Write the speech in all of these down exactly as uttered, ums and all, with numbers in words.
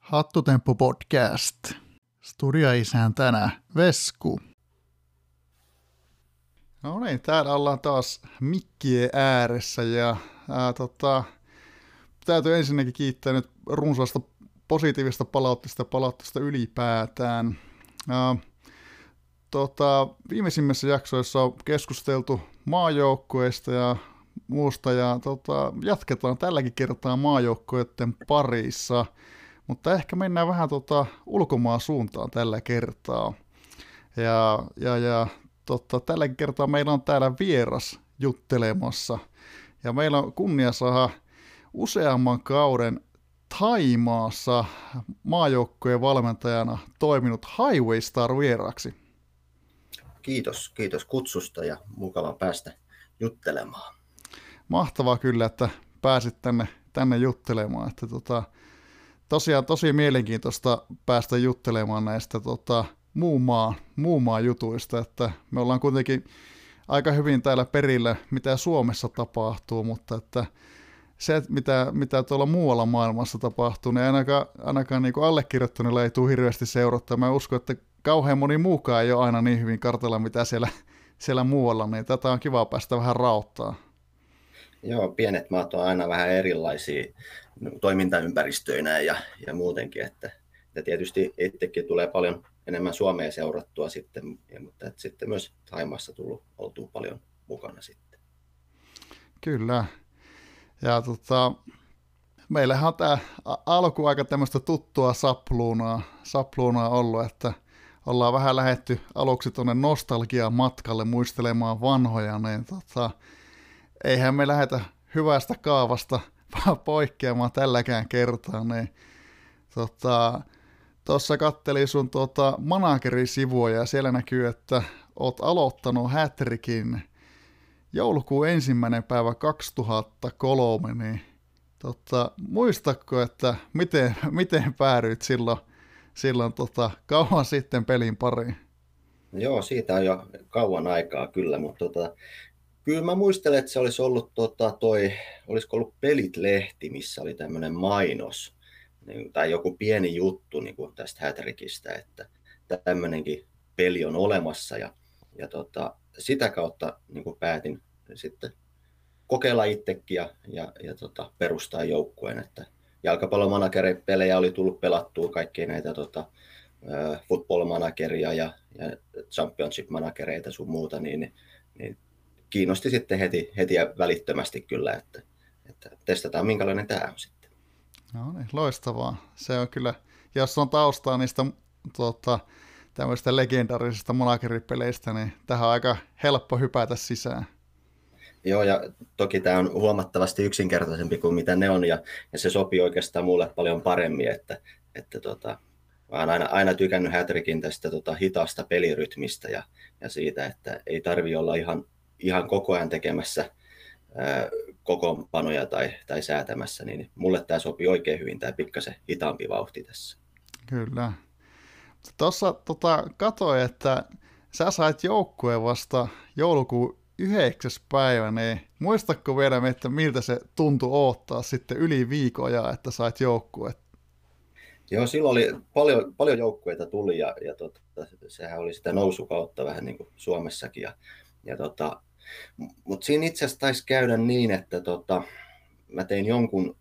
Hattutemppu podcast. Studioisäntänä Vesku. No niin, täällä ollaan taas mikkien ääressä ja ää, tota, täytyy ensinnäkin kiittää nyt runsaasta positiivista palautteesta ja palautteesta ylipäätään. Ää, tota, viimeisimmissä jaksoissa on keskusteltu maajoukkueista ja muusta ja tota, jatketaan tälläkin kertaa maajoukkueiden parissa. Mutta ehkä mennään vähän tota ulkomaan suuntaan tällä kertaa. Ja, ja, ja tota, tällä kertaa meillä on täällä vieras juttelemassa. Ja meillä on kunnia saada useamman kauden Thaimaassa maajoukkojen valmentajana toiminut Highway Star vieraksi. Kiitos, kiitos kutsusta ja mukava päästä juttelemaan. Mahtavaa kyllä, että pääsit tänne, tänne juttelemaan. Että tota, Tosiaan tosi mielenkiintoista päästä juttelemaan näistä tota, muun, maan, muun maan jutuista, että me ollaan kuitenkin aika hyvin täällä perillä, mitä Suomessa tapahtuu, mutta että se, mitä, mitä tuolla muualla maailmassa tapahtuu, niin ainakaan, ainakaan niin kuin allekirjoittaneella ei tule hirveästi seurattaa. Mä uskon, että kauhean moni muukaan ei ole aina niin hyvin kartalla, mitä siellä, siellä muualla, niin tätä on kiva päästä vähän rauttaa. Joo, pienet maat on aina vähän erilaisia toimintaympäristöinä ja, ja muutenkin, että, että tietysti itsekin tulee paljon enemmän Suomea seurattua sitten, mutta että sitten myös Thaimaassa tullut oltua paljon mukana sitten. Kyllä. Ja tota, meillähän on tämä alku aika tämmöistä tuttua sapluunaa, sapluunaa ollut, että ollaan vähän lähdetty aluksi tuonne nostalgian matkalle muistelemaan vanhoja, niin tota, eihän me lähdetä hyvästä kaavasta poikkeamaan tälläkään kertaa, niin tuossa tota, kattelin sun tuota managerisivuja ja siellä näkyy, että oot aloittanut Hätrikin joulukuun ensimmäinen päivä kaksituhattakolme, niin tota, muistatko, että miten, miten päädyit silloin, silloin tota, kauan sitten pelin pariin? Joo, siitä on jo kauan aikaa kyllä, mutta tota, kyllä mä muistelen, että se olisi ollut tota, toi, olisiko ollut Pelit-lehti, missä oli tämmöinen mainos niin, tai joku pieni juttu niin kuin tästä Hätrikistä, että tämmöinenkin peli on olemassa ja, ja tota, sitä kautta niin kuin päätin sitten kokeilla itsekin ja, ja, ja tota, perustaa joukkueen, että jalkapallomanageripelejä oli tullut pelattua, kaikkia näitä tota, football-manageria ja, ja championship-managereita sun muuta, niin, niin kiinnosti sitten heti, heti ja välittömästi kyllä, että, että testataan minkälainen tämä on sitten. No niin, loistavaa. Se on kyllä, jos on taustaa niistä tuota, tämmöistä legendaarisista manageripeleistä, niin tähän on aika helppo hypätä sisään. Joo, ja toki tämä on huomattavasti yksinkertaisempi kuin mitä ne on, ja, ja se sopii oikeastaan mulle paljon paremmin, että, että tota, mä oon aina, aina tykännyt Hätrikin tästä tota, hitaasta pelirytmistä ja, ja siitä, että ei tarvitse olla ihan ihan koko ajan tekemässä ää, kokoonpanoja tai, tai säätämässä, niin mulle tämä sopii oikein hyvin, tämä pikkasen hitaampi vauhti tässä. Kyllä. Tuossa tota, katsoin, että sä sait joukkueen vasta joulukuun yhdeksäs päivä, niin muistatko vielä, että miltä se tuntui odottaa sitten yli viikoja, että sait joukkueen? Joo, silloin oli paljon, paljon joukkueita tuli ja, ja tota, sehän oli sitä nousukautta vähän niin kuin Suomessakin ja, ja tota, mutta siinä itse asiassa taisi käydä niin, että tota, mä tein jonkun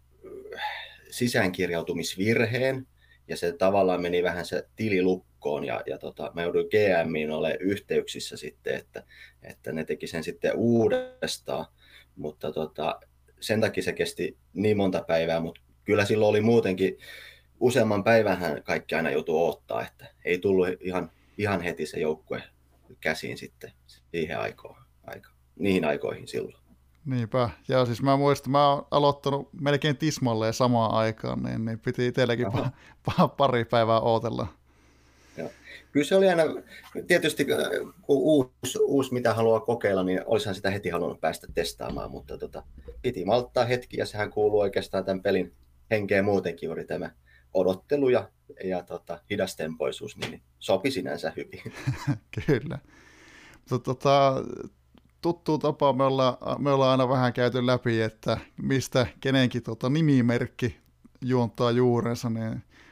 sisäänkirjautumisvirheen ja se tavallaan meni vähän se tili lukkoon ja, ja tota, mä jouduin G M:iin olemaan yhteyksissä sitten, että, että ne teki sen sitten uudestaan, mutta tota, sen takia se kesti niin monta päivää, mutta kyllä silloin oli muutenkin useamman päivänhän kaikki aina joutui odottaa, että ei tullut ihan, ihan heti se joukkue käsiin sitten siihen aikaan. Aika. Niihin aikoihin silloin. Niinpä. Ja siis mä muistan, mä oon aloittanut melkein tismalleen samaan aikaan, niin, niin piti itselläkin pa- pa- pari päivää ootella. Ja. Kyllä se oli aina, tietysti kun uusi, uusi mitä haluaa kokeilla, niin olisihan sitä heti halunnut päästä testaamaan, mutta tota, piti malttaa hetki ja sehän kuuluu oikeastaan tämän pelin henkeen muutenkin juuri tämä odottelu ja, ja tota, hidastempoisuus, niin sopi sinänsä hyvin. Kyllä. Mutta tota, tuttuu tapa me ollaan, me ollaan aina vähän käyty läpi, että mistä kenenkin tota nimimerkki juontaa juurensa, niin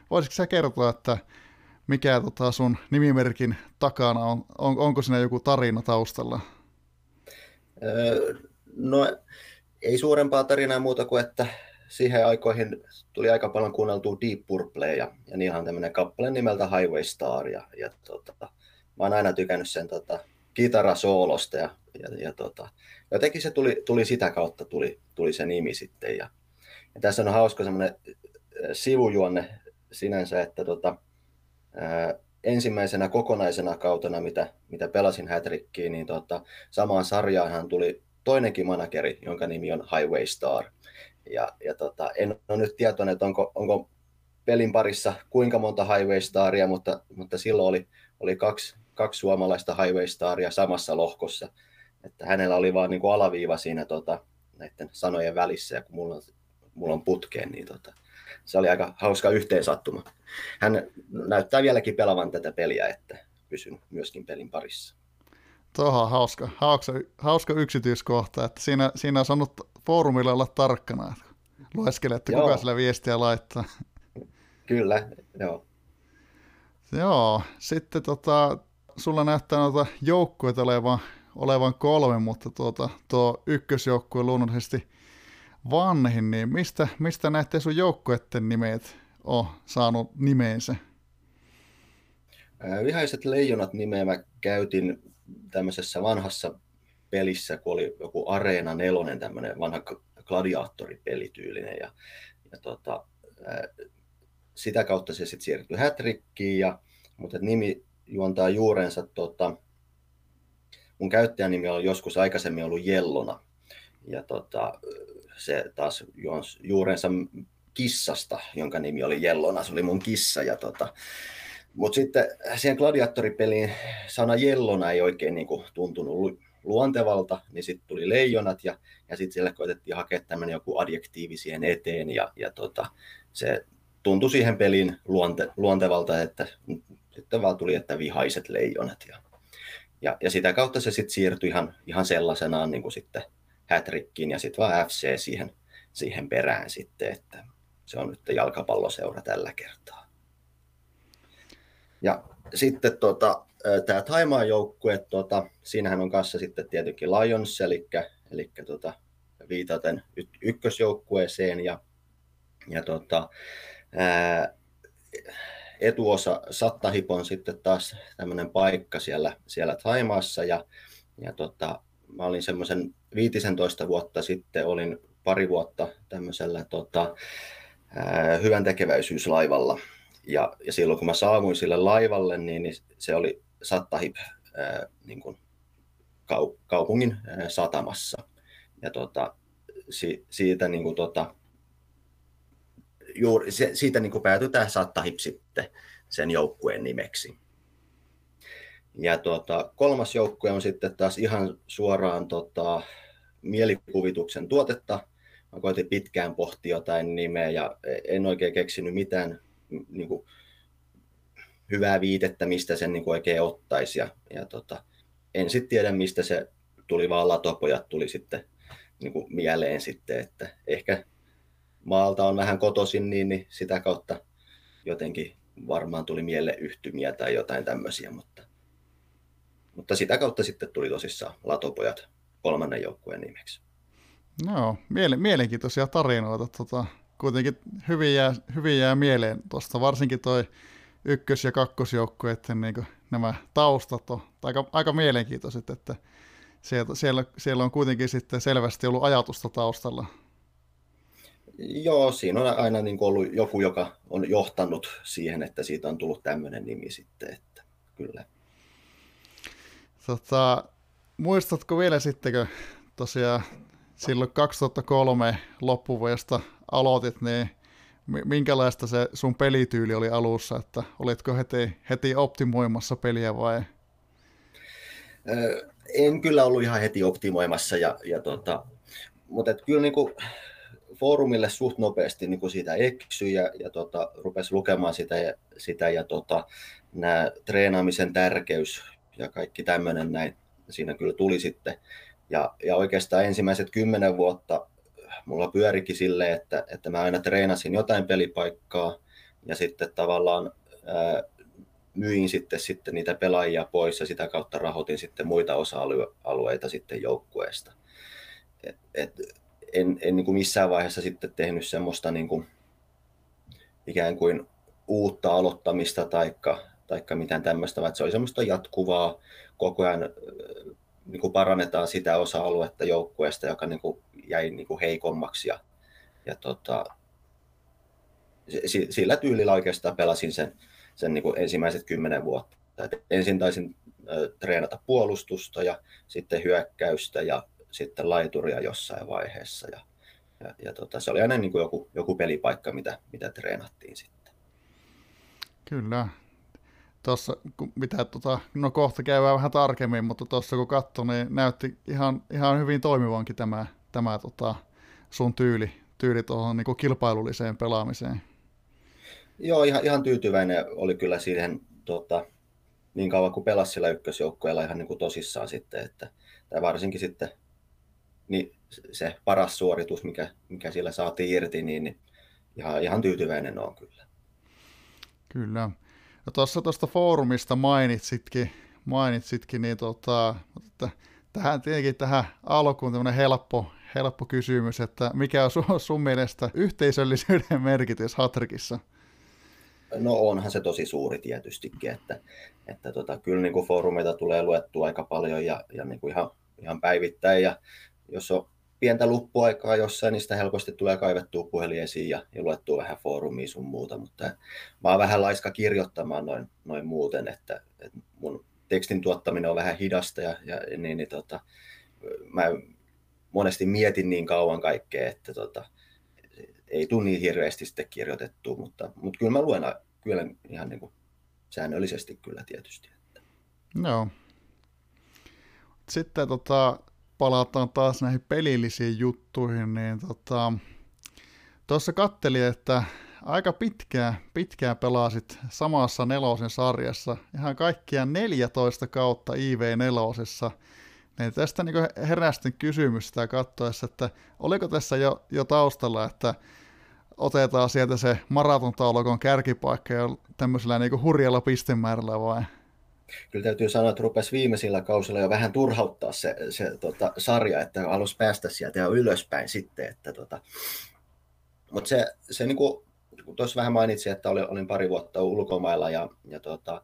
voisitko sä kertoa, että mikä tota, sun nimimerkin takana on? on? Onko siinä joku tarina taustalla? Öö, no ei suurempaa tarinaa muuta kuin, että siihen aikoihin tuli aika paljon kuunneltua Deep Purplea ja, ja niillä on tämmöinen kappale nimeltä Highway Star ja, ja tota, mä oon aina tykännyt sen tota, kitarasoolosta ja, ja, ja tota, jotenkin se tuli, tuli sitä kautta tuli, tuli se nimi sitten ja, ja tässä on hauska semmoinen sivujuonne sinänsä, että tota, ää, ensimmäisenä kokonaisena kautena, mitä, mitä pelasin Hätrikkiin, niin tota, samaan sarjaanhan tuli toinenkin manageri, jonka nimi on Highway Star. Ja, ja tota, en ole nyt tietoinen, että onko, onko pelin parissa kuinka monta Highway Staria, mutta, mutta silloin oli, oli kaksi, kaksi suomalaista Highway Staria samassa lohkossa. Että hänellä oli vaan niin kuin alaviiva siinä tota, näiden sanojen välissä, ja kun mulla on, mulla on putkeen, niin tota, se oli aika hauska yhteensattuma. Hän näyttää vieläkin pelavan tätä peliä, että pysyn myöskin pelin parissa. Tuohon on hauska, hauska, hauska yksityiskohta, että siinä, siinä on saanut foorumilla olla tarkkana, että lueskelee, että joo, kuka sillä viestiä laittaa. Kyllä, joo. Joo, sitten tota, sulla näyttää noita joukkueita olevan, olevan kolme, mutta tuota, tuo ykkösjoukkue luonnollisesti vanhin, niin mistä, mistä näette sun joukkueiden nimet on saanut nimeensä? Vihaiset leijonat nimeä mä käytin tämmöisessä vanhassa pelissä, kun oli joku Areena nelonen, tämmöinen vanha gladiaattoripelityylinen. Ja, ja tota, sitä kautta se sitten siirtyi Hätrikkiin, ja, mutta nimi juontaa juurensa, tota, mun käyttäjän nimi on joskus aikaisemmin ollut Jellona. Ja tota, se taas juonsi juurensa kissasta, jonka nimi oli Jellona, se oli mun kissa. Ja tota, mutta sitten siihen gladiaattoripeliin sana Jellona ei oikein niinku tuntunut luontevalta, niin sitten tuli leijonat ja, ja sitten sille koitettiin hakea tämmöinen joku adjektiivi siihen eteen ja, ja tota, se tuntui siihen peliin luonte, luontevalta, että sitten vaan tuli, että vihaiset leijonat. Ja, ja, ja sitä kautta se sitten siirtyi ihan, ihan sellaisenaan niin kuin sitten Hätrikkiin ja sitten vaan F C siihen, siihen perään sitten, että se on nyt jalkapalloseura tällä kertaa. Ja sitten tota, tämä Thaimaan joukkue, tota, siinähän on kanssa sitten tietenkin Lions, eli, eli tota, viitaten y- ykkösjoukkueeseen ja, ja tota, ää, etuosa Sattahip on sitten taas tämmöinen paikka siellä, siellä Thaimaassa ja, ja tota, mä olin semmoisen viisitoista vuotta sitten, olin pari vuotta tämmöisellä tota, ää, hyvän tekeväisyyslaivalla. Ja, ja silloin kun mä saavuin sille laivalle, niin, niin se oli Sattahip ää, niin kuin kau, kaupungin ää, satamassa. Ja tota, si, siitä, niin kuin, tota, juuri, se, siitä niin kuin päätyi tämä Sattahip sitten sen joukkueen nimeksi. Ja tota, kolmas joukkue on sitten taas ihan suoraan tota, mielikuvituksen tuotetta. Mä koitin pitkään pohtia jotain nimeä ja en oikein keksinyt mitään niin kuin hyvää viitettä, mistä sen niin kuin oikein ottaisi. Ja, ja tota, en sitten tiedä, mistä se tuli, vaan Latopojat tuli sitten niin kuin mieleen sitten, että ehkä maalta on vähän kotoisin, niin, niin sitä kautta jotenkin varmaan tuli mieleyhtymiä tai jotain tämmöisiä, mutta, mutta sitä kautta sitten tuli tosissaan Latopojat kolmannen joukkueen nimeksi. No, miele- mielenkiintoisia tarinoita. Tota, kuitenkin hyvin jää, hyvin jää mieleen tuosta, varsinkin toi ykkös- ja kakkosjoukkueiden niin nämä taustat on aika, aika mielenkiintoiset, että siellä, siellä, siellä on kuitenkin sitten selvästi ollut ajatusta taustalla. Joo, siinä on aina niin kuin ollut joku, joka on johtanut siihen, että siitä on tullut tämmöinen nimi sitten, että kyllä. Tota, muistatko vielä sittenkö tosiaan silloin kaksituhattakolme loppuvuodesta aloitit, niin minkälaista se sun pelityyli oli alussa, että olitko heti, heti optimoimassa peliä vai? En kyllä ollut ihan heti optimoimassa, ja, ja tota, mutta et kyllä niin kuin foorumille suht nopeasti niin kuin siitä eksyi ja, ja tota, rupesi lukemaan sitä ja, sitä ja tota, nämä treenaamisen tärkeys ja kaikki tämmöinen näin, siinä kyllä tuli sitten. Ja, ja oikeastaan ensimmäiset kymmenen vuotta mulla pyörikin silleen, että, että mä aina treenasin jotain pelipaikkaa ja sitten tavallaan ää, myin sitten, sitten niitä pelaajia pois ja sitä kautta rahoitin sitten muita osa-alueita sitten joukkueesta. Et, et, en en niin kuin missään vaiheessa sitten tehnyt semmoista niin kuin ikään kuin uutta aloittamista taikka, taikka mitään tämmöistä, vaan se oli semmoista jatkuvaa, koko ajan niin kuin parannetaan sitä osa-aluetta joukkueesta, joka niin kuin jäi niin kuin heikommaksi ja, ja tota, sillä tyylillä oikeastaan pelasin sen, sen niin kuin ensimmäiset kymmenen vuotta. Et ensin taisin äh, treenata puolustusta ja sitten hyökkäystä ja sitten laituria jossain vaiheessa. Ja, ja, ja tota, se oli aina niin kuin joku, joku pelipaikka, mitä, mitä treenattiin sitten. Kyllä. Tuossa, mitä, tota, no kohta käydään vähän tarkemmin, mutta tuossa kun katsoin, niin näytti ihan, ihan hyvin toimivankin tämä, tämä tota, sun tyyli, tyyli tuohon niin kuin kilpailulliseen pelaamiseen. Joo, ihan, ihan tyytyväinen oli kyllä siihen tota, niin kauan kuin pelasi sillä ykkösjoukkueella ihan niin kuin tosissaan sitten, että tai varsinkin sitten niin se paras suoritus, mikä, mikä sillä saatiin irti, niin, niin ihan, ihan tyytyväinen on kyllä. Kyllä. No tuossa tuosta foorumista mainitsitkin, mainitsitkin niin tota, että tähän tietenkin tähän alkuun tämmöinen helppo, helppo kysymys, että mikä on sun, sun mielestä yhteisöllisyyden merkitys Hatrikissa? No onhan se tosi suuri tietystikin, että, että tota, kyllä niin kuin foorumeita tulee luettua aika paljon ja, ja niin kuin ihan, ihan päivittäin ja jos on pientä luppuaikaa jossain, niin sitä helposti tulee kaivettua puhelin esiin ja, ja luettua vähän foorumia sun muuta, mutta mä oon vähän laiska kirjoittamaan noin, noin muuten, että, että mun tekstin tuottaminen on vähän hidasta ja, ja niin, niin tota, mä monesti mietin niin kauan kaikkea, että tota, ei tule niin hirveästi sitten kirjoitettua, mutta, mutta kyllä mä luen kyllä ihan niin kuin säännöllisesti kyllä tietysti. Joo. Sitten tota, palataan taas näihin pelillisiin juttuihin, niin tota, tuossa kattelin, että aika pitkään, pitkään pelasit samassa nelosen sarjassa, ihan kaikkiaan neljätoista kautta I V neljä. Niin tästä niin herästi kysymystä katsoessa, että oliko tässä jo, jo taustalla, että otetaan sieltä se maratontaulukon kärkipaikka jo tämmöisellä niin hurjalla pistemäärällä vai? Kyllä täytyy sanoa, että rupesi viimeisillä kausilla jo vähän turhauttaa se, se tota, sarja, että halusi päästä sieltä ja ylöspäin sitten. Että, tota. Mutta se, se niin kuin tuossa vähän mainitsin, että olin, olin pari vuotta ulkomailla ja, ja tota,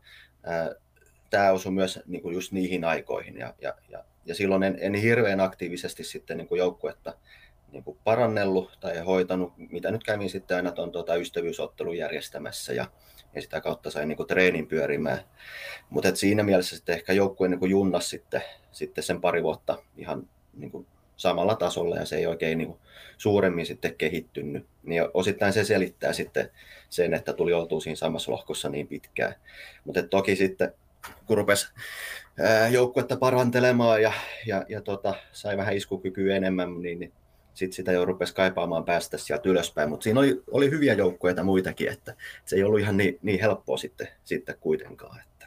tämä osui myös niin kuin just niihin aikoihin ja, ja, ja, ja silloin en, en hirveän aktiivisesti sitten niin kuin joukkuetta niin kuin parannellut tai hoitanut, mitä nyt kävin sitten aina tuon tuota ystävyysottelun järjestämässä ja, ja sitä kautta sain niin kuin treenin pyörimään. Mutta siinä mielessä sitten ehkä joukkue niin kuin junnas sitten, sitten sen pari vuotta ihan niin kuin samalla tasolla ja se ei oikein niin kuin suuremmin sitten kehittynyt. Niin osittain se selittää sitten sen, että tuli oltua siinä samassa lohkossa niin pitkään. Mutta toki sitten kun rupesi joukkuetta parantelemaan ja, ja, ja tota, sai vähän iskukykyä enemmän, niin, niin sitten sitä jo rupesi kaipaamaan päästä sieltä ylöspäin, mutta siinä oli, oli hyviä joukkueita muitakin, että se ei ollut ihan niin, niin helppoa sitten, sitten kuitenkaan. Että.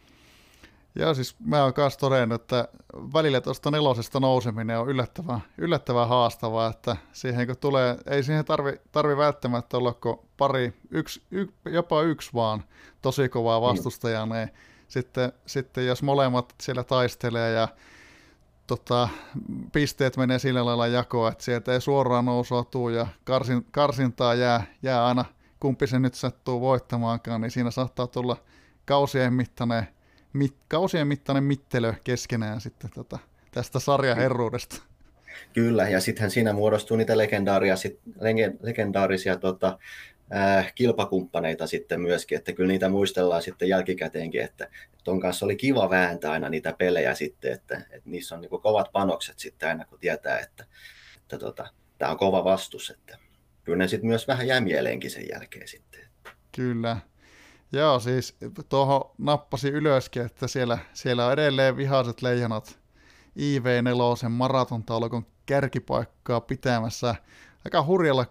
Joo, siis mä oon myös todennut, että välillä tuosta nelosesta nouseminen on yllättävän, yllättävän haastavaa, että siihen kun tulee, ei siihen tarvi, tarvi välttämättä olla kuin pari, yksi, y, jopa yksi vaan tosi kovaa vastustajaa, mm. niin sitten, sitten jos molemmat siellä taistelee ja Tota, pisteet menee sillä lailla jakoon, että sieltä ei suoraan nousua tule ja karsin, karsintaa jää, jää aina, kumpi se nyt sattuu voittamaankaan, niin siinä saattaa tulla kausien mittainen, mit, kausien mittainen mittelö keskenään sitten tota, tästä sarjaherruudesta. Kyllä, ja sittenhän siinä muodostuu niitä legendaarisia, legendaarisia tota, äh, kilpakumppaneita sitten myöskin, että kyllä niitä muistellaan sitten jälkikäteenkin, että ton kanssa oli kiva vääntää aina niitä pelejä sitten, että, että niissä on niin kuin kovat panokset sitten aina, kun tietää, että, että tota, tämä on kova vastus, että kyllä ne sitten myös vähän jää mieleenkin sen jälkeen sitten. Kyllä. Joo, siis tuohon nappasi ylöskin, että siellä, siellä on edelleen vihaiset leijonat I V neljä maratontaulukon kärkipaikkaa pitämässä aika hurjalla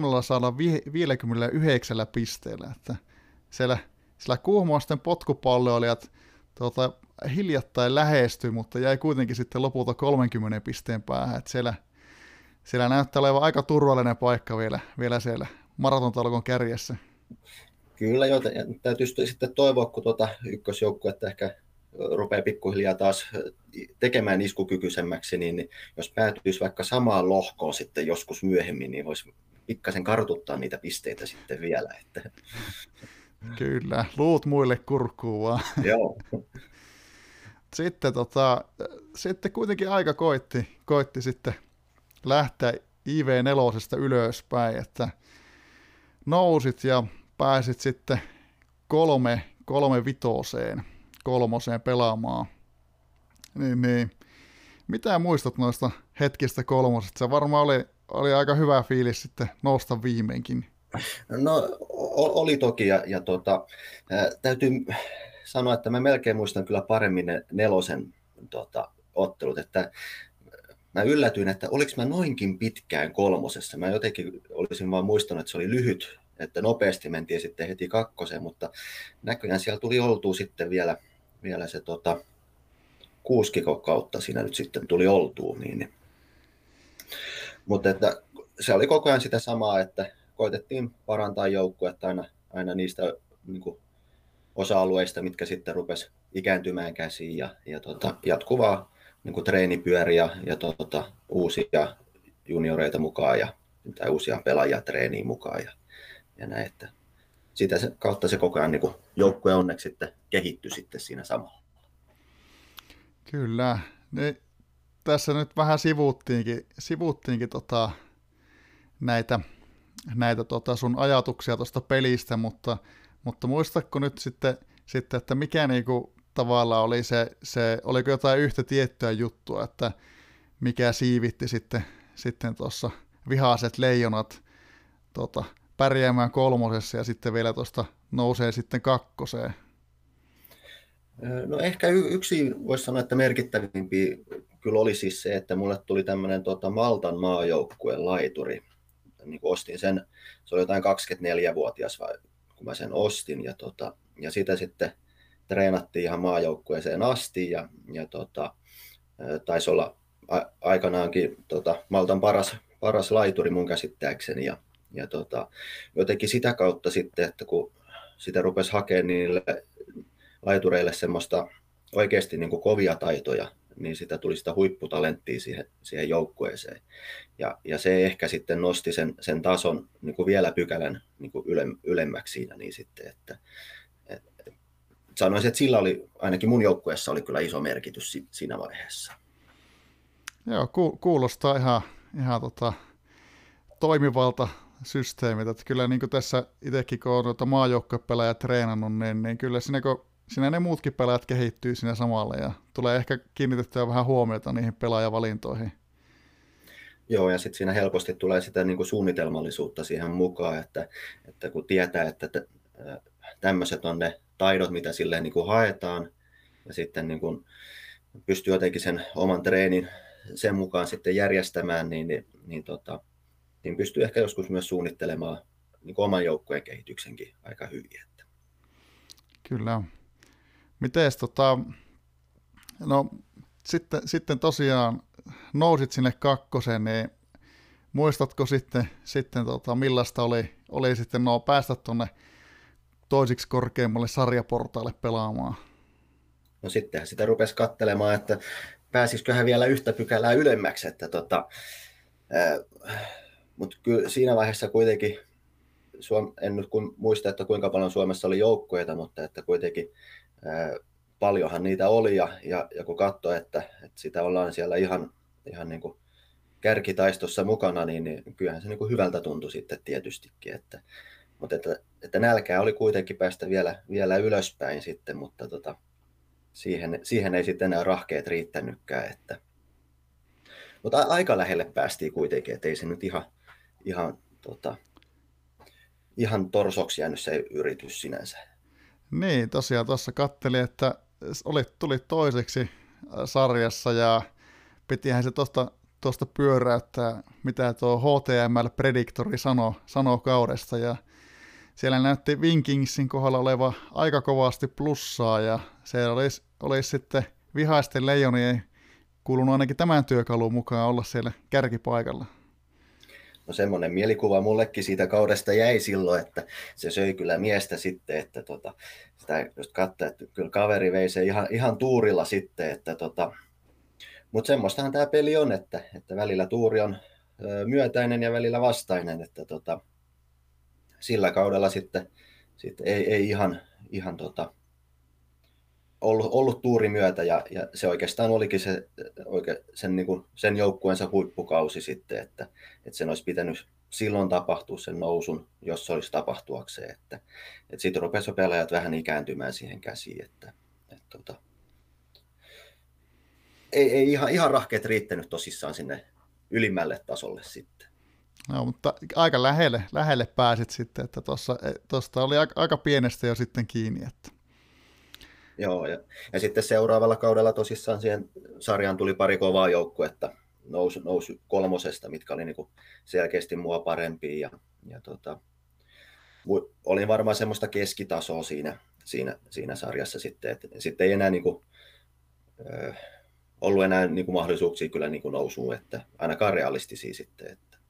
kolmesataaviisikymmentäyhdeksän pisteellä, että siellä, siellä Kuhmoisten potkupalloilijat tuota, hiljattain lähestyi, mutta jäi kuitenkin sitten lopulta kolmenkymmenen pisteen päähän, että siellä, siellä näyttää olevan aika turvallinen paikka vielä, vielä siellä maratontaulukon kärjessä. Kyllä, joten täytyy sitten toivoa, kun tuota ykkösjoukkuetta ehkä rupeaa pikkuhiljaa taas tekemään iskukykyisemmäksi, niin, niin jos päätyisi vaikka samaan lohkoon sitten joskus myöhemmin, niin voisi pikkasen kartuttaa niitä pisteitä sitten vielä. Että. Kyllä, luut muille kurkkuun vaan. Joo. Sitten, tota, sitten kuitenkin aika koitti, koitti sitten lähteä I V neljä ylöspäin, että nousit ja pääsit sitten kolme, kolme vitoseen, kolmoseen pelaamaan. Niin, niin. Mitä muistat noista hetkistä kolmosesta? Se varmaan oli, oli aika hyvä fiilis sitten nousta viimeinkin. No oli toki, ja, ja tota, ää, täytyy sanoa, että mä melkein muistan kyllä paremmin ne nelosen tota, ottelut, että mä yllätyin, että oliko mä noinkin pitkään kolmosessa. Mä jotenkin olisin vaan muistanut, että se oli lyhyt, että nopeasti mentiin sitten heti kakkoseen, mutta näköjään siellä tuli oltua sitten vielä, vielä se tota, kuusi kautta siinä nyt sitten tuli oltua. Niin, niin. Mutta että se oli koko ajan sitä samaa, että koitettiin parantaa joukkuetta aina, aina niistä niin kuin osa-alueista, mitkä sitten rupesi ikääntymään käsiin ja, ja tota, jatkuvaa niin kuin treenipyöriä ja tota, uusia junioreita mukaan ja tai uusia pelaajia treeniin mukaan ja, ja näin, että sitä se, kautta se koko ajan niin joukkue onneksi sitten kehittyi sitten siinä samalla. Kyllä, niin tässä nyt vähän sivuuttiinkin, sivuuttiinkin tota, näitä, näitä tota sun ajatuksia tuosta pelistä, mutta, mutta muistatko nyt sitten, sitten että mikä niinku tavallaan oli se, se, oliko jotain yhtä tiettyä juttua, että mikä siivitti sitten sitten tuossa vihaiset leijonat tota, pärjäämään kolmosessa ja sitten vielä tuosta nousee sitten kakkoseen? No ehkä y- yksi voisi sanoa, että merkittävimpi kyllä oli siis se, että mulle tuli tämmöinen tota Maltan maajoukkueen laituri. Niin kuin ostin sen, se oli jotain kaksikymmentäneljävuotias vai kun mä sen ostin ja, tota, ja sitä sitten treenattiin ihan maajoukkueeseen asti ja, ja tota, taisi olla a- aikanaankin tota, Maltan paras, paras laituri mun käsittääkseni ja, ja tota, jotenkin sitä kautta sitten, että kun sitä rupesi hakemaan niille laitureille semmoista oikeasti niin kuin kovia taitoja, niin sitä tuli sitä huipputalenttia siihen, siihen joukkueeseen. Ja, ja se ehkä sitten nosti sen, sen tason niin kuin vielä pykälän niin kuin yle, ylemmäksi siinä. Niin sitten, että, et, et, sanoisin, että sillä oli, ainakin mun joukkueessa oli kyllä iso merkitys si, siinä vaiheessa. Joo, ku, kuulostaa ihan, ihan tota, toimivalta systeemiltä. Että kyllä niin kuin tässä itsekin, kun on maajoukkuepelaaja treenannut, niin, niin kyllä siinä kun siinä ne muutkin pelaajat kehittyy siinä samalla ja tulee ehkä kiinnitettyä vähän huomiota niihin pelaajavalintoihin. Joo, ja sitten siinä helposti tulee sitä niin kuin suunnitelmallisuutta siihen mukaan, että, että kun tietää, että tämmöiset on ne taidot, mitä silleen niin kuin haetaan, ja sitten niin kuin pystyy jotenkin sen oman treenin sen mukaan sitten järjestämään, niin, niin, niin, tota, niin pystyy ehkä joskus myös suunnittelemaan niin kuin oman joukkueen kehityksenkin aika hyvin. Että. Kyllä. Mites tota, no sitten, sitten tosiaan nousit sinne kakkoseen, niin muistatko sitten, sitten tota, millaista oli, oli sitten no, päästä tuonne toisiksi korkeammalle sarjaportaalle pelaamaan? No sittenhän sitä rupesi katselemaan, että pääsisiköhän vielä yhtä pykälää ylemmäksi, että tota, mutta kyllä siinä vaiheessa kuitenkin, Suom, en nyt kun muista, että kuinka paljon Suomessa oli joukkueita, mutta että kuitenkin ää, paljonhan niitä oli ja, ja, ja kun katsoi, että, että sitä ollaan siellä ihan, ihan niin kuin kärkitaistossa mukana, niin, niin kyllähän se niin kuin hyvältä tuntui sitten tietystikin, että, mutta että, että nälkää oli kuitenkin päästä vielä, vielä ylöspäin sitten, mutta tota, siihen, siihen ei sitten enää rahkeet riittänytkään, että, mutta aika lähelle päästiin kuitenkin, että ei se nyt ihan, ihan tota, ihan torsoksi jäänyt se yritys sinänsä. Niin, tosiaan tuossa kattelin, että olit, tulit toiseksi sarjassa ja pitihän se tuosta, tuosta pyöräyttää, mitä tuo H T M L-prediktori sanoo, sanoo kaudesta ja siellä näytti Vinkingsin kohdalla oleva aika kovasti plussaa ja se olisi, olisi sitten vihaisten leijonien kuulunut ainakin tämän työkalun mukaan olla siellä kärkipaikalla. no semmoinen mielikuva mullekin siitä kaudesta jäi silloin, että se söi kyllä miestä sitten, että tota, sitä just katsoi, että kyllä kaveri vei se ihan, ihan tuurilla sitten, että tota, mutta semmoistahan tämä peli on, että, että välillä tuuri on ö, myötäinen ja välillä vastainen, että tota, sillä kaudella sitten, sitten ei, ei ihan, ihan tota, ollut, ollut tuuri myötä ja, ja se oikeastaan olikin se, oike, sen, niin kuin, sen joukkueensa huippukausi sitten, että, että sen olisi pitänyt silloin tapahtua sen nousun, jos se olisi tapahtuakseen. Että, että sitten rupesi pelaajat vähän ikääntymään siihen käsiin, että, että tota, ei, ei ihan, ihan rahkeet riittänyt tosissaan sinne ylimmälle tasolle sitten. No, mutta aika lähelle, lähelle pääsit sitten, että tuosta oli aika, aika pienestä jo sitten kiinni. Että. Joo, ja, ja sitten seuraavalla kaudella tosissaan siihen sarjaan tuli pari kovaa joukkuetta, nousi, nousi kolmosesta, mitkä oli niin kuin selkeästi mua parempia. Ja, ja tota, olin varmaan semmoista keskitasoa siinä, siinä, siinä sarjassa sitten, että sitten ei enää niin kuin, ö, ollut enää niin kuin mahdollisuuksia kyllä niin kuin nousuun, että ainakaan realistisia sitten. Että.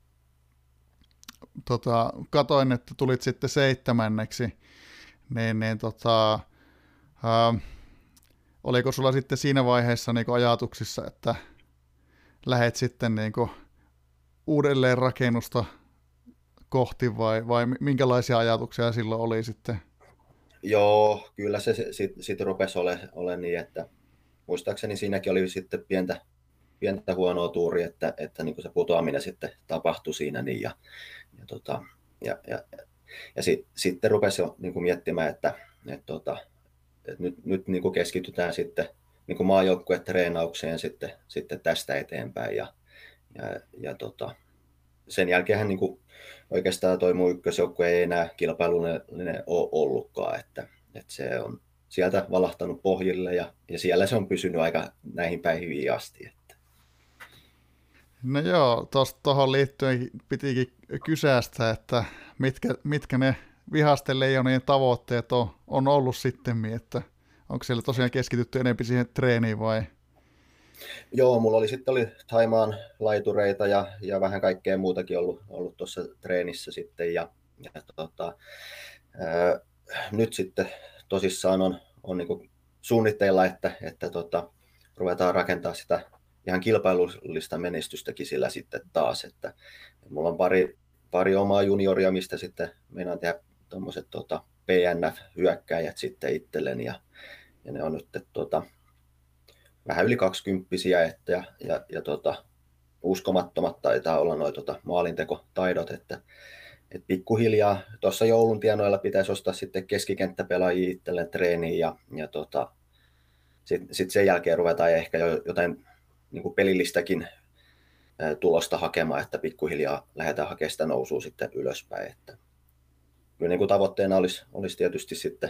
Tota, katoin, että tulit sitten seitsemänneksi, niin, niin tota, ää, oliko sulla sitten siinä vaiheessa niin kuin ajatuksissa, että lähet sitten niin kuin uudelleen rakennusta kohti vai, vai minkälaisia ajatuksia silloin oli sitten? Joo, kyllä se sitten sit rupesi olemaan ole niin, että muistaakseni siinäkin oli sitten pientä, pientä huonoa tuuria, että, että niin kuin se putoaminen sitten tapahtui siinä. Niin ja, ja, tota, ja, ja, ja sit, sitten rupesi jo niin kuin miettimään, että, että, tota, että nyt, nyt niin kuin keskitytään sitten niin kuin maajoukkuetreenaukseen sitten, sitten tästä eteenpäin. Ja, ja, ja tota, sen jälkeen niin kuin oikeastaan toi mun ykkösjoukkue ei enää kilpailullinen ole ollutkaan, että, että se on sieltä valahtanut pohjille ja, ja siellä se on pysynyt aika näihin päiviin asti. Että. No joo, tuohon liittyen pitikin kysästä, että mitkä, mitkä ne Vihasten Leijonien tavoitteet on, on ollut sitten, että onko siellä tosiaan keskitytty enemmän siihen treeniin vai? Joo, mulla oli sitten oli Thaimaan laitureita ja, ja vähän kaikkea muutakin ollut, ollut tuossa treenissä sitten ja, ja tota, ää, nyt sitten tosissaan on, on niin suunnitteilla, että, että tota, ruvetaan rakentaa sitä ihan kilpailullista menestystäkin sillä sitten taas, että mulla on pari, pari omaa junioria, mistä sitten meinaan tehdä tuommoiset tota, P N F-hyökkäjät sitten itselleni ja, ja ne on nyt tota, vähän yli kaksikymppisiä, että, ja, ja, ja tota, uskomattomat taitaa olla nuo tota, maalintekotaidot, että et pikkuhiljaa tuossa joulun tienoilla pitäisi ostaa sitten keskikenttäpelaajia itselleen treeniin, ja, ja tota, sitten sit sen jälkeen ruvetaan ehkä jo jotain niin kuin pelillistäkin ää, tulosta hakemaan, että pikkuhiljaa lähdetään hakemaan sitä nousua sitten ylöspäin. Että, kyllä niin kuin tavoitteena olisi, olisi tietysti sitten,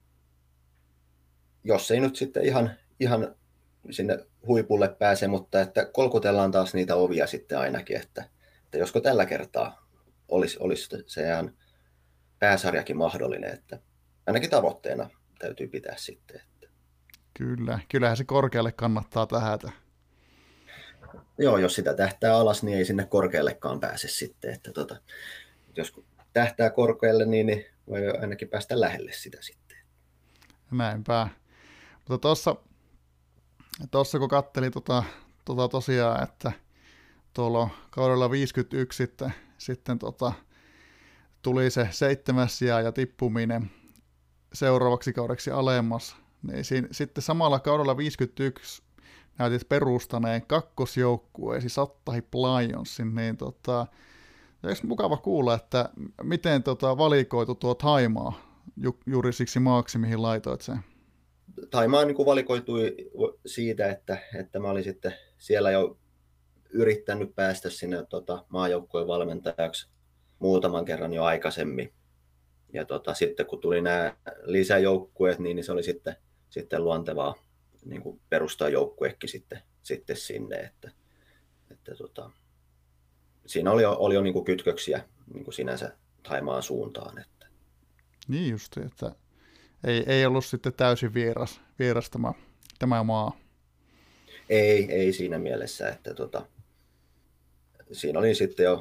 jos ei nyt sitten ihan, ihan sinne huipulle pääse, mutta että kolkutellaan taas niitä ovia sitten ainakin, että, että josko tällä kertaa olisi, olisi se ihan pääsarjakin mahdollinen, että ainakin tavoitteena täytyy pitää sitten. Että. Kyllä, kyllähän se korkealle kannattaa tähätä. Joo, jos sitä tähtää alas, niin ei sinne korkeallekaan pääse sitten, että tota, jos tähtää korkealle, niin, niin voi ainakin päästä lähelle sitä sitten. Näinpä, mutta tuossa Tuossa kun katselin tota, tota tosiaan, että tuolla kaudella viisikymmentäyksi sitten, sitten tota, tuli se seitsemäs sija ja tippuminen seuraavaksi kaudeksi alemmas, niin siinä, sitten samalla kaudella viisikymmentäyksi näytit perustaneen kakkosjoukkueesi Sattahi Lionsin, niin tota, olisi mukava kuulla, että miten tota, valikoitu tuo Thaimaa ju, juuri siksi maaksi, mihin laitoit sen? Thaimaa niin kuin valikoitui siitä, että, että mä olin sitten siellä jo yrittänyt päästä sinne tota, maajoukkueen valmentajaksi muutaman kerran jo aikaisemmin. Ja tota, sitten kun tuli nämä lisäjoukkueet, niin, niin se oli sitten, sitten luontevaa niin kuin perustaa joukkuekin sitten, sitten sinne. Että, että, tota, siinä oli jo, oli jo niin kuin kytköksiä niin kuin sinänsä Thaimaan suuntaan. Että. Niin just, että Ei, ei ollut sitten täysin vieras, vieras tämä, tämä maa. Ei, ei siinä mielessä, että tota, siinä oli sitten jo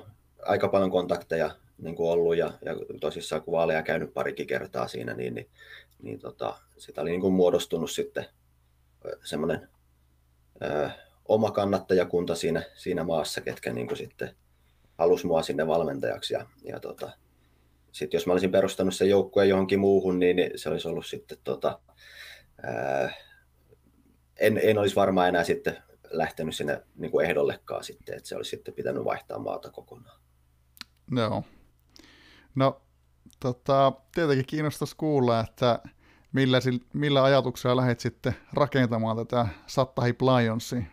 aika paljon kontakteja niin kuin ollut ja, ja tosissaan kun vaaleja käynyt parikin kertaa siinä, niin, niin, niin tota, sitä oli niin kuin muodostunut sitten semmoinen ö, oma kannattajakunta siinä, siinä maassa, ketkä niin kuin sitten halusi mua sinne valmentajaksi. Ja, ja tota, sitten jos mä olisin perustanut sen joukkueen johonkin muuhun, niin, niin se olisi ollut sitten, tota, ää, en, en olisi varmaan enää sitten lähtenyt sinne niin kuin ehdollekaan sitten, että se olisi sitten pitänyt vaihtaa maata kokonaan. Joo. No, tota, tietenkin kiinnostaisi kuulla, että millä, millä ajatuksella lähdet sitten rakentamaan tätä Sattahip Lionsia?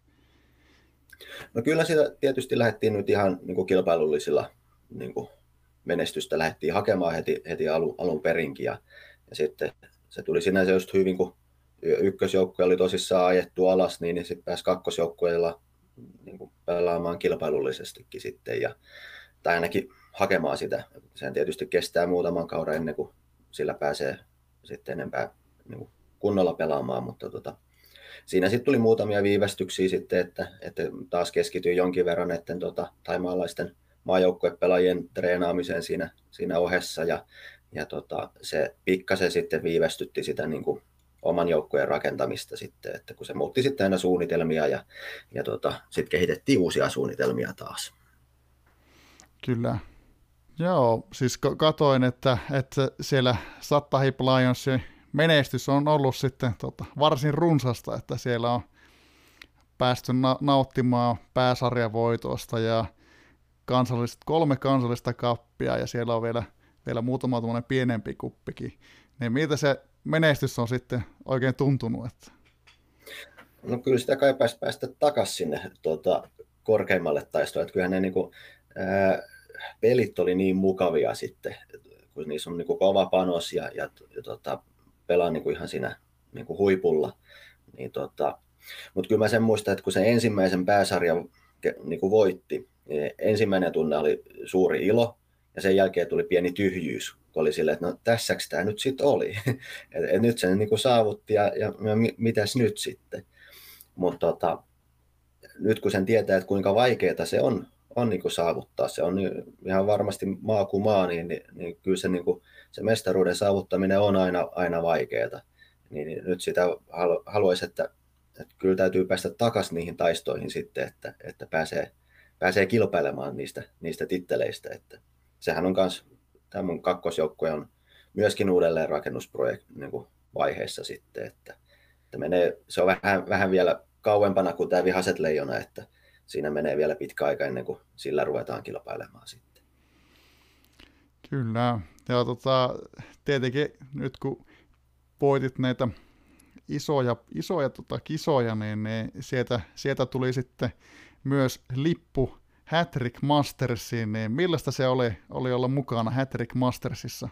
No kyllä sitä tietysti lähdettiin nyt ihan niin kuin kilpailullisilla niin kuin menestystä lähdettiin hakemaan heti, heti alun, alun perinkin ja, ja sitten se tuli sinänsä just hyvin, kun ykkösjoukkue oli tosissaan ajettu alas, niin, niin sitten pääsi kakkosjoukkueella niin kuin pelaamaan kilpailullisestikin sitten ja, tai ainakin hakemaan sitä. Sehän tietysti kestää muutaman kauden ennen kuin sillä pääsee sitten enempää niin kuin kunnolla pelaamaan, mutta tota, siinä sitten tuli muutamia viivästyksiä sitten, että, että taas keskityin jonkin verran näiden tota, taimaalaisten maajoukkuepelaajien treenaamiseen siinä, siinä ohessa ja, ja tota, se pikkasen sitten viivästytti sitä niin kuin oman joukkueen rakentamista sitten, että kun se muutti sitten aina suunnitelmia ja, ja tota, sitten kehitettiin uusia suunnitelmia taas. Kyllä. Joo, siis katoin, että, että siellä Sattahip Lionsin menestys on ollut sitten tota, varsin runsasta, että siellä on päästy na- nauttimaan pääsarjavoitosta ja kansalliset, kolme kansallista kappia ja siellä on vielä, vielä muutama tuommoinen pienempi kuppikin. Niin miltä se menestys on sitten oikein tuntunut? Että... No kyllä sitä kaipaisi päästä takaisin sinne tuota, korkeimmalle taistolle. Kyllähän ne niinku, ää, pelit oli niin mukavia sitten, kun niissä on niinku kova panos ja, ja, ja tota, pelaa niinku ihan siinä niinku huipulla. Niin tota, mutta kyllä mä sen muistan, että kun se ensimmäisen pääsarjan niinku voitti, niin ensimmäinen tunne oli suuri ilo ja sen jälkeen tuli pieni tyhjyys, kun oli silleen, että no tässäks tämä nyt sitten oli. et, et nyt sen niinku saavutti ja, ja, ja mitäs nyt sitten. Mutta tota, nyt kun sen tietää, että kuinka vaikeaa se on, on niinku saavuttaa, se on ihan varmasti maa kuin maa, niin, niin, niin kyllä se, niinku, se mestaruuden saavuttaminen on aina, aina vaikeaa. Niin, niin nyt sitä halu, haluaisi, että, että kyllä täytyy päästä takaisin niihin taistoihin sitten, että, että pääsee, pääsee kilpailemaan niistä, niistä titteleistä. Että sehän on myös, tämä mun kakkosjoukkue on myöskin uudelleen rakennusprojekti niin kuin vaiheessa sitten, että, että menee, se on vähän, vähän vielä kauempana kuin tämä Vihaset Leijona, että siinä menee vielä pitkä aika ennen kuin sillä ruvetaan kilpailemaan sitten. Kyllä, ja tota, tietenkin nyt kun voitit näitä isoja, isoja tota, kisoja, niin, niin sieltä, sieltä tuli sitten myös lippu Hattrick Mastersiin, niin millaista se oli, oli olla mukana Hattrick Mastersissa?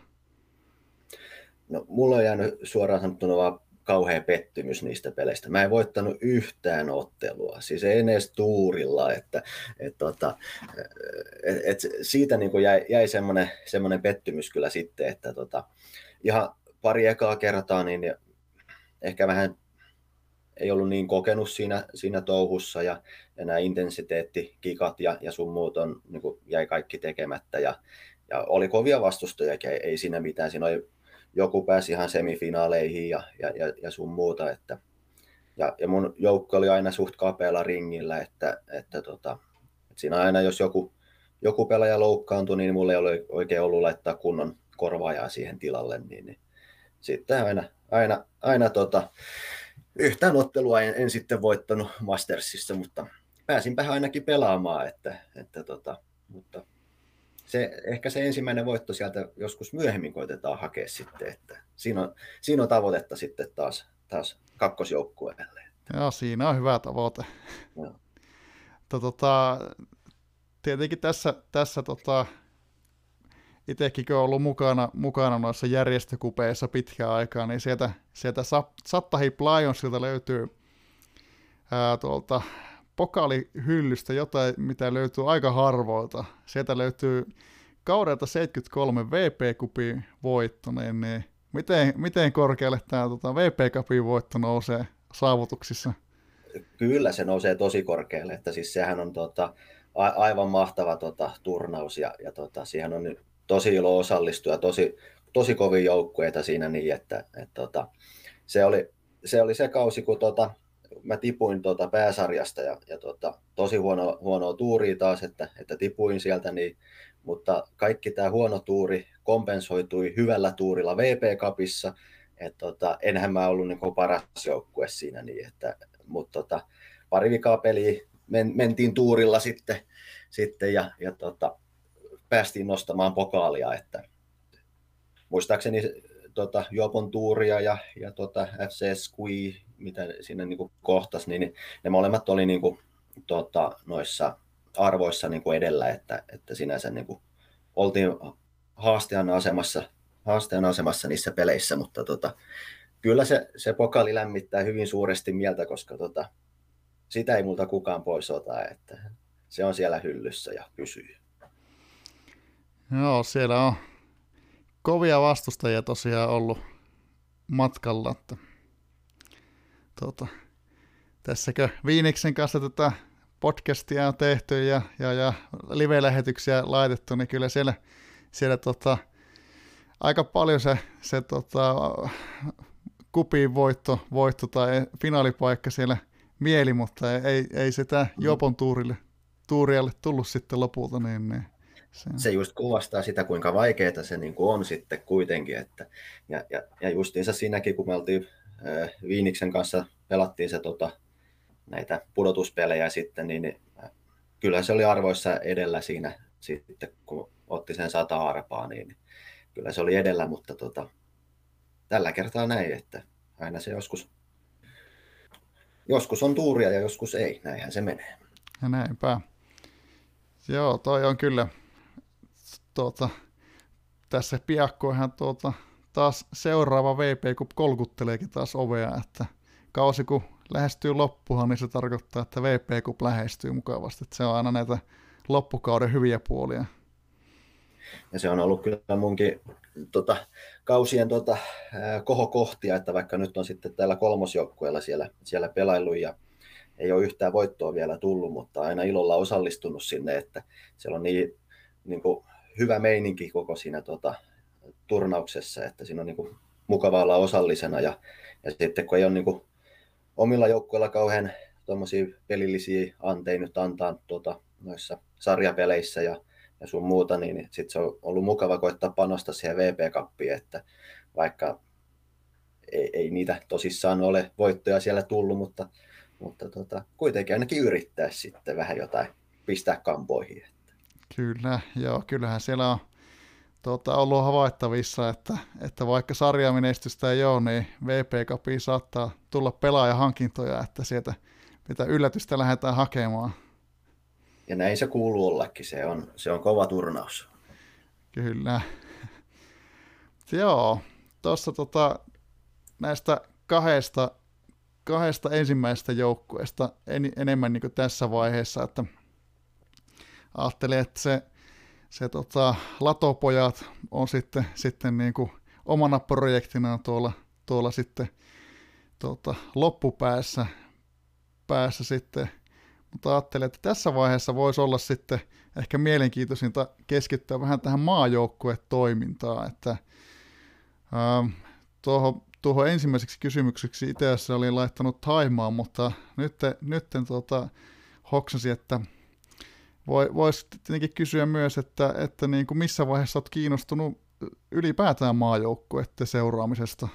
No, mulla on jäänyt suoraan sanottuna vaan kauhea pettymys niistä peleistä. Mä en voittanut yhtään ottelua, siis en edes tuurilla, että et, tota, et, et siitä niin kuin jäi, jäi semmoinen, semmoinen pettymys kyllä sitten, että tota, ihan pari ekaa kertaa niin ehkä vähän ei ollut niin kokenut siinä, siinä touhussa ja, ja nämä intensiteettikikat ja, ja sun muut on, niin kuin jäi kaikki tekemättä ja, ja oli kovia vastustajakin, ei, ei siinä mitään, siinä oli, joku pääsi ihan semifinaaleihin ja, ja, ja, ja sun muuta, että, ja, ja mun joukko oli aina suht kapealla ringillä, että, että, tota, että siinä aina jos joku, joku pelaaja loukkaantui, niin mulla ei ole oikein ollut laittaa kunnon korvaajaa siihen tilalle, niin, niin sitten aina, aina, aina tota, yhtään ottelua en, en sitten voittanut Mastersissa, mutta pääsinpä ainakin pelaamaan, että, että tota, mutta se, ehkä se ensimmäinen voitto sieltä joskus myöhemmin koitetaan hakea sitten, että siinä on, siinä on tavoitetta sitten taas, taas kakkosjoukkueelle. Joo, siinä on hyvä tavoite. Joo. Tota, tietenkin tässä, tässä tota, itsekin kun olen ollut mukana, mukana noissa järjestökupeissa pitkään aikaa, niin sieltä, sieltä Sattahip Lionsilta löytyy ää, tuolta pokaalihyllystä jotain, mitä löytyy aika harvoilta. Sieltä löytyy kaudelta seitsemänkymmentäkolme V P-kupin voitto, niin, niin miten, miten korkealle tämä tota, V P-kupin voitto nousee saavutuksissa? Kyllä se nousee tosi korkealle, että siis sehän on tota, a, aivan mahtava tota, turnaus ja, ja tota, siihen on nyt tosi ilo osallistua ja tosi, tosi kovia joukkueita siinä niin, että et, tota, se, oli, se oli se kausi, kun tota, mä tipuin tota pääsarjasta ja, ja tota, tosi huono, huonoa tuuria taas, että, että tipuin sieltä, niin, mutta kaikki tämä huono tuuri kompensoitui hyvällä tuurilla V P-kapissa, että tota, enhän mä ollut niin paras joukkue siinä, niin että, mutta tota, pari vikaa peliä men, mentiin tuurilla sitten, sitten ja, ja tota, päästiin nostamaan pokaalia, että muistaakseni tota, Jopon tuuria ja, ja tota, F C S Squee, mitä siinä niin kohtasi, niin ne molemmat oli niin kuin, tota, noissa arvoissa niin kuin edellä, että, että sinänsä niin kuin, oltiin haastajan asemassa, haastajan asemassa niissä peleissä, mutta tota, kyllä se, se pokaali lämmittää hyvin suuresti mieltä, koska tota, sitä ei multa kukaan pois ota, että se on siellä hyllyssä ja pysyy. Joo, siellä on kovia vastustajia tosiaan ollut matkalla. Että, tuota, tässäkö Viiniksen kanssa tätä podcastia on tehty ja, ja, ja live-lähetyksiä laitettu, niin kyllä siellä, siellä tota, aika paljon se, se tota, kupin voitto, voitto tai finaalipaikka siellä mieli, mutta ei, ei sitä Jopon tuurille, tuurialle tullut sitten lopulta. Niin, niin se... se just kuvastaa sitä, kuinka vaikeaa se niin kuin on sitten kuitenkin. Että, ja, ja, ja justiinsa siinäkin, kun me oltiin äh, Viiniksen kanssa, pelattiin se tota, näitä pudotuspelejä sitten, niin, niin äh, kyllä se oli arvoissa edellä siinä sitten, kun otti sen sata arpaa, niin, niin kyllä se oli edellä, mutta tota, tällä kertaa näin, että aina se joskus, joskus on tuuria ja joskus ei, näinhän se menee. Ja näinpä. Joo, toi on kyllä, tuota, tässä piakkoinhan tuota, taas seuraava V P Cup kolkutteleekin taas ovea, että kausi kun lähestyy loppuhan, niin se tarkoittaa, että V P Cup lähestyy mukavasti, että se on aina näitä loppukauden hyviä puolia. Ja se on ollut kyllä munkin tota, kausien tota, kohokohtia, että vaikka nyt on sitten täällä kolmosjoukkueella siellä, siellä pelaillut ja ei ole yhtään voittoa vielä tullut, mutta aina ilolla osallistunut sinne, että siellä on niin, niin kuin hyvä meininki koko siinä tota, turnauksessa, että siinä on niin kuin mukava olla osallisena ja, ja sitten kun ei ole niin kuin omilla joukkueilla kauhean tuommoisia pelillisiä anteja nyt antaa tuota, noissa sarjapeleissä ja ja sun muuta, niin sitten se on ollut mukava koittaa panostaa siihen V P-kappiin, että vaikka ei, ei niitä tosissaan ole voittoja siellä tullut, mutta, mutta tota, kuitenkin ainakin yrittää sitten vähän jotain pistää kampoihin. Kyllä, joo, kyllähän siellä on tuota, ollut havaittavissa, että, että vaikka sarjamenestystä ei ole, niin V P-kapiin saattaa tulla pelaajahankintoja, että sieltä mitä yllätystä lähdetään hakemaan. Ja näin se kuuluu ollakin, se on, se on kova turnaus. Kyllä. Joo, tuossa tota, näistä kahdesta, kahdesta ensimmäisestä joukkueesta en, enemmän niin kuin tässä vaiheessa, että ajattelin, että se, se tota, Latopojat on sitten, sitten niin kuin omana projektinaan tuolla, tuolla sitten tota, loppupäässä päässä sitten. Mutta ajattelin, että tässä vaiheessa voisi olla sitten ehkä mielenkiintoisinta keskittyä vähän tähän maajoukkuetoimintaan, että ähm, tuohon, tuohon ensimmäiseksi kysymykseksi itse asiassa olin laittanut Thaimaan, mutta nyt, nyt tuota, hoksasin, että voi, voisi tietenkin kysyä myös, että, että niin kuin missä vaiheessa olet kiinnostunut ylipäätään maajoukkueiden seuraamisesta?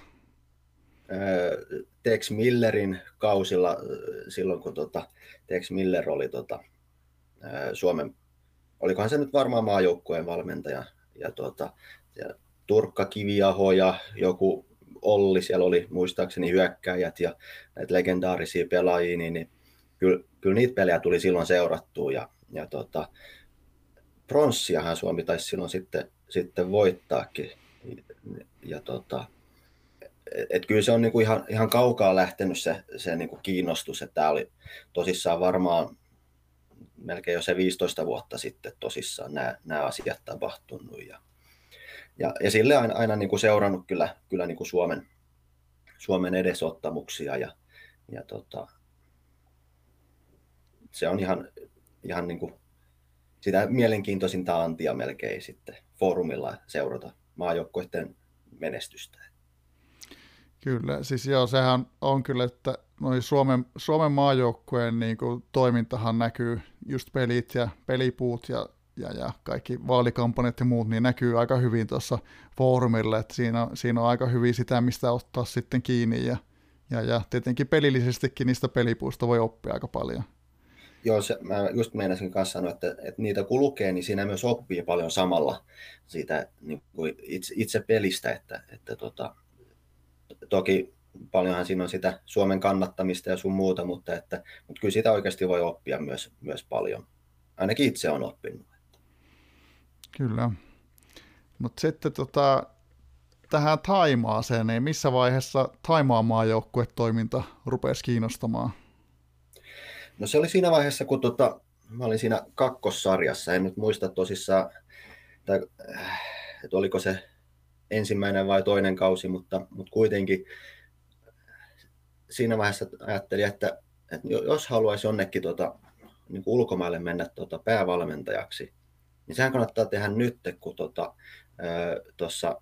Tex Millerin kausilla, silloin kun tota, Tex Miller oli tota, Suomen, olikohan se nyt varmaan maajoukkueen valmentaja, ja, tota, ja Turkka Kiviaho ja joku Olli, siellä oli muistaakseni hyökkääjät ja näitä legendaarisia pelaajia, niin, niin kyllä, kyllä niitä pelejä tuli silloin seurattua, ja, ja tota, pronssiahan Suomi taisi silloin sitten, sitten voittaakin, ja tota, et kyllä se on niinku ihan, ihan kaukaa lähtenyt se, se niinku kiinnostus, että tämä oli tosissaan varmaan melkein jo se viisitoista vuotta sitten tosissaan nämä asiat tapahtunut. Ja, ja, ja sille aina, aina niinku seurannut kyllä, kyllä niinku Suomen, Suomen edesottamuksia ja, ja tota, se on ihan, ihan niinku sitä mielenkiintoisinta antia melkein sitten foorumilla seurata maajoukkueiden menestystä. Kyllä, siis joo, sehän on kyllä, että noi Suomen, Suomen maajoukkueen niin kuin, toimintahan näkyy, just pelit ja pelipuut ja, ja, ja kaikki vaalikampanjat ja muut, niin näkyy aika hyvin tuossa foorumilla, että siinä, siinä on aika hyvin sitä, mistä ottaa sitten kiinni, ja, ja, ja tietenkin pelillisestikin niistä pelipuusta voi oppia aika paljon. Joo, se, mä just meinasin kanssa sanoa, että, että niitä kun lukee, niin siinä myös oppii paljon samalla siitä niin kuin itse, itse pelistä, että, että tota, toki paljonhan siinä on sitä Suomen kannattamista ja sun muuta, mutta, että, mutta kyllä sitä oikeasti voi oppia myös, myös paljon. Ainakin itse on oppinut. Kyllä. Mutta sitten tota, tähän Thaimaaseen, niin missä vaiheessa Thaimaan maajoukkuetoiminta rupesi kiinnostamaan? No se oli siinä vaiheessa, kun tota, mä olin siinä kakkossarjassa, en nyt muista tosissaan, tai, että oliko se ensimmäinen vai toinen kausi, mutta, mutta kuitenkin siinä vaiheessa ajattelin, että, että jos haluaisi jonnekin tota, niin kuin ulkomaille mennä tota, päävalmentajaksi, niin sehän kannattaa tehdä nyt, kun tuossa tota,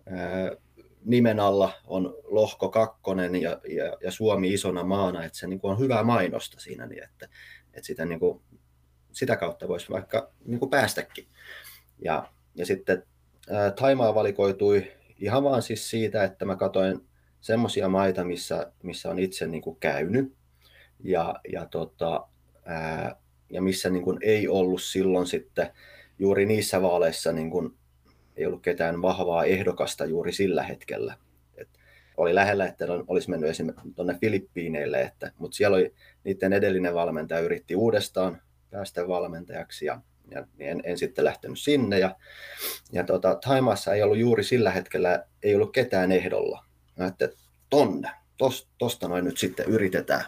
nimen alla on lohko kakkonen ja, ja, ja Suomi isona maana, että se niin kuin on hyvää mainosta siinä, niin että, että sitä, niin kuin, sitä kautta voisi vaikka niin kuin päästäkin. Ja, ja sitten ää, Thaimaa valikoitui ihan vaan siis siitä, että mä katsoin semmoisia maita, missä, missä on itse niin kuin käynyt ja, ja, tota, ää, ja missä niin kuin ei ollut silloin sitten juuri niissä vaaleissa niin kuin ei ollut ketään vahvaa ehdokasta juuri sillä hetkellä. Et oli lähellä, että olisi mennyt esimerkiksi tuonne Filippiineille, että, mutta siellä oli niiden edellinen valmentaja yritti uudestaan päästä valmentajaksi ja, ja en, en sitten lähtenyt sinne. Ja, ja tota, Thaimaassa ei ollut juuri sillä hetkellä, ei ollut ketään ehdolla. Mä ajattelin, että tonne, tos, tosta noin nyt sitten yritetään.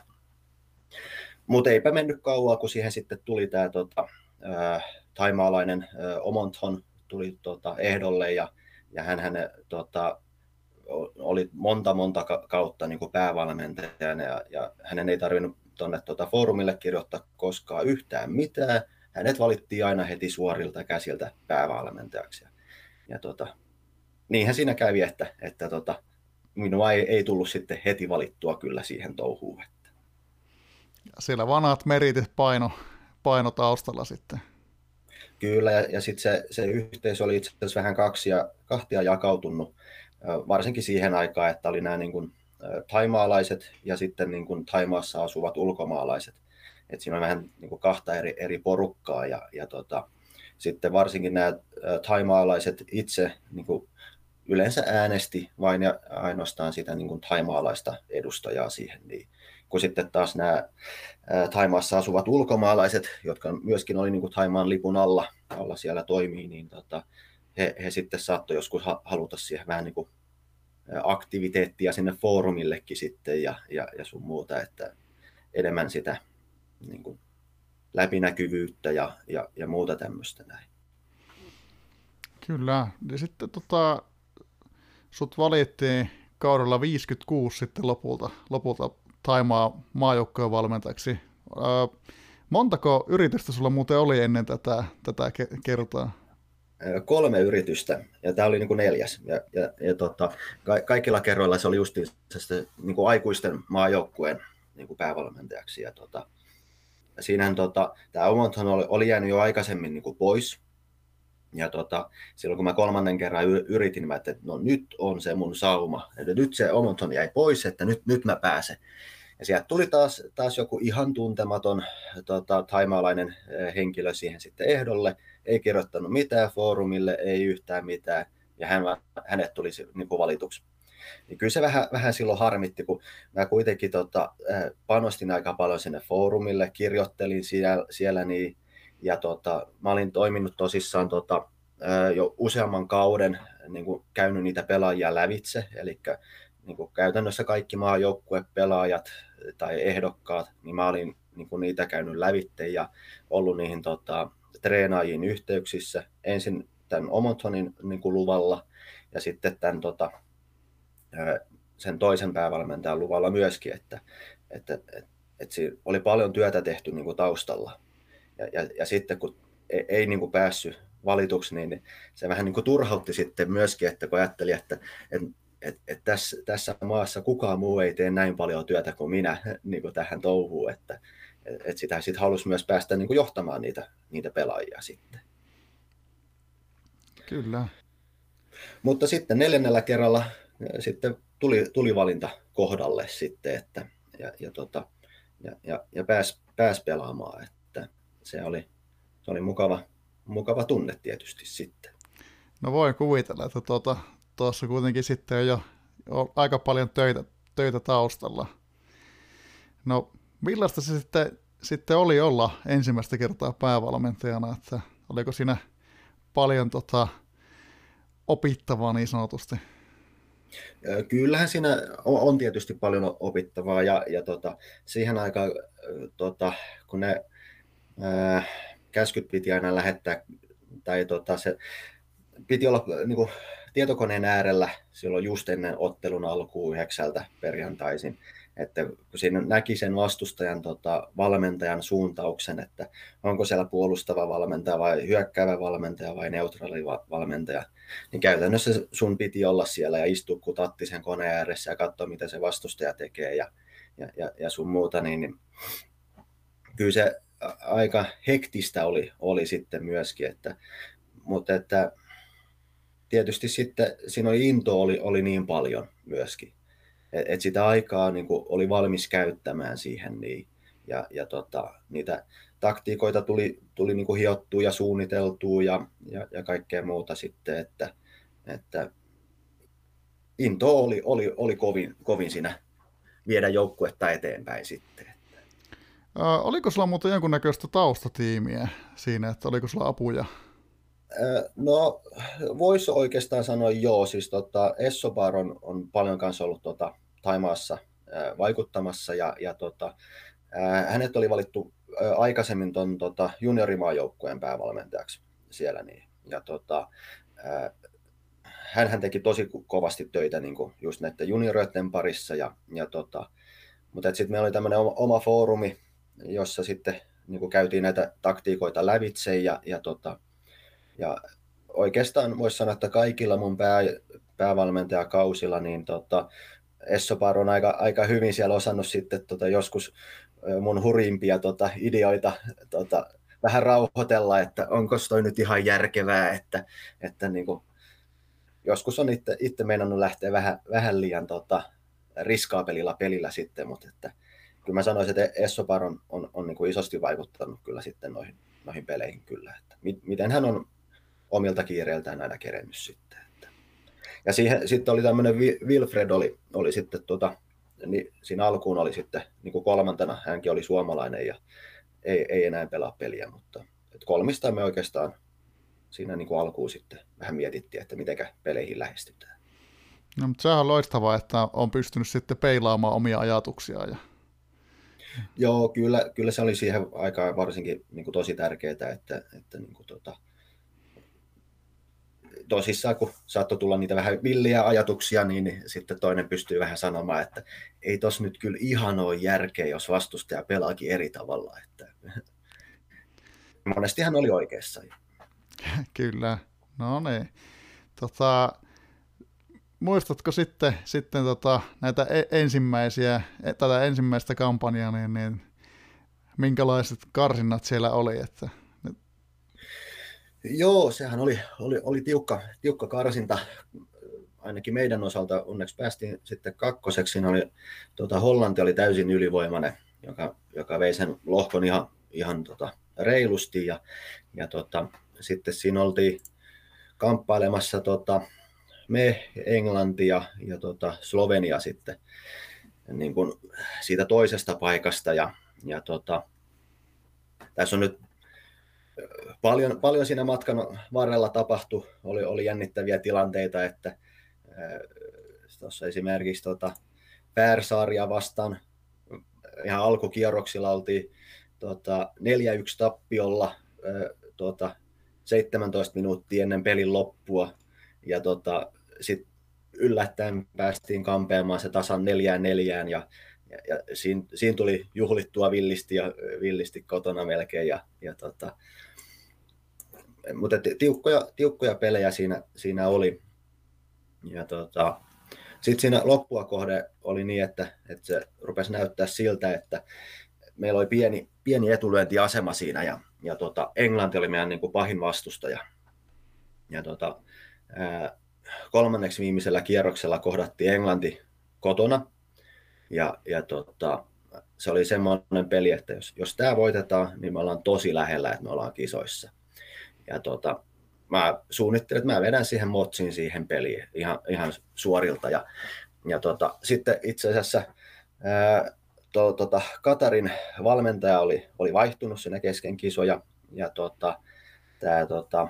Mutta eipä mennyt kauan, kun siihen sitten tuli tämä tota, thaimaalainen ä, Omonthon, tuli tota, ehdolle ja, ja hän, hän tota, oli monta monta kautta niin kuin päävalmentajana ja, ja hänen ei tarvinnut tuonne tota, foorumille kirjoittaa koskaan yhtään mitään. Hänet valittiin aina heti suorilta käsiltä päävalmentajaksi. Ja, ja tota, niinhän siinä kävi, että, että tota, minua ei, ei tullut sitten heti valittua kyllä siihen touhuun. Että. Siellä vanhat meritit paino, paino taustalla sitten. Kyllä, ja, ja sitten se, se yhteisö oli itse asiassa vähän kaksia, kahtia jakautunut, varsinkin siihen aikaan, että oli nämä niin kuin, taimaalaiset ja sitten niin kuin Taimaassa asuvat ulkomaalaiset. Et siinä on vähän niin kuin kahta eri, eri porukkaa, ja, ja tota, sitten varsinkin nämä taimaalaiset itse niin kuin yleensä äänesti vain ja ainoastaan sitä niin kuin taimaalaista edustajaa siihen, niin kun sitten taas nämä Thaimaassa asuvat ulkomaalaiset, jotka myöskin oli niin kuin Thaimaan lipun alla, alla siellä toimii, niin tota, he, he sitten saattoi joskus haluta siihen vähän niin kuin aktiviteettia sinne foorumillekin sitten ja, ja, ja sun muuta, että enemmän sitä niin kuin läpinäkyvyyttä ja, ja, ja muuta tämmöistä näin. Kyllä, ja sitten tota, sut valittiin kaudella viisikymmentäkuusi sitten lopulta, lopulta Thaimaa maajoukkojen valmentajaksi. Öö, montako yritystä sulla muuten oli ennen tätä, tätä kertaa? Kolme yritystä, ja tämä oli niin kuin neljäs. Ja, ja, ja tota, ka- kaikilla kerroilla se oli just niin kuin aikuisten maajoukkueen niin kuin päävalmentajaksi. Ja tota, siinähän tota, tämä Omonthon oli, oli jäänyt jo aikaisemmin niin kuin pois. Ja tota, silloin kun mä kolmannen kerran yritin, mä että no nyt on se mun sauma. Että nyt se Omonthon jäi pois, että nyt, nyt mä pääsen. Ja sieltä tuli taas, taas joku ihan tuntematon tota, thaimaalainen henkilö siihen sitten ehdolle. Ei kirjoittanut mitään foorumille, ei yhtään mitään. Ja hän, hänet tuli niin kuin valituksi. Niin kyllä se vähän, vähän silloin harmitti, kun mä kuitenkin tota, panostin aika paljon sinne foorumille, kirjoittelin siellä, siellä niin, ja tota, mä olin toiminut tosissaan tota, jo useamman kauden, niin kuin käynyt niitä pelaajia lävitse, eli niin kuin käytännössä kaikki maajoukkuepelaajat tai ehdokkaat, niin mä olin niin kuin niitä käynyt lävitse ja ollut niihin tota, treenaajiin yhteyksissä. Ensin tämän Omonthonin niin kuin luvalla ja sitten tämän tota, sen toisen päävalmentajan luvalla myöskin, että, että, että, että siinä oli paljon työtä tehty niin kuin taustalla. Ja, ja, ja sitten kun ei, ei niin kuin päässyt valituksi, niin se vähän niin kuin turhautti sitten myöskin, että kun ajatteli, että et, et, et tässä, tässä maassa kukaan muu ei tee näin paljon työtä kuin minä niin kuin tähän touhuun, että et, et sitä sitten halusi myös päästä niin kuin johtamaan niitä, niitä pelaajia sitten. Kyllä. Mutta sitten neljännellä kerralla sitten tuli, tuli valinta kohdalle sitten, että, ja, ja, tota, ja, ja, ja pääsi pääs pelaamaan, että se oli, se oli mukava, mukava tunne tietysti sitten. No voin kuvitella, että tuota, tuossa kuitenkin sitten on jo on aika paljon töitä, töitä taustalla. No millaista se sitten, sitten oli olla ensimmäistä kertaa päävalmentajana, että oliko siinä paljon tota, opittavaa niin sanotusti? Kyllähän siinä on tietysti paljon opittavaa ja, ja tota, siihen aikaan, tota, kun ne ää, käskyt piti aina lähettää, tai tota, se piti olla niin kuin, tietokoneen äärellä silloin just ennen ottelun alkuun yhdeksältä perjantaisin, että kun siinä näki sen vastustajan tota, valmentajan suuntauksen, että onko siellä puolustava valmentaja vai hyökkäävä valmentaja vai neutraali valmentaja, niin käytännössä sun piti olla siellä ja istua kutatti sen koneen ääressä ja katsoa, mitä se vastustaja tekee ja, ja, ja, ja sun muuta, niin, niin kyllä se aika hektistä oli, oli sitten myöskin, että, mutta että tietysti sitten siinä oli into oli, oli niin paljon myöskin, että et sitä aikaa niin kuin oli valmis käyttämään siihen niin, ja, ja tota, niitä taktiikoita tuli, tuli niin kuin hiottua ja suunniteltua ja, ja, ja kaikkea muuta sitten, että, että into oli, oli, oli kovin, kovin siinä viedä joukkuetta eteenpäin sitten. Ö, oliko sulla muuten jonkunnäköistä taustatiimiä siinä, että oliko sulla apuja? No, voisi oikeastaan sanoa joo. Siis tota, Essobar on, on paljon kanssa ollut tota, Thaimaassa ää, vaikuttamassa ja, ja tota, ää, hänet oli valittu ää, aikaisemmin ton tota, juniorimaajoukkueen päävalmentajaksi siellä. Niin, ja tota, ää, hänhän teki tosi kovasti töitä niin kuin just näiden junioroiden parissa. Ja, ja tota, mutta sitten meillä oli tämmöinen oma, oma foorumi, jossa sitten niin kuin käytiin näitä taktiikoita lävitse ja, ja tota, ja oikeastaan voisi sanoa, että kaikilla mun pää, päävalmentajakausilla niin tota, Essobar on aika, aika hyvin siellä osannut sitten tota, joskus mun hurjimpia tota, ideoita tota, vähän rauhoitella, että onko toi nyt ihan järkevää, että, että niin kuin, joskus on itse, itse meinannut lähteä vähän, vähän liian tota, riskaapelilla pelillä sitten, mutta että, kyllä mä sanoisin, että Essobar on, on, on niin kuin isosti vaikuttanut kyllä sitten noihin, noihin peleihin kyllä, että miten hän on omilta kiireiltään aina kerennyt sitten. Että. Ja siihen, sitten oli tämmöinen Wilfred oli, oli sitten tota, niin siinä alkuun oli sitten niin kuin kolmantena, hänkin oli suomalainen ja ei, ei enää pelaa peliä, mutta et kolmista me oikeastaan siinä niin kuin alkuun sitten vähän mietittiin, että mitenkä peleihin lähestytään. No, mutta sehän on loistavaa, että on pystynyt sitten peilaamaan omia ajatuksiaan. Ja... Joo, kyllä, kyllä se oli siihen aikaan varsinkin niin kuin tosi tärkeää, että, että niin kuin tota, tosissaan, kun saattoi tulla niitä vähän villiä ajatuksia, niin sitten toinen pystyy vähän sanomaan, että ei tos nyt kyllä ihan ole järkeä, jos vastustaja pelaakin eri tavalla. Että... Monestihan oli oikeassa. Kyllä, no niin. Tota, muistatko sitten, sitten tota, näitä ensimmäisiä, tätä ensimmäistä kampanjaa, niin, niin minkälaiset karsinnat siellä oli? Että... Joo, sehän oli, oli, oli tiukka, tiukka karsinta, ainakin meidän osalta onneksi päästiin sitten kakkoseksi. Siinä oli, tota, Hollanti oli täysin ylivoimainen, joka, joka vei sen lohkon ihan, ihan tota, reilusti. Ja, ja tota, sitten siinä oltiin kamppailemassa tota, me, Englanti ja, ja tota, Slovenia sitten niin kuin siitä toisesta paikasta. Ja, ja tota, tässä on nyt Paljon, paljon siinä matkan varrella tapahtui, oli, oli jännittäviä tilanteita, että tuossa esimerkiksi tota, Färsaaria vastaan ihan alkukierroksilla oltiin tota, neljä yksi tappiolla ää, tota, seitsemäntoista minuuttia ennen pelin loppua ja tota, sitten yllättäen päästiin kampeamaan se tasan neljään neljään ja, ja, ja siinä, siinä tuli juhlittua villisti ja villisti kotona melkein ja, ja tota, mutta tiukkoja, tiukkoja pelejä siinä, siinä oli. Ja tota, sitten siinä loppua kohde oli niin, että, että se rupesi näyttää siltä, että meillä oli pieni, pieni etulyöntiasema siinä ja, ja tota, Englanti oli meidän niin kuin pahin vastustaja. Ja tota, ää, kolmanneksi viimeisellä kierroksella kohdattiin Englanti kotona ja, ja tota, se oli semmoinen peli, että jos, jos tämä voitetaan, niin me ollaan tosi lähellä, että me ollaan kisoissa. Ja tota, mä suunnittelin, että mä vedän siihen motsiin siihen peliin ihan, ihan suorilta. Ja, ja tota, sitten itse asiassa ää, to, tota, Katarin valmentaja oli, oli vaihtunut siinä kesken kisoja. Ja tota, tämä tota,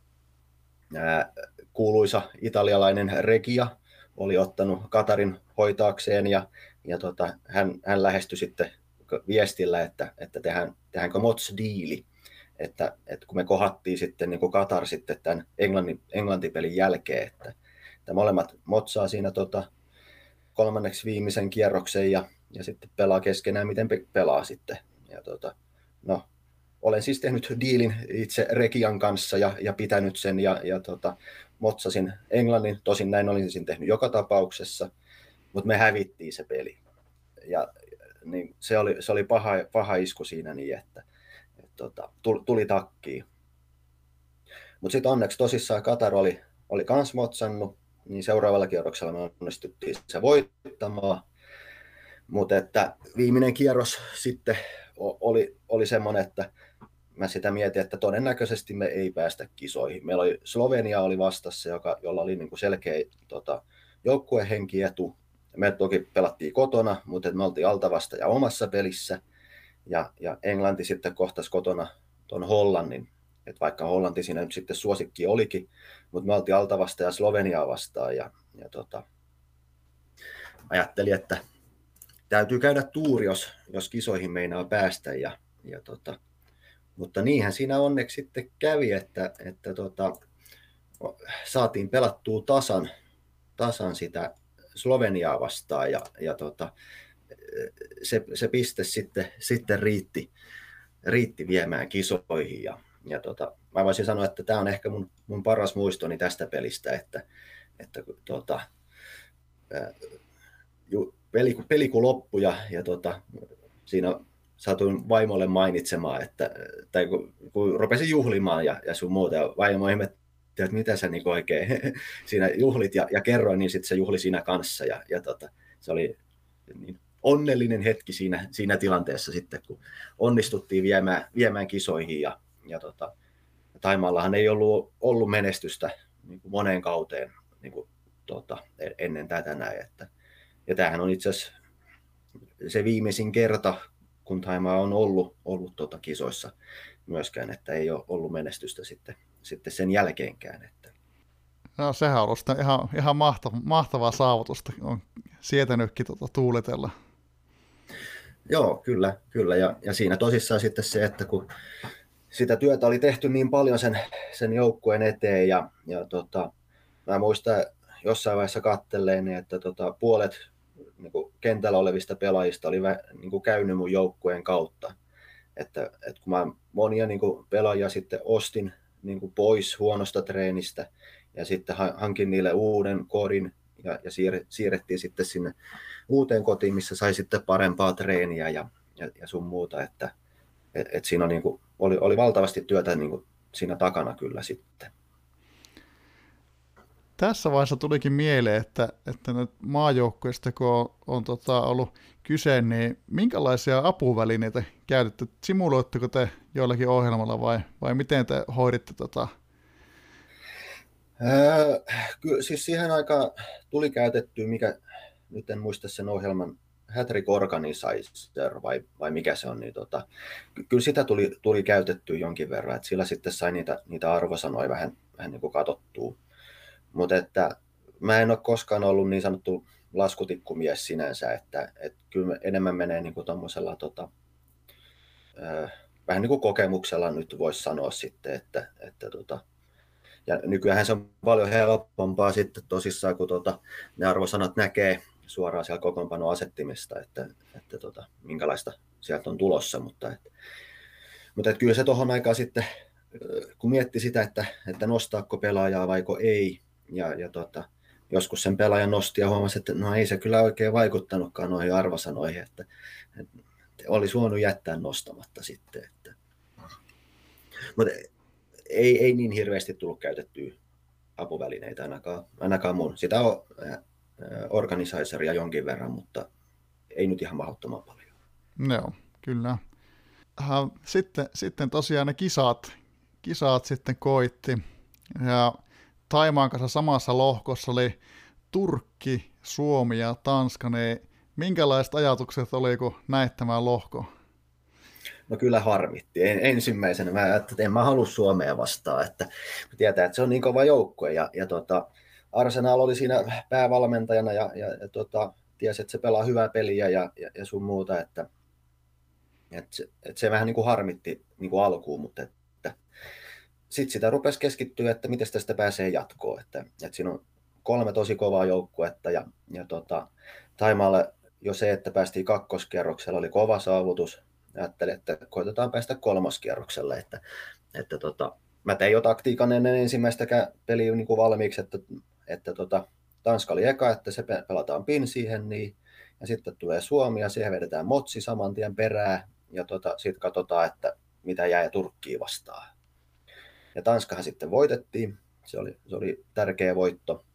ää, kuuluisa italialainen Regia oli ottanut Katarin hoitaakseen. Ja, ja tota, hän, hän lähestyi sitten viestillä, että, että tehdään, tehdäänkö mots-diili. Että, että kun me kohattiin sitten niin kuin Katar sitten tämän Englannin, Englanti-pelin jälkeen, että, että molemmat motsaa siinä tota, kolmanneksi viimeisen kierroksen ja, ja sitten pelaa keskenään, miten pe- pelaa sitten. Ja tota, no, olen siis tehnyt diilin itse Regian kanssa ja, ja pitänyt sen ja, ja tota, motsasin Englannin, tosin näin olisin tehnyt joka tapauksessa, mutta me hävittiin se peli. Ja niin se oli, se oli paha, paha isku siinä niin, että Tota, tuli takkiin. Mutta sitten onneksi tosissaan Katar oli, oli kans motsannut, niin seuraavalla kierroksella me onnistuttiin se voittamaan. Mutta että viimeinen kierros sitten oli, oli semmoinen, että mä sitä mietin, että todennäköisesti me ei päästä kisoihin. Meillä oli Slovenia oli vastassa, joka, jolla oli niinku selkeä tota, joukkuehenkietu. Me toki pelattiin kotona, mutta me oltiin altavastaja omassa pelissä. Ja, ja Englanti sitten kohtasi kotona tuon Hollannin, että vaikka Hollanti siinä nyt sitten suosikki olikin, mutta me oltiin altavastaja Sloveniaa vastaan ja, ja tota, ajattelin, että täytyy käydä tuuri, jos, jos kisoihin meinaa päästä. Ja, ja tota, mutta niinhän siinä onneksi sitten kävi, että, että tota, saatiin pelattua tasan, tasan sitä Sloveniaa vastaan ja, ja tota, Se, se piste sitten, sitten riitti, riitti viemään kisoihin. Ja, ja tota, mä voisin sanoa, että tämä on ehkä mun, mun paras muistoni tästä pelistä, että, että tota, peli, peli kun loppui ja, ja tota, siinä satuin vaimolle mainitsemaan, että, tai kun, kun rupesin juhlimaan ja, ja sun muuta, ja vaimo ihmetteli, että mitä sä niin oikein siinä juhlit ja, ja kerroin, niin sitten se juhli siinä kanssa. Ja, ja tota, se oli niin onnellinen hetki siinä, siinä tilanteessa sitten, kun onnistuttiin viemään, viemään kisoihin. Ja, ja tota, Taimaallahan ei ollut, ollut menestystä niin kuin moneen kauteen niin kuin, tota, ennen tätä näin. Että, ja tämähän on itse asiassa se viimeisin kerta, kun Taimaa on ollut, ollut tota kisoissa myöskään, että ei ole ollut menestystä sitten, sitten sen jälkeenkään. Että. No, sehän on ollut ihan, ihan mahtava, mahtavaa saavutusta, on sietänytkin tuota tuulitella. Joo, kyllä, kyllä. Ja, ja siinä tosissaan sitten se, että kun sitä työtä oli tehty niin paljon sen, sen joukkueen eteen, ja, ja tota, mä muistan jossain vaiheessa katselleen, että tota, puolet niin kuin kentällä olevista pelaajista oli vä, niin kuin käynyt mun joukkueen kautta. Että, että kun mä monia niin kuin pelaajia sitten ostin niin kuin pois huonosta treenistä, ja sitten hankin niille uuden kodin, ja, ja siirrettiin sitten sinne uuteen kotiin, missä sai sitten parempaa treeniä ja, ja, ja sun muuta, että et, et siinä niin kuin, oli, oli valtavasti työtä niin kuin siinä takana kyllä sitten. Tässä vaiheessa tulikin mieleen, että, että nyt maajoukkueista kun on, on tota, ollut kyse, niin minkälaisia apuvälineitä käytätte? Simuloitteko te jollakin ohjelmalla vai, vai miten te hoiditte tota? Öö, kyllä, siis siihen aikaan tuli käytetty, mikä nyt en muista sen ohjelman, Hattrick Organizer vai, vai mikä se on, niin tota, kyllä sitä tuli, tuli käytetty jonkin verran, että sillä sitten sai niitä, niitä arvosanoja vähän, vähän niin kuin katsottua. Mutta että mä en ole koskaan ollut niin sanottu laskutikkumies sinänsä, että, että kyllä enemmän menee niin kuin tommosella tota, öö, vähän niin kuin kokemuksella nyt voisi sanoa sitten, että, että tota, ja nykyään se on paljon helpompaa sitten tosissaan, kun tota, ne arvosanat näkee suoraan siellä kokoonpanoasettimesta, että, että tota, minkälaista sieltä on tulossa. Mutta, et, mutta et kyllä se tuohon aikaan sitten kun mietti sitä, että, että nostaako pelaajaa vaiko ei, ja, ja tota, joskus sen pelaajan nosti ja huomasi, että no ei se kyllä oikein vaikuttanutkaan noihin arvosanoihin, että, että olisi voinut jättää nostamatta sitten. Että. Mutta ei, ei niin hirveästi tullut käytettyä apuvälineitä ainakaan, ainakaan mun. Sitä on organisaatioria jonkin verran, mutta ei nyt ihan mahdottoman paljon. Joo, kyllä. Sitten, sitten tosiaan ne kisat, kisat sitten koitti. Ja Thaimaan kanssa samassa lohkossa oli Turkki, Suomi ja Tanska. Niin minkälaiset ajatukset oli, kun näit tämän lohko? No kyllä harmitti. Ensimmäisenä mä ajattelin, että en mä halua Suomea vastaan. Että tietää, että se on niin kova joukkue. Ja, ja tota, Arsenal oli siinä päävalmentajana ja, ja, ja tota, tiesi, että se pelaa hyvää peliä ja, ja, ja sun muuta. Että, että, se, että se vähän niin kuin harmitti niin kuin alkuun, mutta että, sitten sitä rupesi keskittyä, että miten tästä pääsee jatkoon. Että, että siinä on kolme tosi kovaa joukkuetta ja, ja tota, Taimaalle jo se, että päästiin kakkoskierroksella, oli kova saavutus. Ajattelin, että koitetaan päästä kolmoskierrokselle. Että, että tota, mä tein jo taktiikan ennen ensimmäistäkään peliä niin kuin valmiiksi, että, että tota, Tanska oli eka, että se pelataan pin siihen, niin, ja sitten tulee Suomi ja siihen vedetään motsi saman tien perään, ja tota, sitten katsotaan, että mitä jää Turkkiin vastaan. Ja Tanskahan sitten voitettiin, se oli, se oli tärkeä voitto.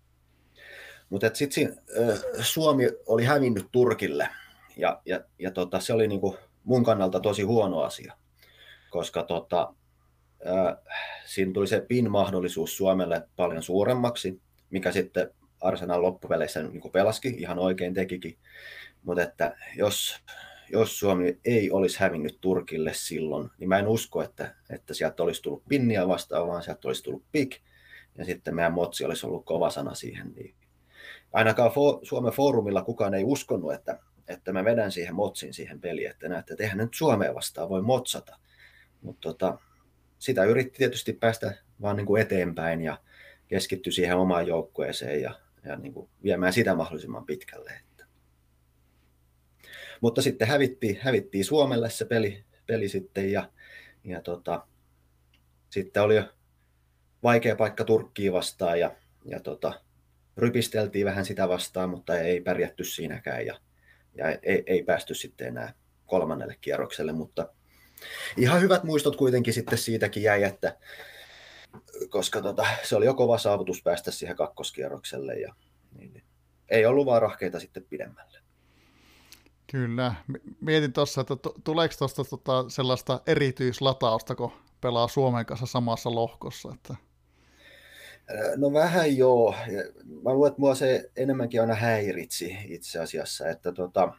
Mutta sitten Suomi oli hävinnyt Turkille, ja, ja, ja tota, se oli niinku mun kannalta tosi huono asia, koska tota, ää, siinä tuli se pin-mahdollisuus Suomelle paljon suuremmaksi, mikä sitten Arsenal loppupeleissä niin pelaski, ihan oikein tekikin. Mutta että jos, jos Suomi ei olisi hävinnyt Turkille silloin, niin mä en usko, että, että sieltä olisi tullut pinniä vastaan, vaan sieltä olisi tullut pik, ja sitten meidän motsi olisi ollut kova sana siihen. Niin ainakaan fo- Suomen foorumilla kukaan ei uskonut, että että mä vedän siihen motsin siihen peliin, että näette, että eihän nyt Suomea vastaan voi motsata. Mutta tota, sitä yritti tietysti päästä vaan niin kuin eteenpäin ja keskittyi siihen omaan joukkueeseen ja, ja niin kuin viemään sitä mahdollisimman pitkälle. Että. Mutta sitten hävittiin, hävittiin Suomelle se peli, peli sitten ja, ja tota, sitten oli vaikea paikka Turkkiin vastaan ja, ja tota, rypisteltiin vähän sitä vastaan, mutta ei pärjätty siinäkään ja Ja ei, ei päästy sitten enää kolmannelle kierrokselle, mutta ihan hyvät muistot kuitenkin sitten siitäkin jäi, että koska tota, se oli jo kova saavutus päästä siihen kakkoskierrokselle ja niin, ei ollut vaan rahkeita sitten pidemmälle. Kyllä. Mietin tuossa, että tuleeko tuosta tota sellaista erityislatausta, kun pelaa Suomen kanssa samassa lohkossa? Että. No vähän joo. Mä luulen, että mua se enemmänkin aina häiritsi itse asiassa, että tota,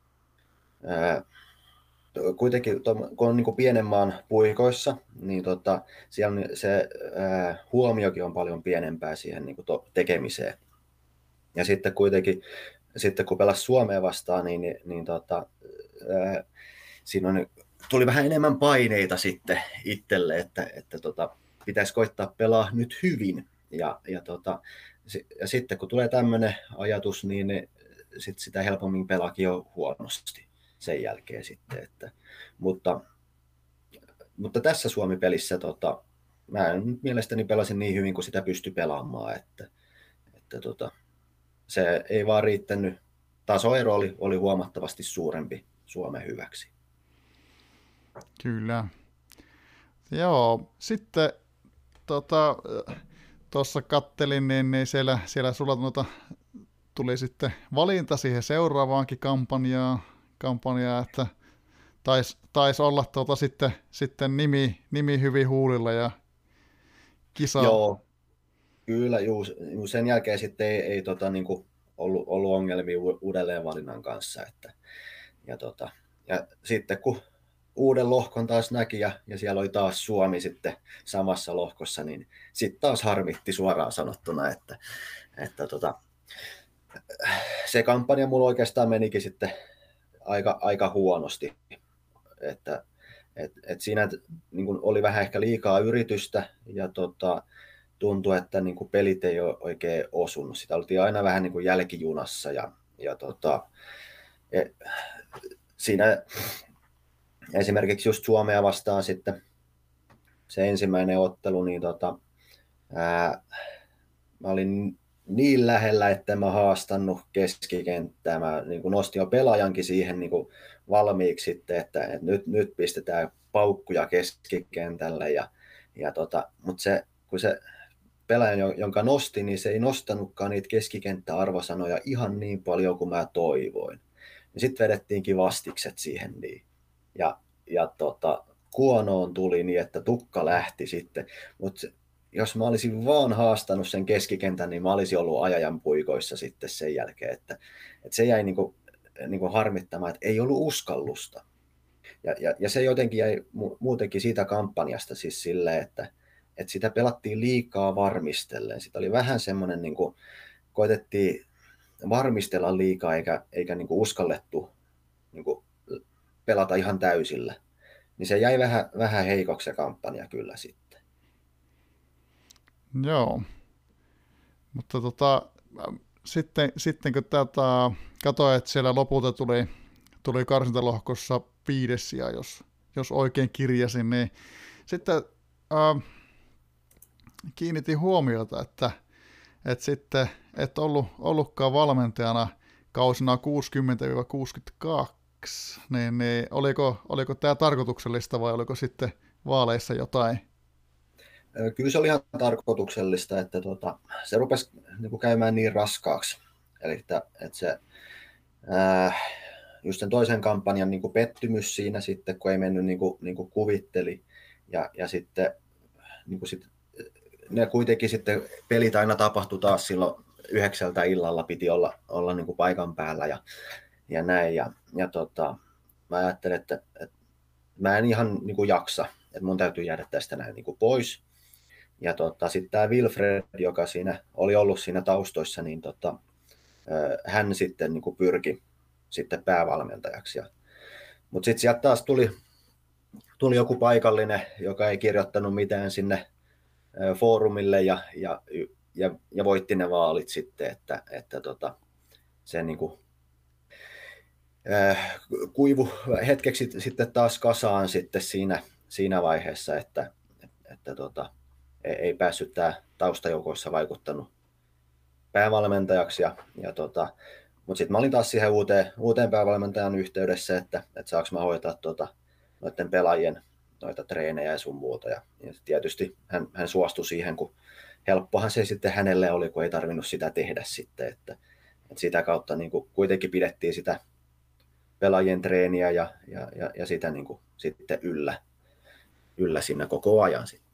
ää, kuitenkin kun on niin kuin pienen maan puikoissa, niin tota, siellä se ää, huomiokin on paljon pienempää siihen niin kuin to, tekemiseen. Ja sitten kuitenkin, sitten kun pelasi Suomea vastaan, niin, niin, niin tota, ää, siinä on, tuli vähän enemmän paineita sitten itselle, että, että tota, pitäisi koittaa pelaa nyt hyvin. Ja, ja, tota, ja sitten kun tulee tämmöinen ajatus, niin ne, sit sitä helpommin pelaakin jo huonosti sen jälkeen sitten. Että, mutta, mutta tässä Suomi-pelissä tota, mä mielestäni pelasin niin hyvin kuin sitä pystyi pelaamaan, että, että tota, se ei vaan riittänyt. Tasoero oli, oli huomattavasti suurempi Suomen hyväksi. Kyllä. Joo, sitten tota, tuossa kattelin, niin, niin siellä, siellä sulla noita, tuli sitten valinta siihen seuraavaankin kampanjaan, kampanjaan että taisi tais olla tuota sitten, sitten nimi, nimi hyvin huulilla ja kisa. Joo, kyllä, juu, sen jälkeen sitten ei, ei tota, niin kuin ollut, ollut ongelmia uudelleenvalinnan kanssa. Että, ja, tota, ja sitten kun uuden lohkon taas näki ja, ja siellä oli taas Suomi sitten samassa lohkossa, niin sitten taas harmitti suoraan sanottuna, että, että tota, se kampanja mulla oikeastaan menikin sitten aika, aika huonosti, että et, et siinä niin kun oli vähän ehkä liikaa yritystä ja tota, tuntui, että niin kun pelit ei ole oikein osunut. Sitä oltiin aina vähän niin kuin jälkijunassa ja, ja tota, et, siinä esimerkiksi just Suomea vastaan sitten se ensimmäinen ottelu, niin tota, ää, mä olin niin lähellä, että mä haastanut keskikenttää. Mä niin kuin nostin jo pelaajankin siihen niin kuin valmiiksi sitten, että, että nyt, nyt pistetään paukkuja keskikentälle. Ja, ja tota, mutta se, kun se pelaaja, jonka nosti, niin se ei nostanutkaan niitä keskikenttäarvosanoja ihan niin paljon kuin mä toivoin. Sitten vedettiinkin vastikset siihen. Niin. Ja, ja tota, kuonoon tuli niin, että tukka lähti sitten. Mutta jos mä olisin vaan haastanut sen keskikentän, niin mä olisin ollut ajajan puikoissa sitten sen jälkeen. Että, että se jäi niinku, niinku harmittamaan, että ei ollut uskallusta. Ja, ja, ja se jotenkin jäi muutenkin siitä kampanjasta siis silleen, että, että sitä pelattiin liikaa varmistellen. Sitä oli vähän semmoinen, niin kuin, koitettiin varmistella liikaa eikä, eikä niin kuin uskallettu niin kuin pelata ihan täysillä. Niin se jäi vähän, vähän heikoksi se kampanja kyllä sitten. Joo, mutta tota, sitten, sitten kun tätä katsoin, että siellä lopulta tuli, tuli karsintalohkossa viides sija, jos, jos oikein kirjasin, niin sitten äh, kiinnitin huomiota, että, että sitten et ollut, ollutkaan valmentajana kausina kuusikymmentä kuusikymmentäkaksi, niin, niin oliko, oliko tämä tarkoituksellista vai oliko sitten vaaleissa jotain? Kyllä se oli ihan tarkoituksellista, että tuota, se rupesi niin kuin käymään niin raskaaksi. Eli että, että se, ää, just sen toisen kampanjan niin kuin pettymys siinä sitten, kun ei mennyt niin kuin, niin kuin kuvitteli. Ja, ja sitten niin kuin sit, ne kuitenkin sitten pelit aina tapahtui taas silloin yhdeksältä illalla, piti olla, olla niin kuin paikan päällä ja, ja näin. Ja, ja tota, mä ajattelin, että, että mä en ihan niin kuin jaksa, että mun täytyy jäädä tästä näin niin kuin pois. Ja tota, sitten tämä Wilfred, joka siinä oli ollut siinä taustoissa, niin tota, hän sitten niin kuin pyrki sitten päävalmentajaksi. Mutta sitten sieltä taas tuli, tuli joku paikallinen, joka ei kirjoittanut mitään sinne foorumille ja, ja, ja, ja voitti ne vaalit sitten, että, että tota, se niin kuin, äh, kuivu hetkeksi sitten taas kasaan sitten siinä, siinä vaiheessa, että, että, että tota, ei päässyt tämä taustajoukoissa vaikuttanut päävalmentajaksi. Ja, ja tota, mutta sitten mä olin taas siihen uuteen, uuteen päävalmentajan yhteydessä, että, että saanko mä hoitaa tota, noiden pelaajien noita treenejä ja sun muuta. Ja, ja tietysti hän, hän suostui siihen, kun helppohan se sitten hänelle oli, kun ei tarvinnut sitä tehdä sitten. Että, että sitä kautta niin kuin kuitenkin pidettiin sitä pelaajien treeniä ja, ja, ja, ja sitä niin kuin sitten yllä, yllä siinä koko ajan sitten.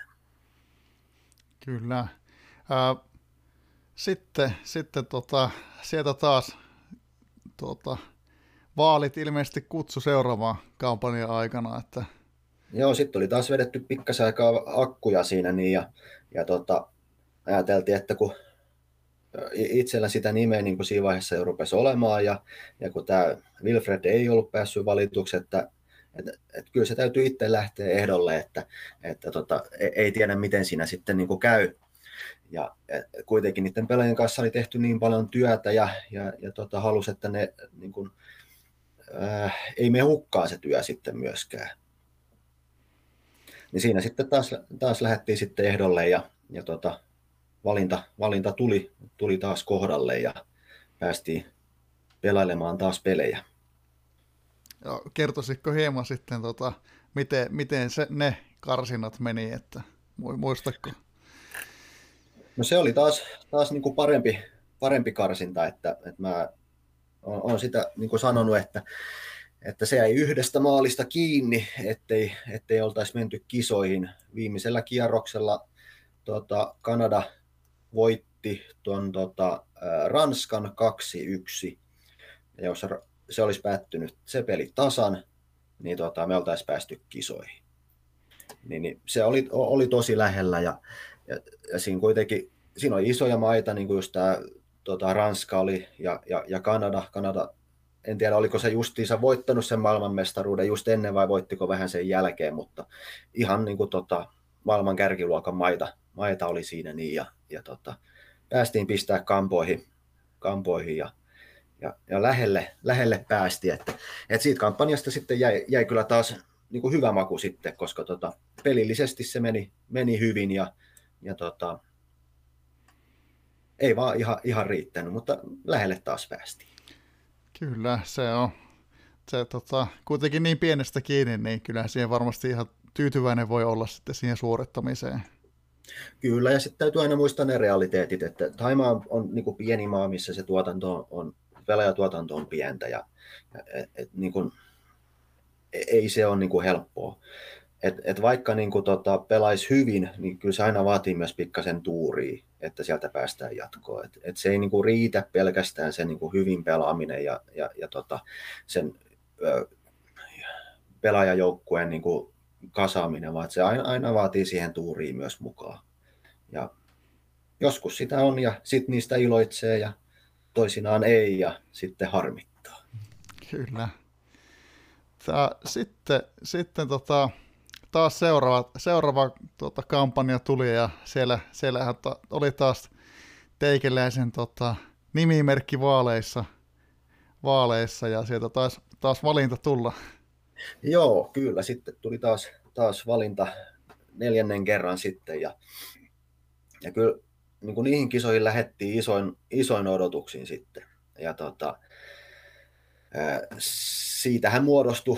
Kyllä. Äh, sitten sitten tota, sieltä taas tota, vaalit ilmeisesti kutsu seuraavaan kampanjan aikana. Että... Joo, sitten oli taas vedetty pikkasen aikaa akkuja siinä niin, ja, ja tota, ajateltiin, että kun itsellä sitä nimeä niin kuin siinä vaiheessa jo rupesi olemaan ja, ja kun tämä Wilfred ei ollut päässyt valituksi, että Että, että kyllä se täytyy itse lähteä ehdolle, että, että tota, ei tiedä miten siinä sitten niin kuin käy. Ja kuitenkin niiden pelaajien kanssa oli tehty niin paljon työtä ja, ja, ja tota, halusi, että ne niin kuin, äh, ei mene hukkaan se työ sitten myöskään. Niin siinä sitten taas, taas lähdettiin sitten ehdolle ja, ja tota, valinta, valinta tuli, tuli taas kohdalle ja päästiin pelailemaan taas pelejä. Kertoisitko hieman sitten, tota, miten, miten se, ne karsinnat meni, että muistatko? No se oli taas, taas niin kuin parempi, parempi karsinta, että, että mä olen sitä niin kuin sanonut, että, että se ei yhdestä maalista kiinni, ettei, ettei oltaisi menty kisoihin. Viimeisellä kierroksella tota, Kanada voitti tuon tota, Ranskan kaksi yksi, ja jos se olisi päättynyt se peli tasan, niin tota, me oltaisiin päästy kisoihin. Niin, niin se oli, oli tosi lähellä ja, ja, ja siinä kuitenkin siinä oli isoja maita, niin kuin just tämä tota, Ranska oli ja, ja, ja Kanada. Kanada. En tiedä, oliko se justiinsa voittanut sen maailmanmestaruuden just ennen vai voittiko vähän sen jälkeen, mutta ihan niin kuin, tota, maailman kärkiluokan maita, maita oli siinä niin ja, ja tota, päästiin pistää kampoihin, kampoihin ja Ja, ja lähelle, lähelle päästi, että, että siitä kampanjasta sitten jäi, jäi kyllä taas niin kuin hyvä maku sitten, koska tota, pelillisesti se meni, meni hyvin ja, ja tota, ei vaan ihan, ihan riittänyt, mutta lähelle taas päästiin. Kyllä, se on. Se tota, kuitenkin niin pienestä kiinni, niin kyllä siihen varmasti ihan tyytyväinen voi olla sitten siihen suorittamiseen. Kyllä, ja sitten täytyy aina muistaa ne realiteetit, että Thaimaa on, on niin kuin pieni maa, missä se tuotanto on, pelaajatuotanto on pientä, ja, ja et, et, niin kuin, ei se ole niin kuin helppoa. Et, et vaikka niin kuin, tota, pelaisi hyvin, niin kyllä se aina vaatii myös pikkasen tuuria, että sieltä päästään jatkoon. Et, et se ei niin kuin, riitä pelkästään se niin kuin, hyvin pelaaminen ja, ja, ja tota, sen ö, pelaajajoukkueen niin kuin, kasaaminen, vaan se aina, aina vaatii siihen tuuriin myös mukaan. Ja joskus sitä on ja sitten niistä iloitsee ja toisinaan ei ja sitten harmittaa. Kyllä. Tää, sitten sitten tota, taas seuraava, seuraava tota, kampanja tuli ja siellä, siellähän ta, oli taas teikäläisen tota, nimimerkki vaaleissa, vaaleissa ja sieltä taas, taas valinta tulla. Joo, kyllä. Sitten tuli taas, taas valinta neljännen kerran sitten ja, ja kyllä niin kuin niihin kisoihin lähdettiin isoin, isoin odotuksin sitten. Ja tota, ää, siitähän muodostui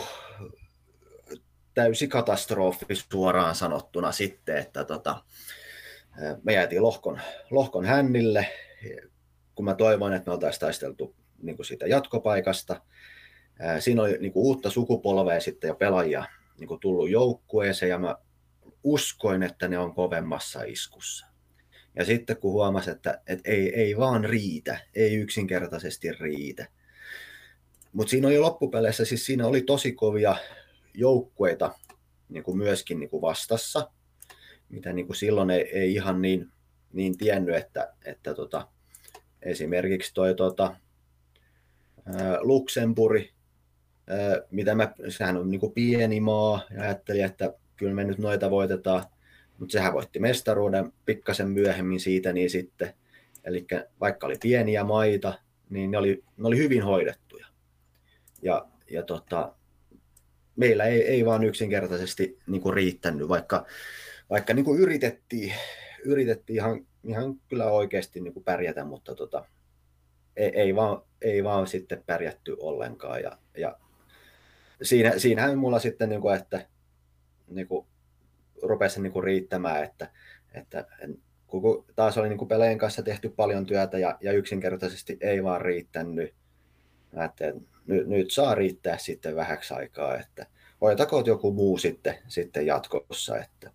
täysi katastrofi suoraan sanottuna sitten, että tota, me jäätiin lohkon, lohkon hännille, kun mä toivoin, että me oltaisiin taisteltu niin kuin siitä jatkopaikasta. Siinä oli niin kuin uutta sukupolvea sitten ja pelaajia niin kuin tullut joukkueeseen ja mä uskoin, että ne on kovemmassa iskussa. Ja sitten kun huomasin, että, että ei, ei vaan riitä, ei yksinkertaisesti riitä. Mutta siinä oli loppupeleissä, siis siinä oli tosi kovia joukkueita niin kuin myöskin niin kuin vastassa, mitä niin kuin silloin ei, ei ihan niin, niin tiennyt, että, että tota, esimerkiksi toi tota, ää, Luxemburg, ää, mitä mä, sehän on niin kuin pieni maa, ja ajattelin, että kyllä me nyt noita voitetaan, mutta sehän voitti mestaruuden pikkasen myöhemmin siitä, niin sitten, eli vaikka oli pieniä maita, niin ne oli, ne oli hyvin hoidettuja. Ja, ja tota, meillä ei, ei vaan yksinkertaisesti niin kuin riittänyt, vaikka, vaikka niin kuin yritettiin, yritettiin ihan, ihan kyllä oikeasti niin kuin pärjätä, mutta tota, ei, ei, vaan, ei vaan sitten pärjätty ollenkaan. Ja, ja siinä, siinähän mulla sitten, niin kuin, että niin kuin, rupesi niin kuin riittämään, että, että kun taas oli niin kuin pelien kanssa tehty paljon työtä ja, ja yksinkertaisesti ei vaan riittänyt, että nyt, nyt saa riittää sitten vähäksi aikaa, että hoitakoot joku muu sitten, sitten jatkossa. Että.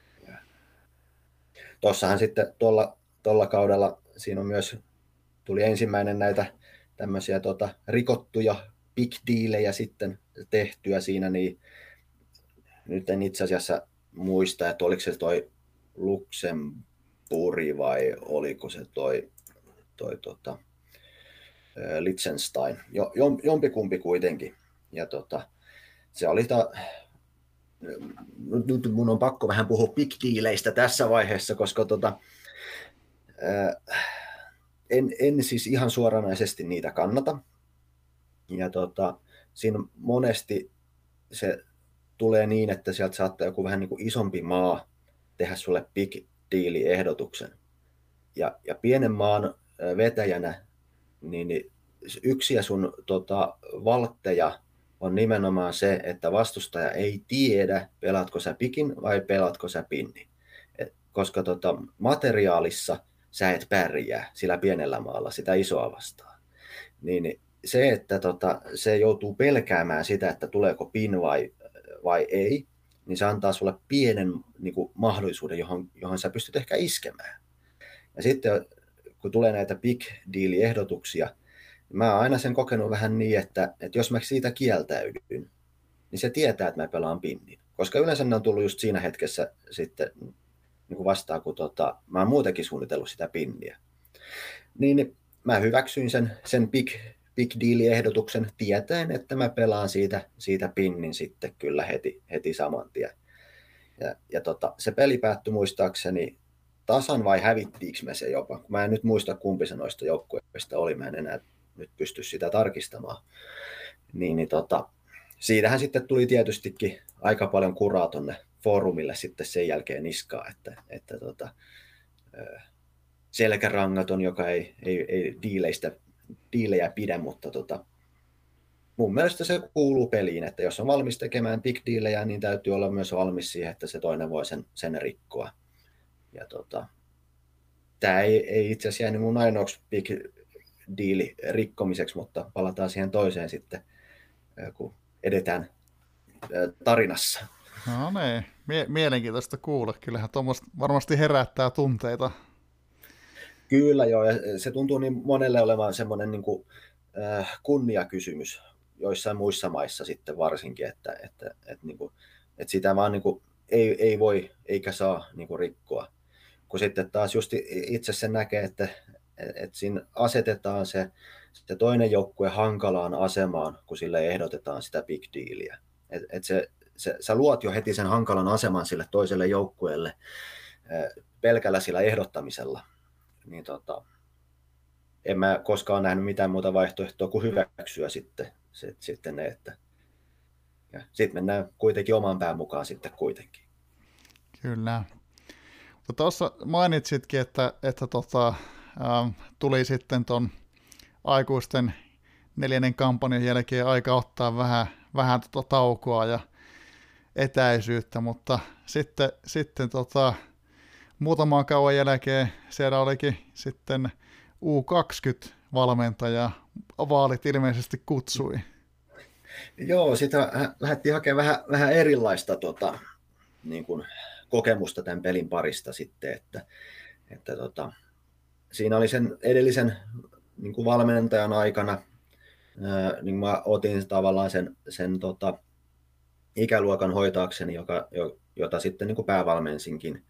Tuossahan sitten tuolla, tuolla kaudella siinä on myös, tuli ensimmäinen näitä tämmöisiä tota, rikottuja big dealejä sitten tehtyä siinä, niin nyt en itse asiassa muista, että oliko se toi Luxemburg vai oliko se toi, toi tota, Liechtenstein, jo, jompikumpi kuitenkin. Ja tota, se oli ta... Nyt mun on pakko vähän puhua big dealeistä tässä vaiheessa, koska tota, äh, en, en siis ihan suoranaisesti niitä kannata. Ja tota, siinä monesti se tulee niin, että sieltä saattaa joku vähän niin kuin isompi maa tehdä sulle big deal-ehdotuksen. Ja, ja pienen maan vetäjänä, niin, niin yksi ja sun tota, valtteja on nimenomaan se, että vastustaja ei tiedä, pelaatko sä pikin vai pelaatko sä pinnin. Et, koska tota, materiaalissa sä et pärjää sillä pienellä maalla sitä isoa vastaan. Niin se, että tota, se joutuu pelkäämään sitä, että tuleeko pin vai, vai ei, niin se antaa sulle pienen niin kuin, mahdollisuuden, johon, johon sä pystyt ehkä iskemään. Ja sitten kun tulee näitä big deal-ehdotuksia, mä oon aina sen kokenut vähän niin, että, että jos mä siitä kieltäydyn, niin se tietää, että mä pelaan pinnin. Koska yleensä ne on tullut just siinä hetkessä sitten niin kuin vastaan, kun tota, mä oon muutenkin suunnitellut sitä pinniä. Niin mä hyväksyin sen, sen big, big deal-ehdotuksen tietäen, että mä pelaan siitä, siitä pinnin sitten kyllä heti, heti saman tien. Ja, ja tota, se peli päättyi muistaakseni tasan vai hävittiinkö me se jopa. Mä en nyt muista, kumpi se noista joukkueista oli, mä en enää nyt pysty sitä tarkistamaan. Niin, niin tota, siitähän sitten tuli tietystikin aika paljon kuraa tonne foorumille sitten sen jälkeen niskaa, että, että tota, selkärangaton, joka ei, ei, ei diileistä, diilejä pidä, mutta tota, mun mielestä se kuuluu peliin, että jos on valmis tekemään big dealejä, niin täytyy olla myös valmis siihen, että se toinen voi sen, sen rikkoa. Ja tota, tämä ei, ei itse asiassa jäänyt mun ainoaksi big deali rikkomiseksi, mutta palataan siihen toiseen sitten, kun edetään tarinassa. No niin, Mie- mielenkiintoista kuulla. Kyllähän tuommoista varmasti herättää tunteita. Kyllä joo, ja se tuntuu niin monelle olevan semmoinen niin kuin, äh, kunniakysymys, joissain muissa maissa sitten varsinkin, että, että, että, niin kuin, että sitä vaan niin kuin, ei, ei voi eikä saa niin kuin, rikkoa. Kun sitten taas just itse sen näkee, että, että siinä asetetaan se, se toinen joukkue hankalaan asemaan, kun sille ehdotetaan sitä big dealia. Et, et se, se, sä luot jo heti sen hankalan aseman sille toiselle joukkueelle äh, pelkällä sillä ehdottamisella. Niin tota, en mä koskaan nähnyt mitään muuta vaihtoehtoa kuin hyväksyä sitten, sit, sitten ne, että ja sitten mennään kuitenkin oman pään mukaan sitten kuitenkin. Kyllä. Mutta tuossa mainitsitkin, että, että tota, ähm, tuli sitten ton aikuisten neljännen kampanjan jälkeen aika ottaa vähän, vähän tota taukoa ja etäisyyttä, mutta sitten, sitten tota, muutaman kauan jälkeen siellä olikin sitten U kaksikymmentä-valmentaja, vaalit ilmeisesti kutsui. Joo, sitä lähdettiin hakemaan vähän, vähän erilaista tota, niin kuin kokemusta tämän pelin parista sitten, että, että tota, siinä oli sen edellisen niin kuin valmentajan aikana, ää, niin mä otin tavallaan sen, sen tota, ikäluokan hoitaakseni, joka, jota sitten niin kuin päävalmensinkin.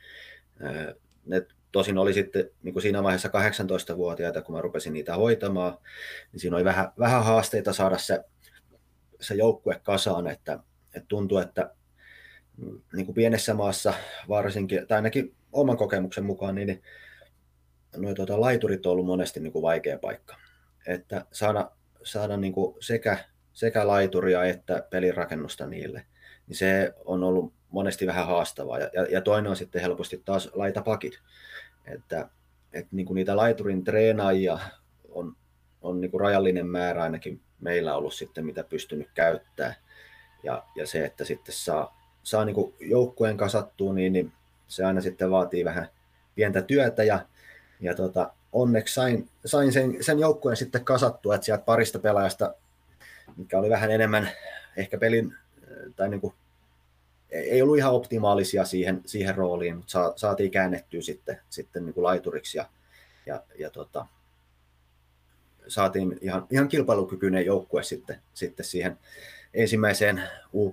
Ne tosin oli sitten niin kuin siinä vaiheessa kahdeksantoistavuotiaita, kun mä rupesin niitä hoitamaan, niin siinä oli vähän, vähän haasteita saada se, se joukkue kasaan, että, että tuntuu, että niin kuin pienessä maassa varsinkin, tai ainakin oman kokemuksen mukaan, niin noi, tuota, laiturit on ollut monesti niin kuin vaikea paikka. Että saada, saada niin kuin sekä, sekä laituria että pelirakennusta niille, niin se on ollut monesti vähän haastavaa. Ja, ja toinen on sitten helposti taas laitapakit. Että, että niin kuin niitä laiturin treenaajia on, on niin kuin rajallinen määrä ainakin meillä ollut sitten, mitä pystynyt käyttämään. Ja, ja se, että sitten saa, saa niin kuin joukkueen kasattua, niin, niin se aina sitten vaatii vähän pientä työtä. Ja, ja tota, onneksi sain, sain sen, sen joukkueen sitten kasattua, että sieltä parista pelaajasta, mikä oli vähän enemmän ehkä pelin, tai niin kuin ei ollut ihan optimaalisia siihen, siihen rooliin, mutta saatiin käännettyä sitten, sitten niin kuin laituriksi ja, ja, ja tota, saatiin ihan, ihan kilpailukykyinen joukkue sitten, sitten siihen ensimmäiseen U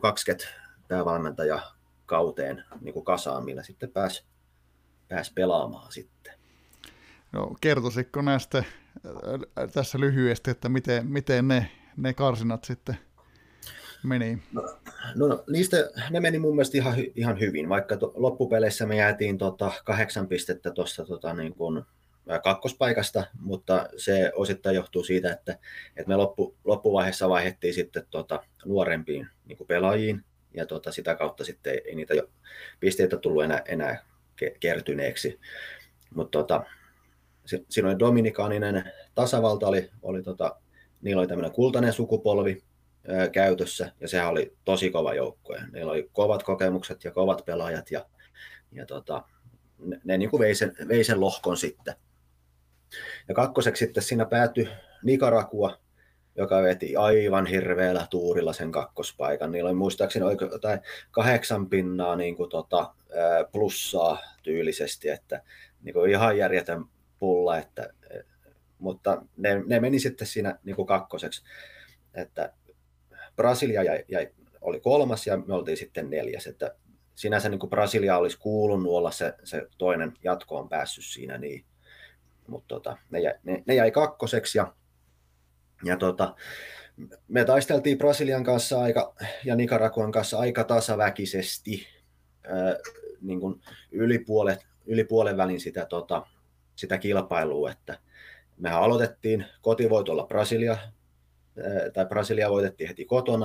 kaksikymmentä-päävalmentajakauteen niin kuin kasaan, millä sitten pääsi pääs pelaamaan sitten. No, kertoisitko näistä tässä lyhyesti, että miten, miten ne, ne karsinat sitten meni? No, no niistä ne meni mun mielestä ihan, ihan hyvin, vaikka to, loppupeleissä me jäätiin tota, kahdeksan pistettä tuossa tota, niin kuin kakkospaikasta, mutta se osittain johtuu siitä, että, että me loppu, loppuvaiheessa vaihdettiin sitten tota, nuorempiin niin kuin pelaajiin, ja tota, sitä kautta sitten ei, ei niitä jo pisteitä tullut enää, enää kertyneeksi. Mutta tota, siinä oli dominikaaninen tasavalta, oli, oli tota, niillä oli tämmöinen kultainen sukupolvi ää, käytössä, ja sehän oli tosi kova joukkue. Niillä oli kovat kokemukset ja kovat pelaajat, ja, ja tota, ne, ne niin kuin vei, sen, vei sen lohkon sitten. Ja kakkoseksi sitten siinä päätyi Nicaragua, joka veti aivan hirveällä tuurilla sen kakkospaikan. Niillä oli muistaakseni oikein jotain kahdeksan pinnaa niin kuin tota, plussaa tyylisesti, että niin kuin ihan järjetön pulla, että, mutta ne, ne meni sitten siinä niin kuin kakkoseksi, että Brasilia jäi, jäi, oli kolmas ja me oltiin sitten neljäs, että sinänsä niin kuin Brasilia olisi kuulunut olla se, se toinen jatkoon päässyt siinä, niin, mutta tota, ne, jäi, ne, ne jäi kakkoseksi ja, ja tota, me taisteltiin Brasilian kanssa aika, ja Nicaraguan kanssa aika tasaväkisesti ää, niin kuin yli, puolet, yli puolen välin sitä, tota, sitä kilpailua, että mehän aloitettiin kotivoitolla Brasilia, ää, tai Brasilia voitettiin heti kotona,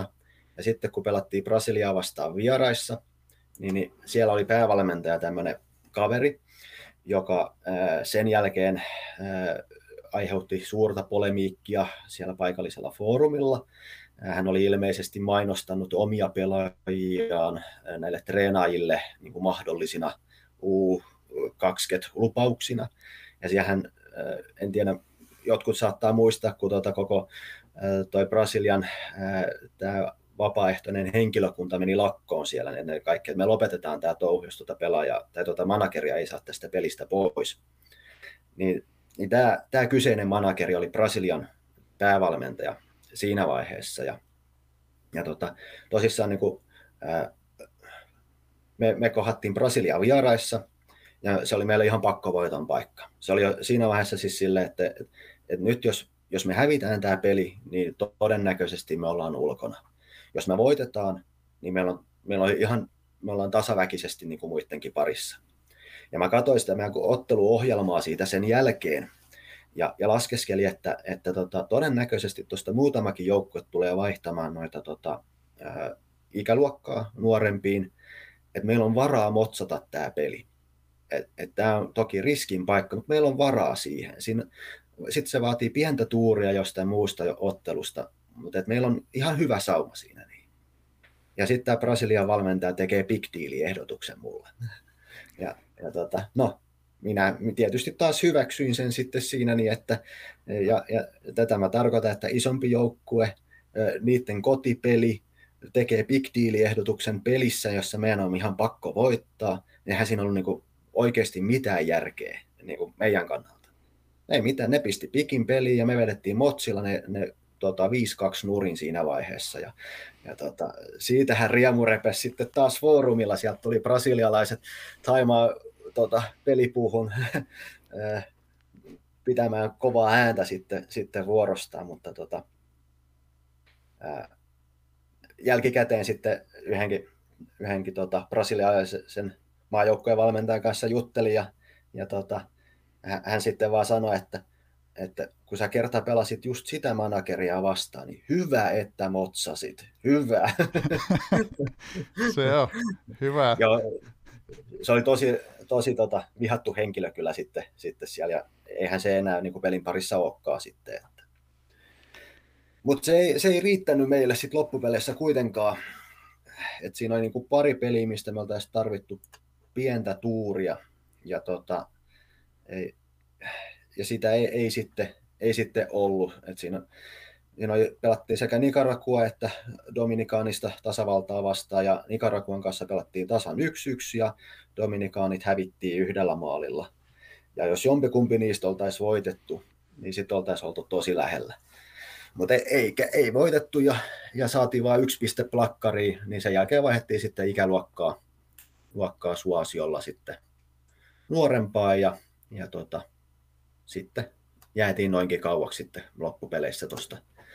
Ja sitten kun pelattiin Brasiliaa vastaan vieraissa, niin, niin siellä oli päävalmentaja tämmöinen kaveri, joka ää, sen jälkeen ää, aiheutti suurta polemiikkia siellä paikallisella foorumilla. Hän oli ilmeisesti mainostanut omia pelaajiaan näille treenaajille niin kuin mahdollisina U kaksikymmentä-lupauksina. Ja siellähän, en tiedä, jotkut saattaa muistaa, kun tuota koko toi Brasilian tämä vapaaehtoinen henkilökunta meni lakkoon siellä, niin kaikki, että me lopetetaan tämä touhu, jos tuota pelaajaa tai tuota manageria ei saa tästä pelistä pois. Niin, niin tämä, tämä kyseinen manageri oli Brasilian päävalmentaja siinä vaiheessa. Ja, ja tota, tosissaan niin kuin, ää, me, me kohdattiin Brasilia vieraissa, ja se oli meille ihan pakkovoiton paikka. Se oli jo siinä vaiheessa siis silleen, että, että, että nyt jos, jos me hävitään tämä peli, niin todennäköisesti me ollaan ulkona. Jos me voitetaan, niin meillä on, meillä on ihan, me ollaan tasaväkisesti niin kuin muidenkin parissa. Ja mä katsoin sitä meidän otteluohjelmaa siitä sen jälkeen, ja, ja laskeskeli, että, että tota, todennäköisesti tuosta muutamakin joukkue tulee vaihtamaan noita tota, ää, ikäluokkaa nuorempiin, että meillä on varaa motsata tämä peli. Tämä on toki riskin paikka, mutta meillä on varaa siihen. Sitten se vaatii pientä tuuria jostain muusta ottelusta, mutta et meillä on ihan hyvä sauma siinä. Niin. Ja sitten tämä Brasilian valmentaja tekee big deal-ehdotuksen mulle. Ja, ja tota, no, minä tietysti taas hyväksyin sen sitten siinä, niin että, ja, ja tätä mä tarkoitan, että isompi joukkue, niiden kotipeli, tekee big deal-ehdotuksen pelissä, jossa meidän on ihan pakko voittaa, niin eihän siinä ollut niinku oikeasti mitään järkeä niinku meidän kannalta. Ei mitään, ne pisti pikin peliin ja me vedettiin motsilla ne, ne tota, viisi kaksi nurin siinä vaiheessa. Ja, ja tota, siitähän riemu repesi sitten taas foorumilla, sieltä tuli brasilialaiset Thaimaa tota, pelipuuhun pitämään kovaa ääntä sitten, sitten vuorostaan, mutta tota, ää, jälkikäteen sitten yhdenkin, yhdenkin tota, brasilialaisen maajoukkojen valmentajan kanssa jutteli ja, ja tota, hän, hän sitten vaan sanoi, että, että kun sä kerta pelasit just sitä manageria vastaan, niin hyvä, että motsasit. Hyvä. Se on hyvä. Joo, se oli tosi, tosi tota, vihattu henkilö kyllä sitten, sitten siellä ja eihän se enää niin kuin pelin parissa olekaan sitten. Että. Mutta se ei, se ei riittänyt meille sitten loppupeleissä kuitenkaan. Et siinä oli niin kuin pari peliä, mistä me oltaisiin tarvittu pientä tuuria ja, tota, ei, ja sitä ei, ei, sitten, ei sitten ollut. Et siinä, siinä oli, pelattiin sekä Nicaragua että Dominikaanista tasavaltaa vastaan ja Nicaraguan kanssa pelattiin tasan yksi yksi ja Dominikaanit hävittiin yhdellä maalilla. Ja jos jompikumpi niistä oltaisiin voitettu, niin sitten oltaisiin oltu tosi lähellä. Mutta ei, ei, ei voitettu ja, ja saatiin vain yksi piste plakkariin, niin sen jälkeen vaihdettiin sitten ikäluokkaa luokkaa suosiolla sitten nuorempaa ja, ja tota, sitten jäätiin noinkin kauaksi sitten loppupeleissä tuosta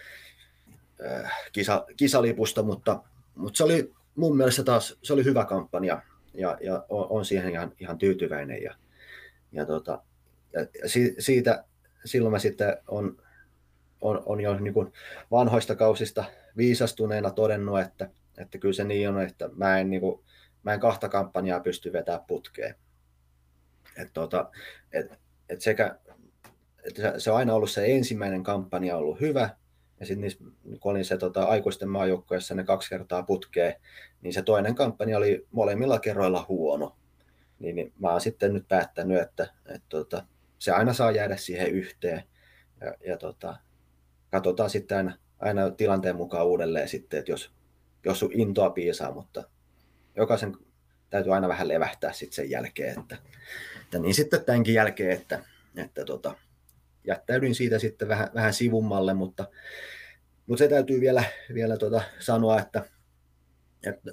äh, kisa, kisalipusta, mutta, mutta se oli mun mielestä taas se oli hyvä kampanja ja, ja on, on siihen ihan, ihan tyytyväinen ja, ja, tota, ja si, siitä silloin mä sitten on On, on jo niin kuin vanhoista kausista viisastuneena todennut, että, että kyllä se niin on, että mä en, niin kuin, mä en kahta kampanjaa pysty vetämään putkeen. Et, tota, et, et sekä, et se on aina ollut se ensimmäinen kampanja ollut hyvä, ja sitten kun olin se tota, aikuisten maajoukkueessa ne kaksi kertaa putkeen, niin se toinen kampanja oli molemmilla kerroilla huono. Niin, niin mä oon sitten nyt päättänyt, että et, tota, se aina saa jäädä siihen yhteen. Ja, ja tota, katsotaan sitten aina, aina tilanteen mukaan uudelleen sitten, että jos, jos sun intoa piisaa, mutta jokaisen täytyy aina vähän levähtää sitten sen jälkeen, että, että niin sitten tämänkin jälkeen, että, että tota, jättäydyin siitä sitten vähän, vähän sivummalle, mutta, mutta se täytyy vielä, vielä tota sanoa, että, että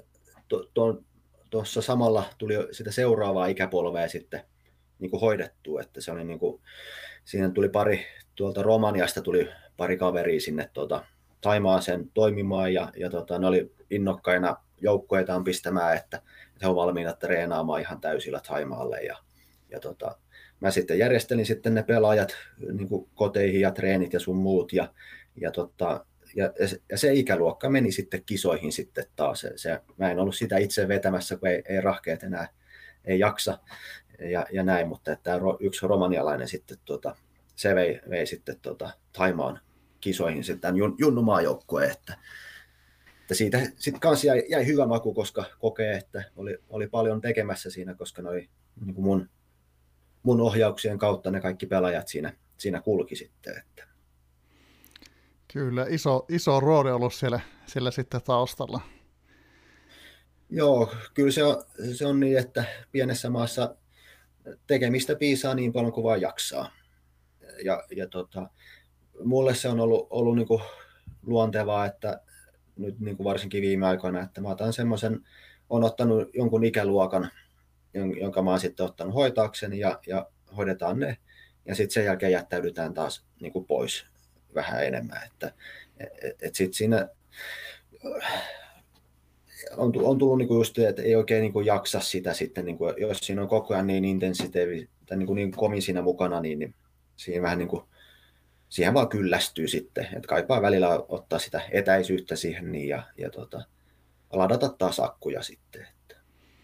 tuossa to, samalla tuli sitä seuraavaa ikäpolvea sitten niin kuin hoidettua, että se oli niin kuin, siinä tuli pari, tuolta Romaniasta tuli pari kaveria sinne tuota, Thaimaaseen toimimaan ja, ja tota, ne oli innokkaina joukkoitaan pistämään, että, että he ovat valmiina treenaamaan ihan täysillä Thaimaalle ja, ja tota, mä sitten järjestelin sitten ne pelaajat niin kuin koteihin ja treenit ja sun muut ja, ja tota, ja, ja se ikäluokka meni sitten kisoihin sitten taas. Se, se, mä en ollut sitä itse vetämässä, kun ei, ei rahkeet enää ei jaksa ja, ja näin, mutta että yksi romanialainen sitten tuota, se vei, vei sitten tuota, Thaimaan kisoihin sitten jun, junnumaajoukkueen, että, että siitä sitten kanssa jäi, jäi hyvä maku, koska kokee, että oli, oli paljon tekemässä siinä, koska noi, niin kuin mun, mun ohjauksien kautta ne kaikki pelaajat siinä, siinä kulki sitten. Että. Kyllä, iso, iso rooli ollut siellä, siellä sitten taustalla. Joo, kyllä se on, se on niin, että pienessä maassa tekemistä piisaa niin paljon kuin vaan jaksaa. Ja, ja tota, mulle se on ollut, ollut niin kuin luontevaa, että nyt niin kuin varsinkin viime aikoina, että mä otan semmoisen, on ottanut jonkun ikäluokan, jonka mä oon sitten ottanut hoitaakseni ja, ja hoidetaan ne. Ja sitten sen jälkeen jättäydytään taas niin kuin pois vähän enemmän. Että et, et sitten siinä on, on tullut niin kuin just, että ei oikein niin kuin jaksa sitä sitten, niin kuin, jos siinä on koko ajan niin intensiivi tai niin, kuin niin komin siinä mukana, niin, niin siinä vähän niin kuin, siihen vaan kyllästyy sitten, että kaipaa välillä ottaa sitä etäisyyttä siihen niin, ja, ja tota, ladata taas akkuja sitten. Että.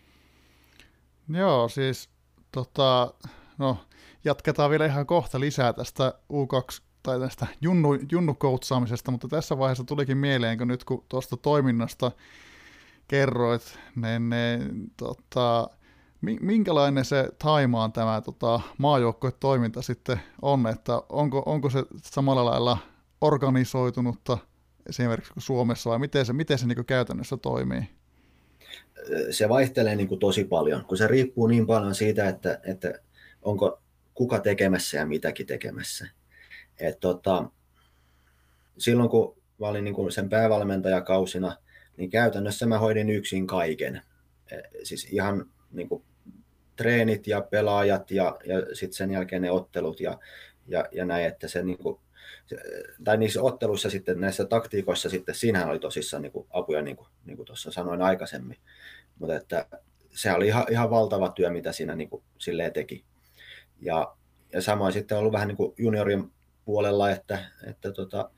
Joo, siis tota, no, jatketaan vielä ihan kohta lisää tästä U kaksi tai tästä junnu, junnukoutsaamisesta, mutta tässä vaiheessa tulikin mieleen, kun nyt kun tuosta toiminnasta kerroit, niin, niin tota, minkälainen se Thaimaan tämä tota, maajoukkuetoiminta sitten on, että onko, onko se samalla lailla organisoitunutta esimerkiksi kuin Suomessa vai miten se, miten se niin kuin käytännössä toimii? Se vaihtelee niin kuin tosi paljon, kun se riippuu niin paljon siitä, että, että onko kuka tekemässä ja mitäkin tekemässä. Et tota, silloin kun mä olin niin kuin sen päävalmentajakausina, niin käytännössä mä hoidin yksin kaiken. Siis ihan niin kuin treenit ja pelaajat ja, ja sitten sen jälkeen ne ottelut ja, ja, ja näin, että se niin kuin, tai niissä otteluissa sitten, näissä taktiikoissa sitten, siinähän oli tosissaan niin kuin apuja, niin kuin, niin kuin tuossa sanoin aikaisemmin, mutta että se oli ihan, ihan valtava työ, mitä siinä niin kuin, silleen teki. Ja, ja samoin sitten on ollut vähän niin kuin juniorin puolella, että, että tota,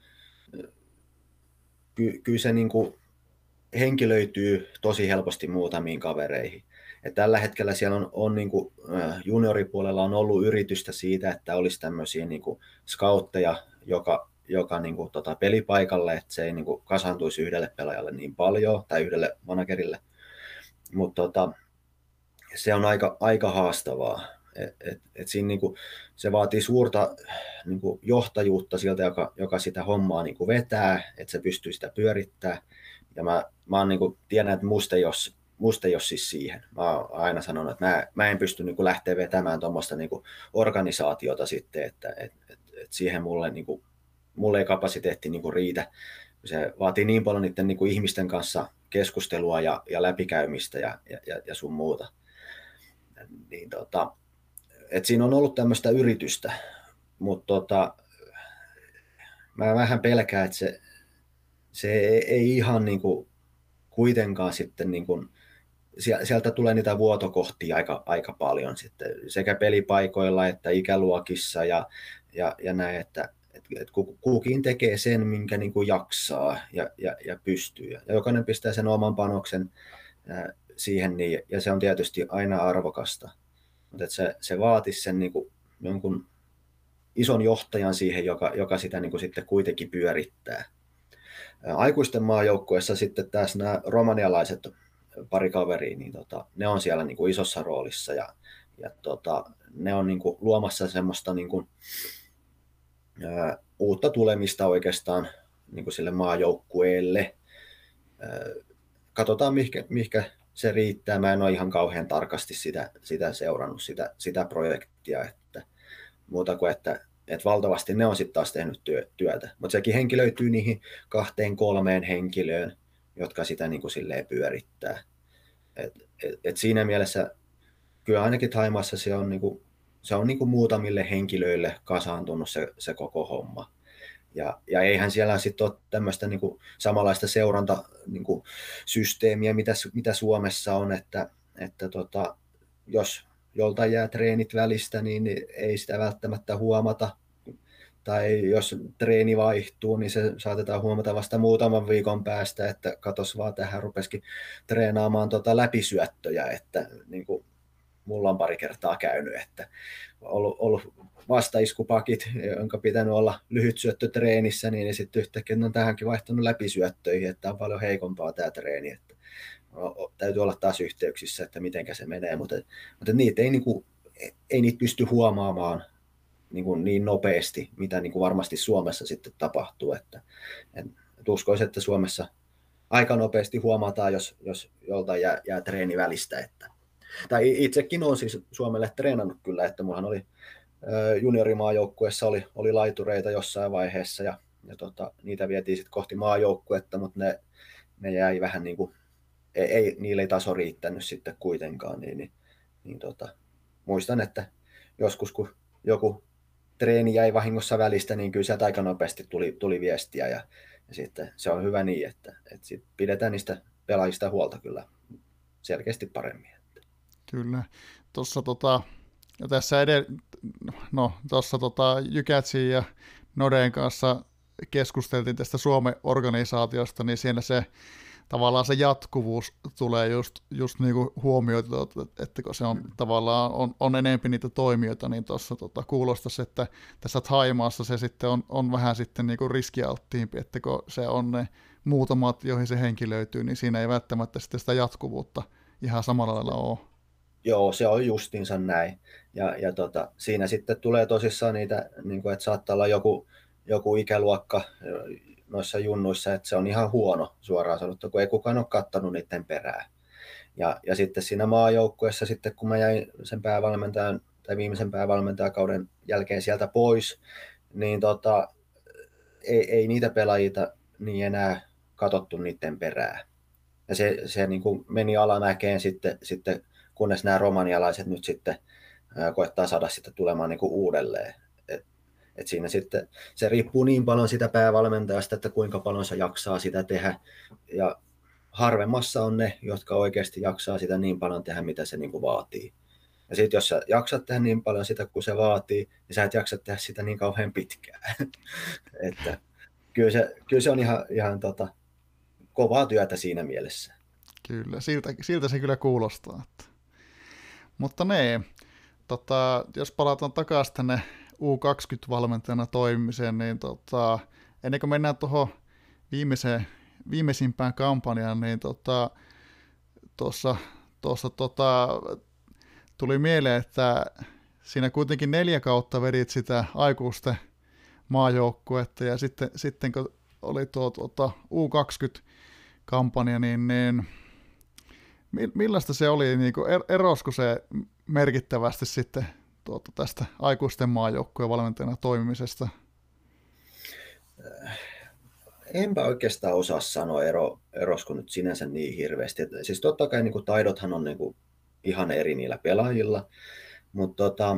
ky, kyllä se niin kuin henkilöityy tosi helposti muutamiin kavereihin. Et tällä hetkellä siellä on, on niin kuin, junioripuolella on ollut yritystä siitä, että olisi tämmöisiä niin kuin scoutteja, joka, joka niin kuin, tota, pelipaikalle, että se ei niin kuin, kasaantuisi yhdelle pelaajalle niin paljon tai yhdelle managerille. Mutta tota, se on aika, aika haastavaa. Et, et, et siinä, niin kuin, se vaatii suurta niin kuin, johtajuutta siltä, joka, joka sitä hommaa niin kuin, vetää, että se pystyy sitä pyörittämään. Ja mä, mä oon, niin kuin, tiedän, että musta ei ole Musta ei ole siis siihen. Mä oon aina sanonut, että mä, mä en pysty niin kuin lähteä vetämään tuommoista niin kuin organisaatiota sitten, että et, et, et siihen mulle, niin kuin, mulle ei kapasiteetti niin kuin riitä. Se vaatii niin paljon niiden niin kuin ihmisten kanssa keskustelua ja, ja läpikäymistä ja, ja, ja sun muuta. Niin, tota, et siinä on ollut tämmöistä yritystä, mutta tota, mä vähän pelkään, että se, se ei, ei ihan niin kuin kuitenkaan sitten niin kuin, sieltä tulee niitä vuotokohtia aika, aika paljon sitten, sekä pelipaikoilla että ikäluokissa ja, ja, ja näin, että et, et kukin tekee sen, minkä niin kuin jaksaa ja, ja, ja pystyy. Ja jokainen pistää sen oman panoksen ää, siihen, niin, ja se on tietysti aina arvokasta. Mutta se, se vaatisi sen niin kuin jonkun ison johtajan siihen, joka, joka sitä niin kuin sitten kuitenkin pyörittää. Ää, aikuisten maajoukkueessa sitten tässä nämä romanialaiset pari kaveria, niin tota, ne on siellä niin kuin isossa roolissa ja, ja tota, ne on niin kuin luomassa semmoista niin kuin, ää, uutta tulemista oikeastaan niin kuin sille maajoukkueelle. Ää, katsotaan, mihinkä, mihinkä se riittää. Mä en ole ihan kauhean tarkasti sitä, sitä seurannut, sitä, sitä projektia, että muuta kuin, että, että valtavasti ne on sitten taas tehnyt työ, työtä. Mutta sekin henkilöityy niihin kahteen kolmeen henkilöön, jotka sitä niin kuin silleen pyörittää. Et, et, et siinä mielessä kyllä ainakin Thaimaassa se on, niin kuin, se on niin kuin muutamille henkilöille kasaantunut se, se koko homma. Ja, ja eihän siellä sitten ole tämmöistä niin kuin samanlaista seurantasysteemiä, niin mitä, mitä Suomessa on, että, että tota, jos joltain jää treenit välistä, niin ei sitä välttämättä huomata. tai jos treeni vaihtuu, niin se saatetaan huomata vasta muutaman viikon päästä, että katos vaan tähän rupesikin treenaamaan tota läpisyöttöjä, että niin kuin mulla on pari kertaa käynyt, että on ollut, ollut vastaiskupakit, jonka pitänyt olla lyhyt syöttö treenissä, niin sitten yhtäkkiä on tähänkin vaihtanut läpisyöttöihin, että on paljon heikompaa tämä treeni, että täytyy olla taas yhteyksissä, että miten se menee, mutta, mutta niitä ei, niin kuin, ei niitä pysty huomaamaan niin, kuin niin nopeasti, mitä niin kuin varmasti Suomessa sitten tapahtuu, että, että uskoisin, että Suomessa aika nopeasti huomataan, jos, jos joltain jää, jää treeni välistä, että tai itsekin olen siis Suomelle treenannut kyllä, että mullahan oli juniorimaajoukkueessa oli, oli laitureita jossain vaiheessa ja, ja tota, niitä vietiin sitten kohti maajoukkuetta, mutta ne, ne jäi vähän niin kuin, ei, ei, niille ei taso riittänyt sitten kuitenkaan, niin, niin, niin tota, muistan, että joskus kun joku treeni jäi vahingossa välistä, niin kyllä sieltä aika nopeasti tuli, tuli viestiä ja, ja sitten se on hyvä niin, että, että sit pidetään niistä pelaajista huolta kyllä selkeästi paremmin. Kyllä. Tuossa tota, ja tässä edellä, no tuossa tota Jykätsin ja Noden kanssa keskusteltiin tästä Suomen organisaatiosta, niin siellä se tavallaan se jatkuvuus tulee just, just niin kuin huomioitu, että kun se on tavallaan on, on enemmän niitä toimijoita, niin tuossa tota, kuulostaisi, että tässä Thaimaassa se sitten on, on vähän sitten niin kuin riskialttiimpi, että kun se on ne muutamat, joihin se henki löytyy, niin siinä ei välttämättä sitten sitä jatkuvuutta ihan samalla lailla ole. Joo, se on justiinsa näin. Ja, ja tota, siinä sitten tulee tosissaan niitä, niin kuin, että saattaa olla joku, joku ikäluokka noissa junnuissa, että se on ihan huono suoraan sanottu, kun ei kukaan ole kattanut niiden perään. Ja, ja sitten siinä maajoukkueessa, sitten kun mä jäin sen päävalmentajan tai viimeisen päävalmentajakauden jälkeen sieltä pois, niin tota, ei, ei niitä pelaajia niin enää katsottu niiden perään. Ja se, se niin kuin meni alamäkeen sitten, sitten kunnes nämä romanialaiset nyt sitten koettaa saada sitä tulemaan niin kuin uudelleen. Et, et siinä sitten, se riippuu niin paljon sitä päävalmentajasta, että kuinka paljon se jaksaa sitä tehdä. Ja harvemmassa on ne, jotka oikeasti jaksaa sitä niin paljon tehdä, mitä se niin kuin vaatii. Ja sitten jos sä jaksat tehdä niin paljon sitä, kuin se vaatii, niin sä et jaksa tehdä sitä niin kauhean pitkään. Että kyllä se, kyllä se on ihan, ihan tota, kovaa työtä siinä mielessä. Kyllä, siltä, siltä se kyllä kuulostaa. Että. Mutta ne, tota, jos palataan takaisin tänne U kaksikymmentä-valmentajana toimimiseen, niin tota, ennen kuin mennään tuohon viimeiseen, viimeisimpään kampanjaan, niin tuossa tota, tuossa tota, tuli mieleen, että siinä kuitenkin neljä kautta vedit sitä aikuisten maajoukkuetta, ja sitten, sitten kun oli tuo tuota, U kaksikymmentä-kampanja, niin, niin millaista se oli, niin kuin erosko se merkittävästi sitten tuota, tästä aikuisten maajoukkueen valmentajana toimimisesta? Enpä oikeastaan osaa sanoa ero, erosko nyt sinänsä niin hirveästi. Et, siis totta kai niin kuin taidothan on niin kuin ihan eri niillä pelaajilla, mutta tota,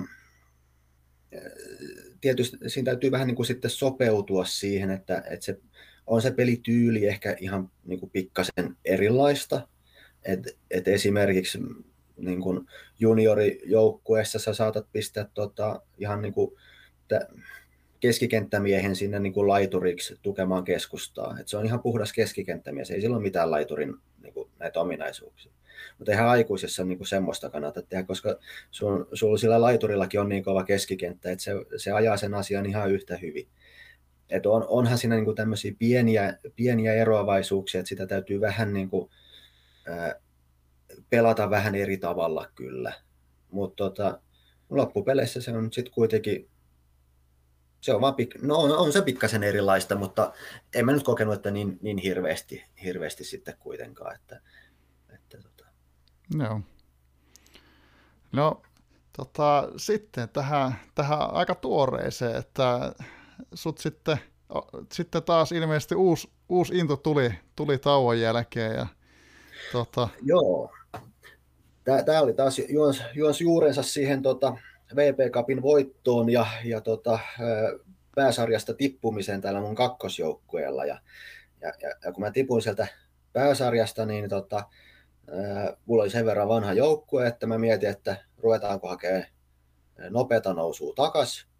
tietysti siinä täytyy vähän niin kuin sitten sopeutua siihen, että, että se on se pelityyli ehkä ihan niin kuin pikkasen erilaista. Et, et esimerkiksi niin kuin juniorijoukkueessa sä saatat pistää tota, ihan niin kuin keskikenttämiehen sinne niin kuin laituriksi tukemaan keskustaa. Et se on ihan puhdas keskikenttämies, ei sillä ole mitään laiturin niin kuin näitä ominaisuuksia. Mutta eihän aikuisessa niin kuin semmoista kannata tehdä, koska sun, sulla sillä laiturillakin on niin kova keskikenttä, että se, se ajaa sen asian ihan yhtä hyvin. Et on, onhan siinä niin kuin tämmöisiä pieniä, pieniä eroavaisuuksia, että sitä täytyy vähän niin kuin, ää, pelata vähän eri tavalla kyllä. Mutta tota, loppupeleissä se on sitten kuitenkin, se on, vaan pik- no on, on se pikkasen erilaista, mutta en mä nyt kokenut, että niin, niin hirveästi, hirveästi sitten kuitenkaan. Että, että tota. Joo. No, tota, sitten tähän, tähän aika tuoreeseen, että sut sitten, sitten taas ilmeisesti uusi, uusi into tuli, tuli tauon jälkeen. Ja, tota... Joo, tämä oli taas juons, juons juurensa siihen tota, V P Cupin voittoon ja, ja tota, pääsarjasta tippumiseen täällä mun kakkosjoukkueella. Ja, ja, ja, ja kun mä tipuin sieltä pääsarjasta, niin tota, ää, mulla oli sen verran vanha joukkue, että mä mietin, että ruvetaanko hakemaan nopeata nousua takaisin.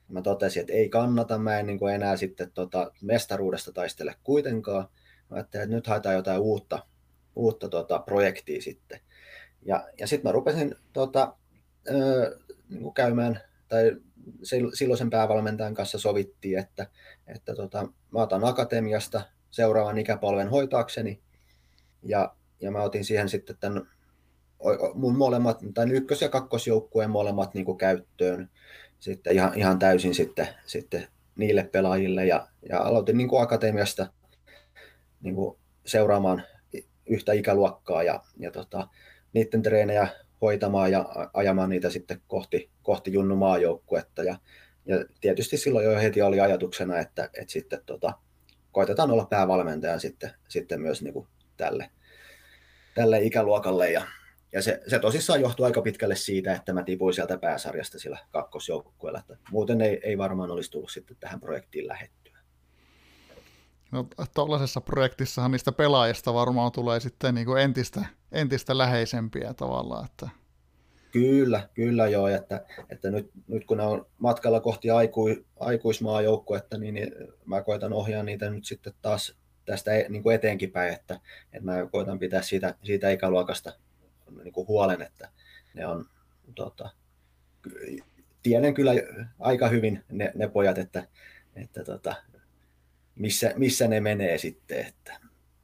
Mä totesin, että ei kannata, mä en niin kuin enää sitten tota mestaruudesta taistele kuitenkaan. Mä ajattelin, että nyt haetaan jotain uutta, uutta tota projektia sitten. Ja, ja sitten mä rupesin tota, ö, niin kuin käymään, tai silloisen päävalmentajan kanssa sovittiin, että, että tota, mä otan akatemiasta seuraavan ikäpolven hoitaakseni, ja, ja mä otin siihen sitten tämän mun molemmat, tai ykkös- ja kakkosjoukkueen molemmat niin kuin käyttöön sitten ihan, ihan täysin sitten, sitten niille pelaajille, ja, ja aloitin niin kuin akatemiasta niin kuin seuraamaan yhtä ikäluokkaa, ja, ja tota, niiden treenejä hoitamaan ja ajamaan niitä sitten kohti, kohti Junnu maajoukkuetta. Ja, ja tietysti silloin jo heti oli ajatuksena, että, että sitten tota, koitetaan olla päävalmentaja sitten, sitten myös niin kuin tälle, tälle ikäluokalle. Ja, ja se, se tosissaan johtui aika pitkälle siitä, että mä tipuin sieltä pääsarjasta sillä kakkosjoukkueella. Että muuten ei, ei varmaan olisi tullut sitten tähän projektiin lähettyä. No tuollaisessa projektissahan niistä pelaajista varmaan tulee sitten niin kuin entistä, entistä läheisempiä tavallaan. Että... Kyllä, kyllä joo, että, että nyt, nyt kun ne on matkalla kohti aiku, aikuismaajoukkuetta, niin, niin mä koitan ohjaa niitä nyt sitten taas tästä niin kuin eteenkin päin, että, että mä koitan pitää siitä, siitä ikäluokasta niin kuin huolen, että ne on, tota, tiedän kyllä aika hyvin ne, ne pojat, että, että tota, missä, missä ne menee sitten. Että.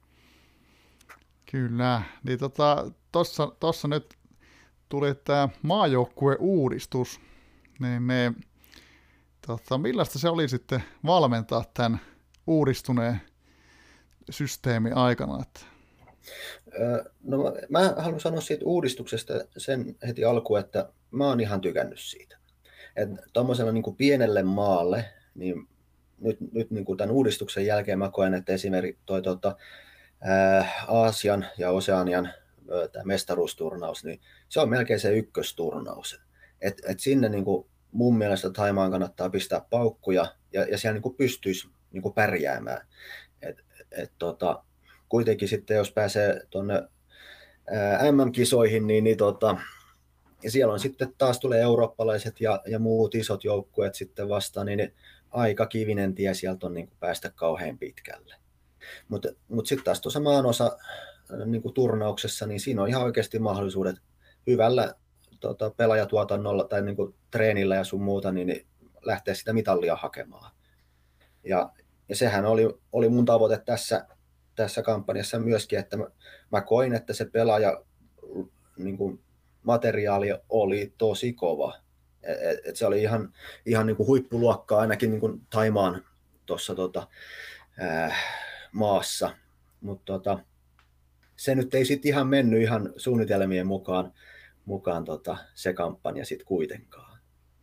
Kyllä, niin tota, tossa, tossa nyt tuli tämä maajoukkueuudistus, niin ne, tota, millaista se oli sitten valmentaa tämän uudistuneen systeemin aikana? Että... No, mä haluan sanoa siitä uudistuksesta sen heti alkuun, että mä oon ihan tykännyt siitä. Että tuommoisella niin kuin pienelle maalle, niin nyt, nyt niin kuin tämän uudistuksen jälkeen mä koen, että esimerkiksi toi tuota, ää, Aasian ja Oseanian tämä mestaruusturnaus, niin se on melkein se ykkösturnaus. Et, et sinne niin kuin mun mielestä Thaimaan kannattaa pistää paukkuja ja, ja siellä niin kuin pystyisi niin kuin pärjäämään. Et, et, tota, kuitenkin sitten jos pääsee tuonne M M-kisoihin, niin, niin tota, ja siellä on sitten taas tulee eurooppalaiset ja, ja muut isot joukkueet sitten vastaan, niin aika kivinen tie sieltä on niin kuin päästä kauhean pitkälle. Mutta mut sitten taas tuossa maanosa niin kuin turnauksessa, niin siinä on ihan oikeasti mahdollisuudet hyvällä tota, pelaajatuotannolla tai niin kuin treenillä ja sun muuta, niin, niin lähteä sitä mitallia hakemaan. Ja, ja sehän oli, oli mun tavoite tässä, tässä kampanjassa myöskin, että mä, mä koin, että se pelaaja niin kuin materiaali oli tosi kova. Et, et se oli ihan, ihan niin kuin huippuluokkaa ainakin niin kuin Thaimaan tuossa tota, äh, maassa. Mutta tota, se nyt ei sitten ihan mennyt ihan suunnitelmien mukaan, mukaan tota, se kampanja sitten kuitenkaan.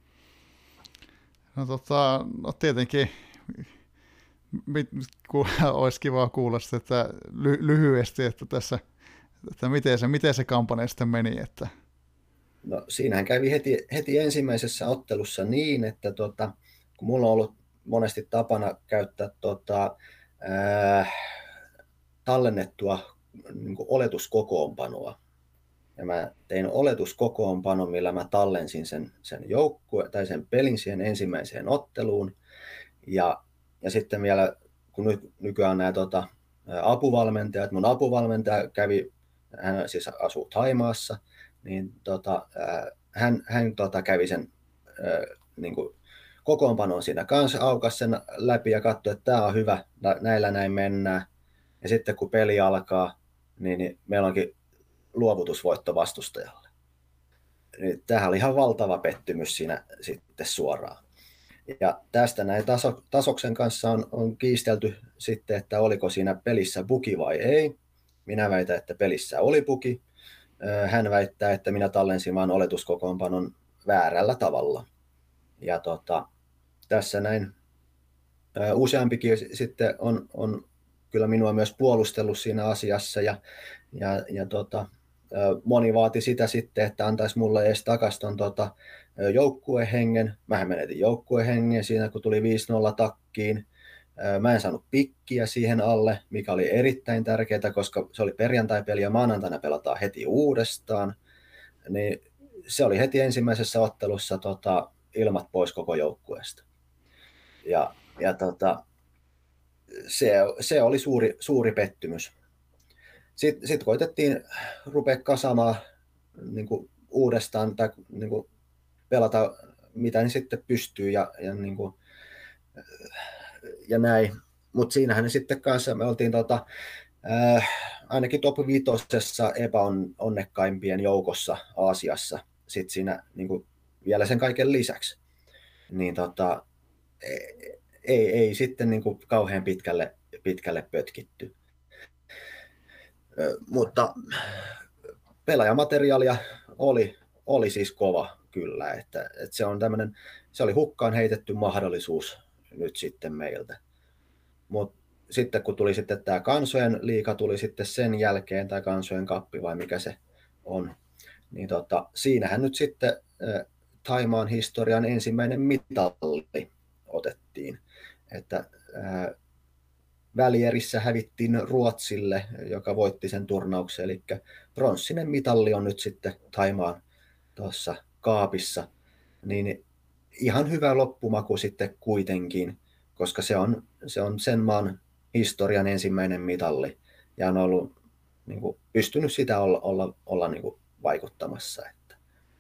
No, tota, no tietenkin mit, ku, olisi kiva kuulla sitä, että ly, lyhyesti, että tässä, että miten se, miten se kampanja sitten meni. Että... No, siinähän kävi heti, heti ensimmäisessä ottelussa niin, että tota, kun mulla on ollut monesti tapana käyttää tota, ää, tallennettua niin kuin oletuskokoonpanoa. Ja mä tein oletuskokoonpanon, millä mä tallensin sen, sen joukkue tai sen pelin siihen ensimmäiseen otteluun. Ja, ja sitten vielä, kun nyt, nykyään nämä tota, apuvalmentajat, mun apuvalmentaja kävi, hän siis asuu Thaimaassa, niin tota, hän, hän tota, kävi sen niin kuin kokoonpanon siinä kanssa, aukas sen läpi ja katsoi, että tämä on hyvä, näillä näin mennään. Ja sitten kun peli alkaa, niin, niin meillä onkin luovutusvoitto vastustajalle. Niin tämähän oli ihan valtava pettymys siinä sitten suoraan. Ja tästä näin taso, Tasoksen kanssa on, on kiistelty sitten, että oliko siinä pelissä buki vai ei. Minä väitän, että pelissä oli buki. Hän väittää, että minä tallensin vaan oletuskokoonpanon väärällä tavalla. Ja tota, tässä näin useampikin sitten on, on kyllä minua myös puolustellut siinä asiassa ja, ja, ja tota, moni vaati sitä sitten, että antaisi mulle edes takaisin ton tota, joukkuehengen. Mähän menetin joukkuehengen siinä, kun tuli viisi nolla takkiin. Mä en saanut pikkiä siihen alle, mikä oli erittäin tärkeää, koska se oli perjantai-peli ja maanantaina pelataan heti uudestaan. Niin se oli heti ensimmäisessä ottelussa tota, ilmat pois koko joukkueesta. Ja, ja tota, se, se oli suuri, suuri pettymys. Sitten sit koitettiin rupea kasaamaan niin kuin uudestaan tai niin kuin pelata mitä niin sitten pystyy ja, ja, niin kuin, ja näin. Mutta siinähän ne sitten kanssa me oltiin tota, äh, ainakin top viitosessa epäonnekkaimpien joukossa Aasiassa sit siinä niin kuin, vielä sen kaiken lisäksi. Niin tota, ei, ei, ei sitten niin kuin kauhean pitkälle, pitkälle pötkitty. Ö, mutta pelaajamateriaalia oli, oli siis kova kyllä, että, että se on tämmöinen, se oli hukkaan heitetty mahdollisuus nyt sitten meiltä. Mutta sitten kun tuli sitten tämä kansojen liiga tuli sitten sen jälkeen, tai kansojen kappi vai mikä se on, niin tota, siinähän nyt sitten äh, Thaimaan historian ensimmäinen mitalli otettiin, että äh, välierissä hävittiin Ruotsille, joka voitti sen turnauksen, eli pronssinen mitalli on nyt sitten Thaimaan tuossa kaapissa, niin ihan hyvä loppumaku sitten kuitenkin, koska se on, se on sen maan historian ensimmäinen mitalli, ja on ollut, niin kuin, pystynyt sitä olla, olla, olla niin kuin vaikuttamassa. Että.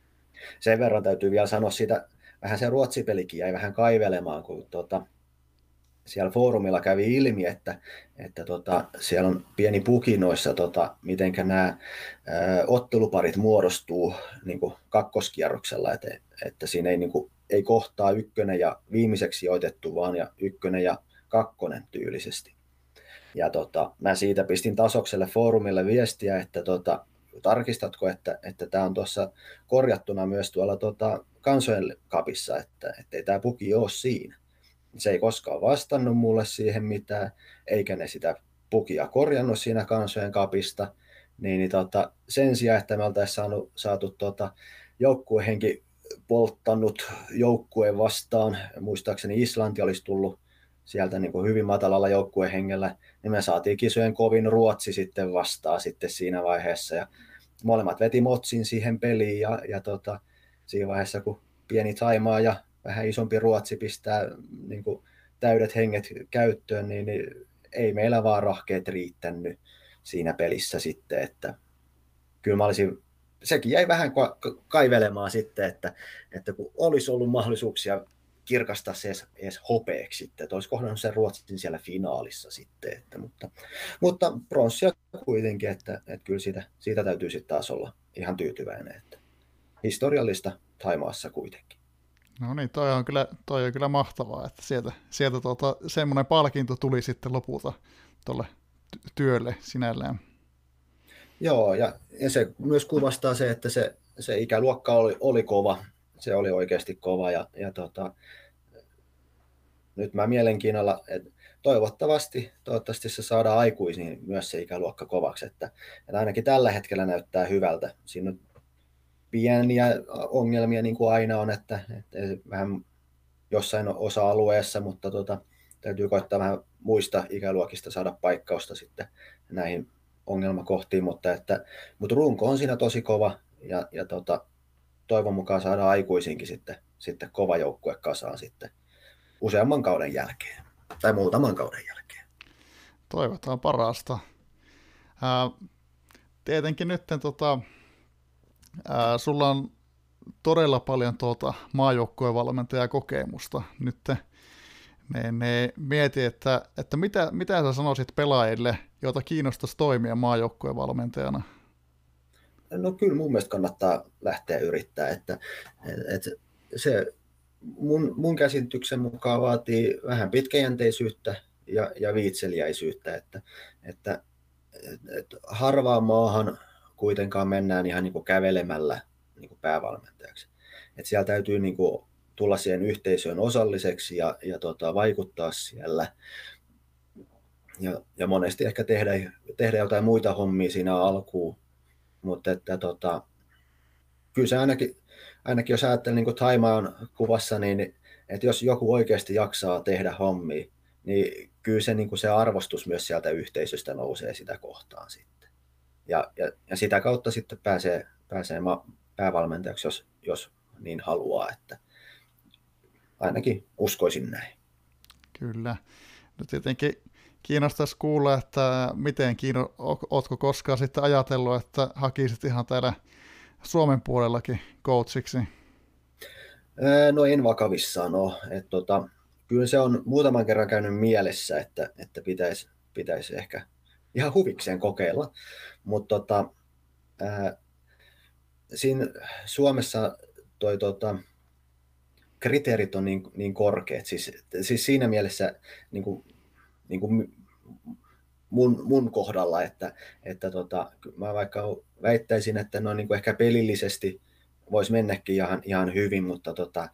Sen verran täytyy vielä sanoa sitä, vähän se Ruotsi-pelikin jäi vähän kaivelemaan, kun tuota, siellä foorumilla kävi ilmi, että, että tota, siellä on pieni puki noissa, tota, miten nämä ä, otteluparit muodostuu niin kuin kakkoskierroksella, että, että siinä ei, niin kuin, ei kohtaa ykkönen ja viimeiseksi sijoitettu, vaan ja ykkönen ja kakkonen tyylisesti. Ja tota, mä siitä pistin Tasokselle foorumille viestiä, että tota, tarkistatko, että että tämä on tuossa korjattuna myös tuolla tota, kansojen kapissa, että ei tämä puki ole siinä. Se ei koskaan vastannut mulle siihen mitään, eikä ne sitä pukia korjannut siinä kansojen kapista. Niin, niin tota, sen sijaan, että me oltaisiin saanut, saatu tota, joukkuehenki polttanut joukkueen vastaan, muistaakseni Islanti olisi tullut sieltä niin kuin hyvin matalalla joukkuehengellä, niin me saatiin kisojen kovin Ruotsi sitten vastaan sitten siinä vaiheessa. Ja molemmat veti motsin siihen peliin ja, ja tota, siinä vaiheessa, kun pieni Thaimaa ja vähän isompi Ruotsi pistää niin kuin täydet henget käyttöön, niin, niin ei meillä vaan rahkeet riittänyt siinä pelissä sitten, että kyllä mä olisin, sekin jäi vähän kaivelemaan sitten, että, että kun olisi ollut mahdollisuuksia kirkastaa se edes, edes hopeeksi sitten, että olisi kohdannut sen Ruotsin siellä finaalissa sitten, että, mutta, mutta pronssia kuitenkin, että, että kyllä siitä, siitä täytyy sitten taas olla ihan tyytyväinen, että historiallista Thaimaassa kuitenkin. No niin, toi on kyllä, toi on kyllä mahtavaa, että sieltä, sieltä tuota, semmoinen palkinto tuli sitten lopulta tuolle työlle sinällään. Joo, ja, ja se myös kuvastaa se, että se, se ikäluokka oli, oli kova, se oli oikeasti kova, ja, ja tota, nyt mä mielenkiinnolla, että toivottavasti, toivottavasti se saadaan aikuisiin myös se ikäluokka kovaksi, että, että ainakin tällä hetkellä näyttää hyvältä. Siinä on pieniä ongelmia niin kuin aina on, että, että vähän jossain osa-alueessa, mutta tota, täytyy koittaa vähän muista ikäluokista saada paikkausta sitten näihin ongelmakohtiin, mutta, että, mutta runko on siinä tosi kova ja, ja tota, toivon mukaan saadaan aikuisinkin sitten, sitten kova joukkue kasaan sitten useamman kauden jälkeen tai muutaman kauden jälkeen. Toivotaan parasta. Ää, tietenkin nyt tota, ää, sulla on todella paljon tuota maajoukkueen valmentajakokemusta nyt. Ne, ne mieti, että, että mitä, mitä sä sanoisit pelaajille, joita kiinnostaisi toimia maajoukkueen valmentajana? No kyllä mun mielestä kannattaa lähteä yrittää, että, että se mun, mun käsityksen mukaan vaatii vähän pitkäjänteisyyttä ja, ja viitseliäisyyttä, että, että, että harvaan maahan kuitenkaan mennään ihan niin kuin kävelemällä niin kuin päävalmentajaksi. Että siellä täytyy niin kuin tulla siihen yhteisöön osalliseksi ja, ja tota, vaikuttaa siellä. Ja, ja monesti ehkä tehdä, tehdä jotain muita hommia siinä alkuun. Mutta että tota, kyllä se ainakin, ainakin jos ajattelee niin kuin Thaimaan kuvassa, niin että jos joku oikeasti jaksaa tehdä hommia, niin kyllä se, niin kuin se arvostus myös sieltä yhteisöstä nousee sitä kohtaan sitten. Ja, ja, ja sitä kautta sitten pääsee, pääsee päävalmentajaksi, jos, jos niin haluaa, että ainakin uskoisin näin. Kyllä. Nyt tietenkin kiinnostaisi kuulla, että miten kiinno, ootko koskaan sitten ajatellut, että hakisit ihan täällä Suomen puolellakin coachiksi? No en vakavissaan ole. Et tota, kyllä se on muutaman kerran käynyt mielessä, että, että pitäisi, pitäisi ehkä ihan huvikseen kokeilla. Mutta tota, siinä Suomessa toi, tota, kriteerit on niin, niin korkeat. Siis, siis siinä mielessä niin kuin, niin kuin mun, mun kohdalla, että, että tota, mä vaikka väittäisin, että no niin kuin ehkä pelillisesti voisi mennäkin ihan, ihan hyvin, mutta tota,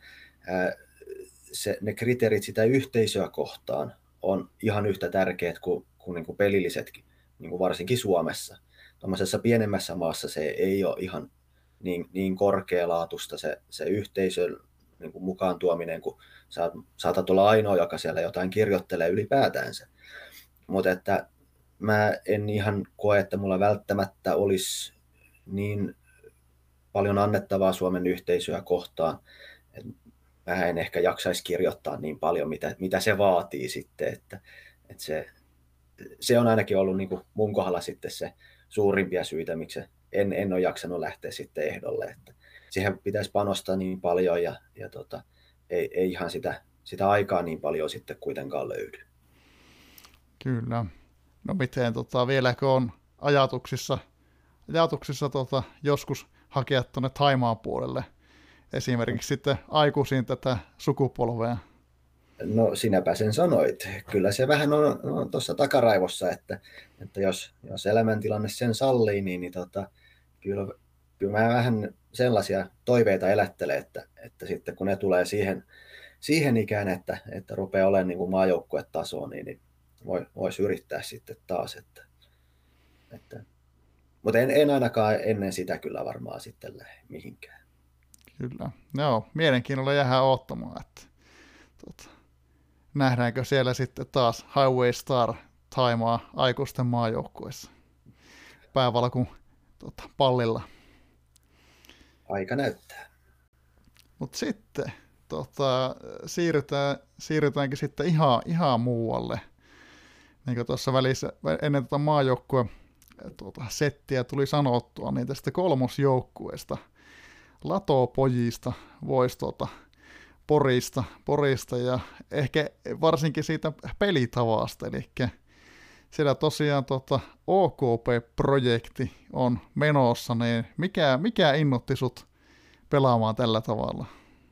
se, ne kriteerit sitä yhteisöä kohtaan on ihan yhtä tärkeät kuin, kuin, niin kuin pelillisetkin, niin kuin varsinkin Suomessa. Tuollaisessa pienemmässä maassa se ei ole ihan niin, niin korkealaatuista se, se yhteisön niin kuin mukaan tuominen, kun saat, saatat olla ainoa, joka siellä jotain kirjoittelee ylipäätänsä. Mutta että mä en ihan koe, että mulla välttämättä olisi niin paljon annettavaa Suomen yhteisöä kohtaan. Et mä en ehkä jaksaisi kirjoittaa niin paljon, mitä, mitä se vaatii sitten. Että, että se, se on ainakin ollut niin kuin mun kohdalla sitten se suurimpia syitä, miksi en, en ole jaksanut lähteä sitten ehdolle. Että siihen pitäisi panostaa niin paljon ja, ja tota, ei, ei ihan sitä, sitä aikaa niin paljon sitten kuitenkaan löydy. Kyllä. No miten tota, vieläkö on ajatuksissa, ajatuksissa tota, joskus hakea tuonne Thaimaan puolelle, esimerkiksi sitten aikuisiin tätä sukupolvea? No sinäpä sen sanoit. Kyllä se vähän on, on tuossa takaraivossa, että, että jos, jos elämäntilanne sen sallii, niin, niin tota, kyllä, kyllä mä vähän sellaisia toiveita elättelen, että, että sitten kun ne tulee siihen, siihen ikään, että, että rupeaa olemaan niin kuin maajoukkuetasoa, niin, niin voisi yrittää sitten taas. Että, että, mutta en, en ainakaan ennen sitä kyllä varmaan sitten lähde mihinkään. Kyllä. Joo, mielenkiinnolla jäähän odottamaan, että tota, nähdäänkö siellä sitten taas Highway Star Thaimaa aikuisten maajoukkueessa päävalkun tota, pallilla. Aika näyttää. Mutta sitten tota, siirrytään, siirrytäänkin sitten ihan, ihan muualle. Niin kuin tuossa välissä ennen tätä maajoukkue tuota, settiä tuli sanottua, niin tästä kolmosjoukkueesta Lato-pojista voisi tuota, Porista, Porista ja ehkä varsinkin siitä pelitavasta, eli siellä tosiaan tuota, O K P-projekti on menossa, niin mikä, mikä innoitti sut pelaamaan tällä tavalla?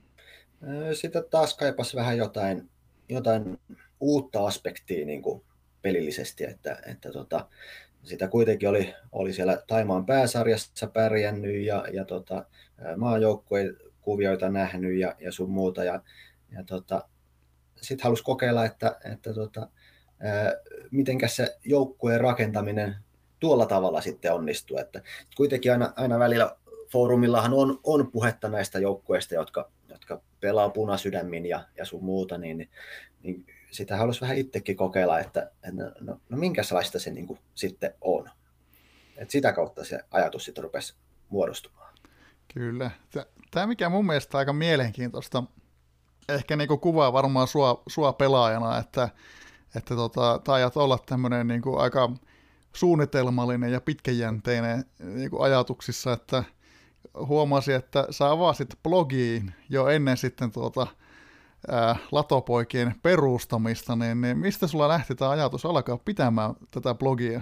Sitä taas kaipasi vähän jotain, jotain uutta aspektia niin kuin pelillisesti, että, että tota, sitä kuitenkin oli, oli siellä Thaimaan pääsarjassa pärjännyt ja, ja tota, maajoukkueen kuvioita nähnyt ja, ja sun muuta. Ja, ja tota, sitten halusi kokeilla, että, että tota, ää, mitenkäs se joukkueen rakentaminen tuolla tavalla sitten onnistuu. Että kuitenkin aina, aina välillä foorumillahan on, on puhetta näistä joukkueista, jotka, jotka pelaa punasydämin ja, ja sun muuta, niin, niin sitä halusi vähän itsekin kokeilla, että, että no, no minkälaista se niin kuin sitten on. Et sitä kautta se ajatus sitten rupesi muodostumaan. Kyllä. Tämä mikä mun mielestä aika mielenkiintoista, ehkä niinku kuvaa varmaan sua, sua pelaajana, että, että tota, taijat olla tämmöinen niinku aika suunnitelmallinen ja pitkäjänteinen niinku ajatuksissa, että huomasin, että sä avasit blogiin jo ennen sitten tuota, ää, Latopoikien perustamista, niin, niin mistä sulla lähti tämä ajatus alkaa pitämään tätä blogia?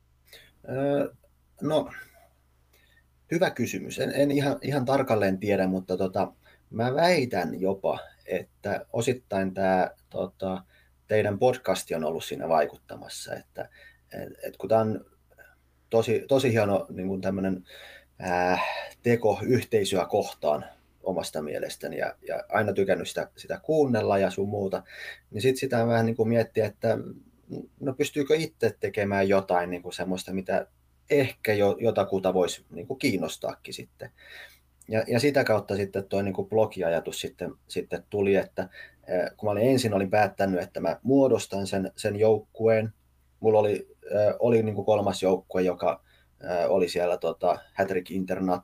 Öö, no, hyvä kysymys. En, en ihan, ihan tarkalleen tiedä, mutta tota, mä väitän jopa, että osittain tämä tota, teidän podcasti on ollut siinä vaikuttamassa. Että, et, et kun tämä on tosi, tosi hieno niin kuin tämmöinen ää, teko yhteisöä kohtaan omasta mielestäni ja, ja aina tykännyt sitä, sitä kuunnella ja sun muuta, niin sitten sitä vähän niin kuin miettiä, että no pystyykö itse tekemään jotain niin kuin semmoista, mitä ehkä jo, jotakuta voisi niin kuin kiinnostaakin sitten. Ja, ja sitä kautta sitten tuo niin kuin blogiajatus sitten, sitten tuli, että kun mä olin ensin olin päättänyt, että mä muodostan sen, sen joukkueen. Mulla oli, oli niin kuin kolmas joukkue, joka oli siellä tota, Hattrick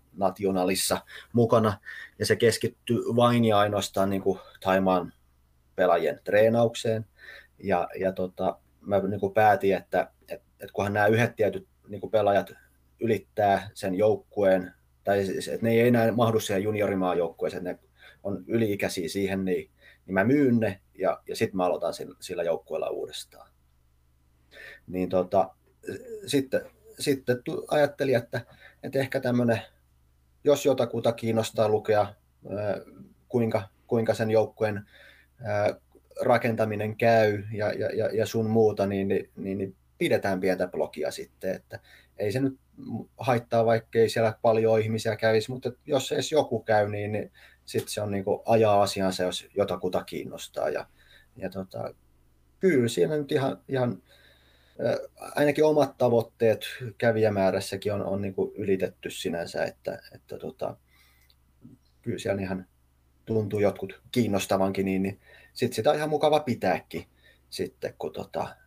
Internationalissa mukana, ja se keskittyi vain ja ainoastaan niin kuin Thaimaan pelaajien treenaukseen. Ja, ja tota, mä niin kuin päätin, että, että, että kunhan nämä yhdet tietyt niin kuin pelaajat ylittää sen joukkueen, tai siis, että ne ei enää mahdu siihen juniorimaajoukkueeseen, että ne on yli-ikäisiä siihen, niin, niin mä myyn ne, ja, ja sitten mä aloitan sillä, sillä joukkueella uudestaan. Niin tota, sitten, sitten ajattelin, että, että ehkä tämmöinen, jos jotakuta kiinnostaa lukea, kuinka, kuinka sen joukkueen rakentaminen käy ja, ja, ja sun muuta, niin, niin, niin pidetään pientä blogia sitten, että ei se nyt haittaa, vaikka ei siellä paljon ihmisiä kävisi, mutta jos edes joku käy, niin, niin sitten se on niin kuin ajaa asiansa, jos jotakuta kiinnostaa. Ja, ja tota, kyllä siinä nyt ihan, ihan ainakin omat tavoitteet kävijämäärässäkin on, on niin kuin ylitetty sinänsä, että, että tota, kyllä siellä ihan tuntuu jotkut kiinnostavankin, niin, niin sitten sitä on ihan mukava pitääkin sitten, kun tota,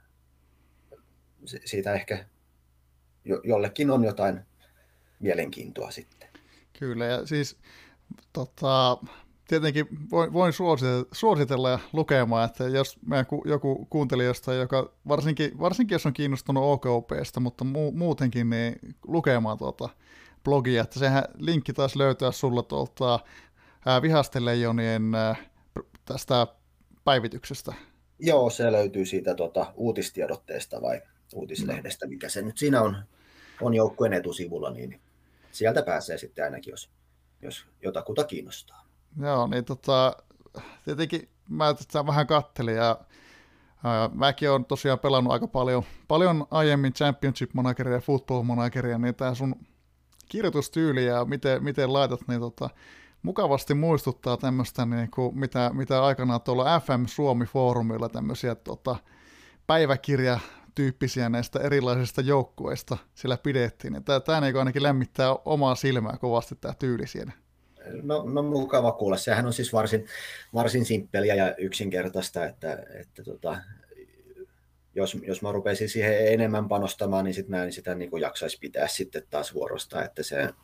siitä ehkä jo, jollekin on jotain mielenkiintoa sitten. Kyllä, ja siis tota, tietenkin voin, voin suositella, suositella lukemaan, että jos meidän ku, joku kuuntelijoista, joka varsinkin, varsinkin jos on kiinnostunut O K P:stä, mutta mu, muutenkin niin lukemaan tuota blogia, että sehän linkki taisi löytää sulla tuolta Vihasteleijonien tästä päivityksestä. Joo, se löytyy siitä tuota, uutistiedotteesta vai uutislehdestä, mikä se nyt siinä on, on joukkueen etusivulla, niin sieltä pääsee sitten ainakin, jos, jos jotakuta kiinnostaa. Joo, niin tota, tietenkin mä tätä vähän kattelin ja ää, mäkin olen tosiaan pelannut aika paljon, paljon aiemmin Championship Manageria ja Football Manageria, niin tämä sun kirjoitustyyli ja miten, miten laitat, niin tota, mukavasti muistuttaa tämmöistä, niin kuin, mitä, mitä aikanaan tuolla F M Suomi-foorumilla tämmöisiä tota, päiväkirjatyyppisiä näistä erilaisista joukkueista siellä pidettiin. Tämä, tämä niin ainakin lämmittää omaa silmää kovasti tämä tyyli siinä. No, no mukava kuulla. Sehän on siis varsin, varsin simppeliä ja yksinkertaista, että, että tota, jos, jos mä rupeisin siihen enemmän panostamaan, niin sit mä en sitä niin kuin jaksaisi pitää sitten taas vuorosta, että se äh,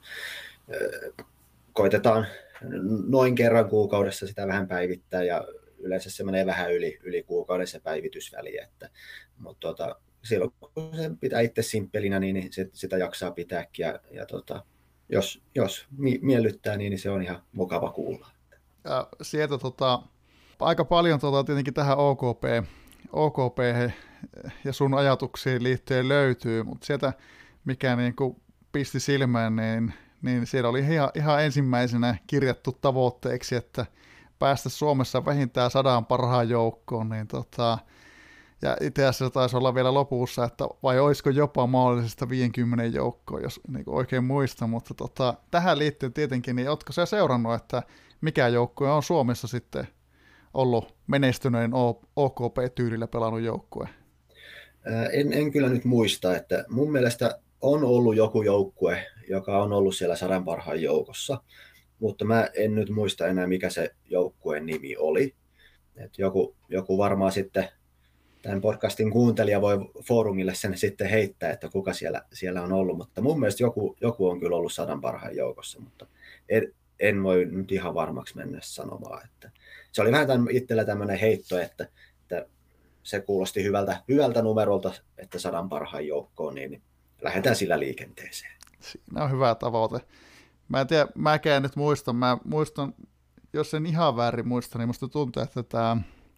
koitetaan noin kerran kuukaudessa sitä vähän päivittää ja yleensä se menee vähän yli, yli kuukauden se päivitysväli, että, mutta tota, silloin kun se pitää itse simppelinä, niin, niin sit, sitä jaksaa pitääkin ja, ja tota, jos, jos miellyttää, niin se on ihan mukava kuulla. Ja sieltä tota, aika paljon tota, tietenkin tähän O K P, O K P ja sun ajatuksiin liittyen löytyy, mutta sieltä mikä niin kuin pisti silmään, niin, niin siellä oli ihan, ihan ensimmäisenä kirjattu tavoitteeksi, että päästä Suomessa vähintään sadan parhaan joukkoon, niin tota, ja itse asiassa taisi olla vielä lopussa, että vai olisiko jopa mahdollisesta viisikymmentä joukkoa, jos niin oikein muistan, mutta tota, tähän liittyen tietenkin, niin oletko sä seurannut, että mikä joukkue on Suomessa sitten ollut menestyneen O K P-tyylillä pelannut joukkue? En, en kyllä nyt muista, että mun mielestä on ollut joku joukkue, joka on ollut siellä sadan parhaan joukossa, mutta mä en nyt muista enää, mikä se joukkueen nimi oli. Et joku, joku varmaan sitten tämän podcastin kuuntelija voi foorumille sen sitten heittää, että kuka siellä, siellä on ollut, mutta mun mielestä joku, joku on kyllä ollut sadan parhaan joukossa, mutta en, en voi nyt ihan varmaksi mennä sanomaan. Että se oli vähän tämän, itsellä tämmöinen heitto, että, että se kuulosti hyvältä, hyvältä numerolta, että sadan parhaan joukkoon, niin, niin lähdetään sillä liikenteeseen. Siinä on hyvä tavoite. Mä en tiedä, mäkään nyt muistan, mä muistan, jos en ihan väärin muista, niin musta tuntuu, että tämä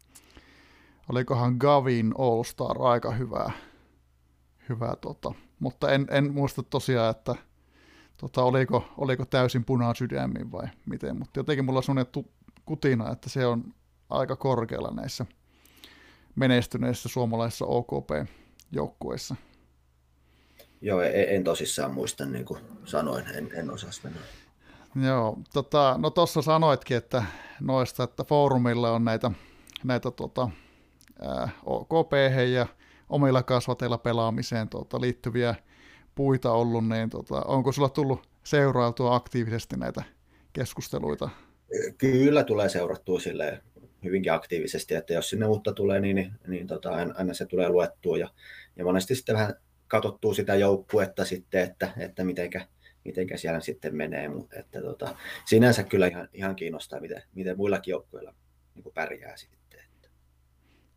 olikohan Gavin All Star aika hyvä, hyvä tota. Mutta en, en muista tosiaan, että tota, oliko, oliko täysin punasydämin vai miten, mutta jotenkin mulla on sellainen kutina, että se on aika korkealla näissä menestyneissä suomalaisissa O K P-joukkueissa. Joo, en, en tosissaan muista, niin kuin sanoin, en, en osaa mennä. Joo, tota, no tuossa sanoitkin, että noista, että foorumilla on näitä, näitä tota, ää, O K P ja omilla kasvateilla pelaamiseen tota, liittyviä puita ollut, niin tota, onko sulla tullut seurailtua aktiivisesti näitä keskusteluita? Kyllä tulee seurattua silleen hyvinkin aktiivisesti, että jos sinne uutta tulee, niin, niin, niin tota, aina se tulee luettua ja, ja monesti sitten vähän katsottua sitä joukkuetta sitten, että, että mitenkä, mitenkä siellä sitten menee, mutta että tota, sinänsä kyllä ihan, ihan kiinnostaa, miten, miten muillakin joukkueilla niin kuin pärjää sitten.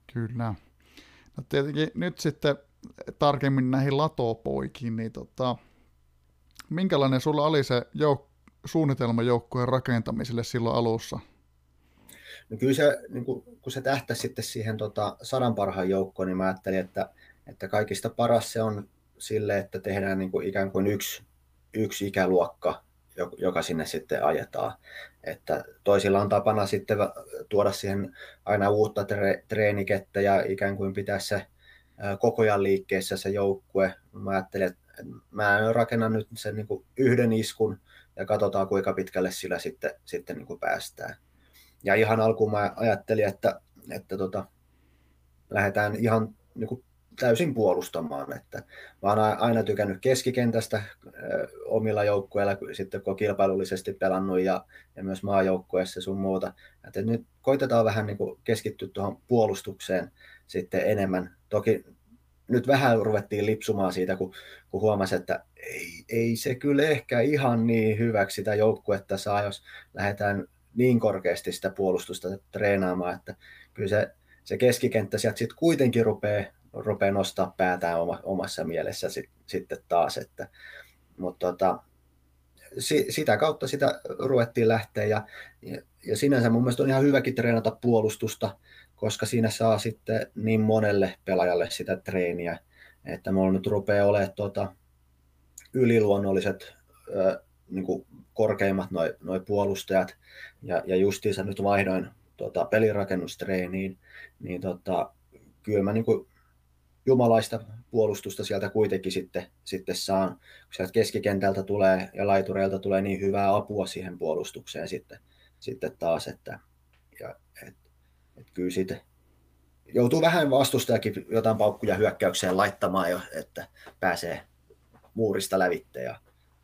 Kyllä. No tietenkin nyt sitten tarkemmin näihin latopoikiin, niin tota, minkälainen sulla oli se jouk- suunnitelma joukkueen rakentamiselle silloin alussa? No kyllä se, niin kun, kun se tähtäsi sitten siihen tota, sadan parhaan joukkoon, niin mä ajattelin, että, että kaikista paras se on sille, että tehdään niin kuin ikään kuin yksi, yksi ikäluokka, joka sinne sitten ajetaan. Että toisilla on tapana sitten tuoda siihen aina uutta tre- treenikettä ja ikään kuin pitää se koko ajan liikkeessä se joukkue. Mä ajattelin, että mä rakennan nyt sen niin kuin yhden iskun ja katsotaan kuinka pitkälle sillä sitten, sitten niin kuin päästään. Ja ihan alkuun mä ajattelin, että, että tota, lähdetään ihan niin kuin täysin puolustamaan. Että mä oon aina tykännyt keskikentästä äh, omilla joukkueilla, sitten kun on kilpailullisesti pelannut ja, ja myös maajoukkueessa sun muuta. Että nyt koitetaan vähän niin kuin keskittyä tuohon puolustukseen sitten enemmän. Toki nyt vähän ruvettiin lipsumaan siitä, kun, kun huomasi, että ei, ei se kyllä ehkä ihan niin hyväksi sitä joukkuetta saa, jos lähdetään niin korkeasti sitä puolustusta treenaamaan, että kyllä se, se keskikenttä sieltä sitten kuitenkin rupeaa, rupeaa nostaa päätään oma, omassa mielessä sit, sitten taas. Että, mutta tota, si, sitä kautta sitä ruvettiin lähteä ja, ja, ja sinänsä mun mielestä on ihan hyväkin treenata puolustusta, koska siinä saa sitten niin monelle pelaajalle sitä treeniä, että mulla nyt rupeaa olemaan tuota, yliluonnolliset ö, niin kuin korkeimmat noi, noi puolustajat, ja, ja justiinsa nyt vaihdoin tota, pelirakennustreeniin, niin tota, kyllä mä niin kuin jumalaista puolustusta sieltä kuitenkin sitten, sitten saan, kun sieltä keskikentältä tulee ja laitureilta tulee niin hyvää apua siihen puolustukseen sitten, sitten taas, että ja, et, et kyllä sitten joutuu vähän vastustajakin jotain paukkuja hyökkäykseen laittamaan jo, että pääsee muurista lävitse. Ja,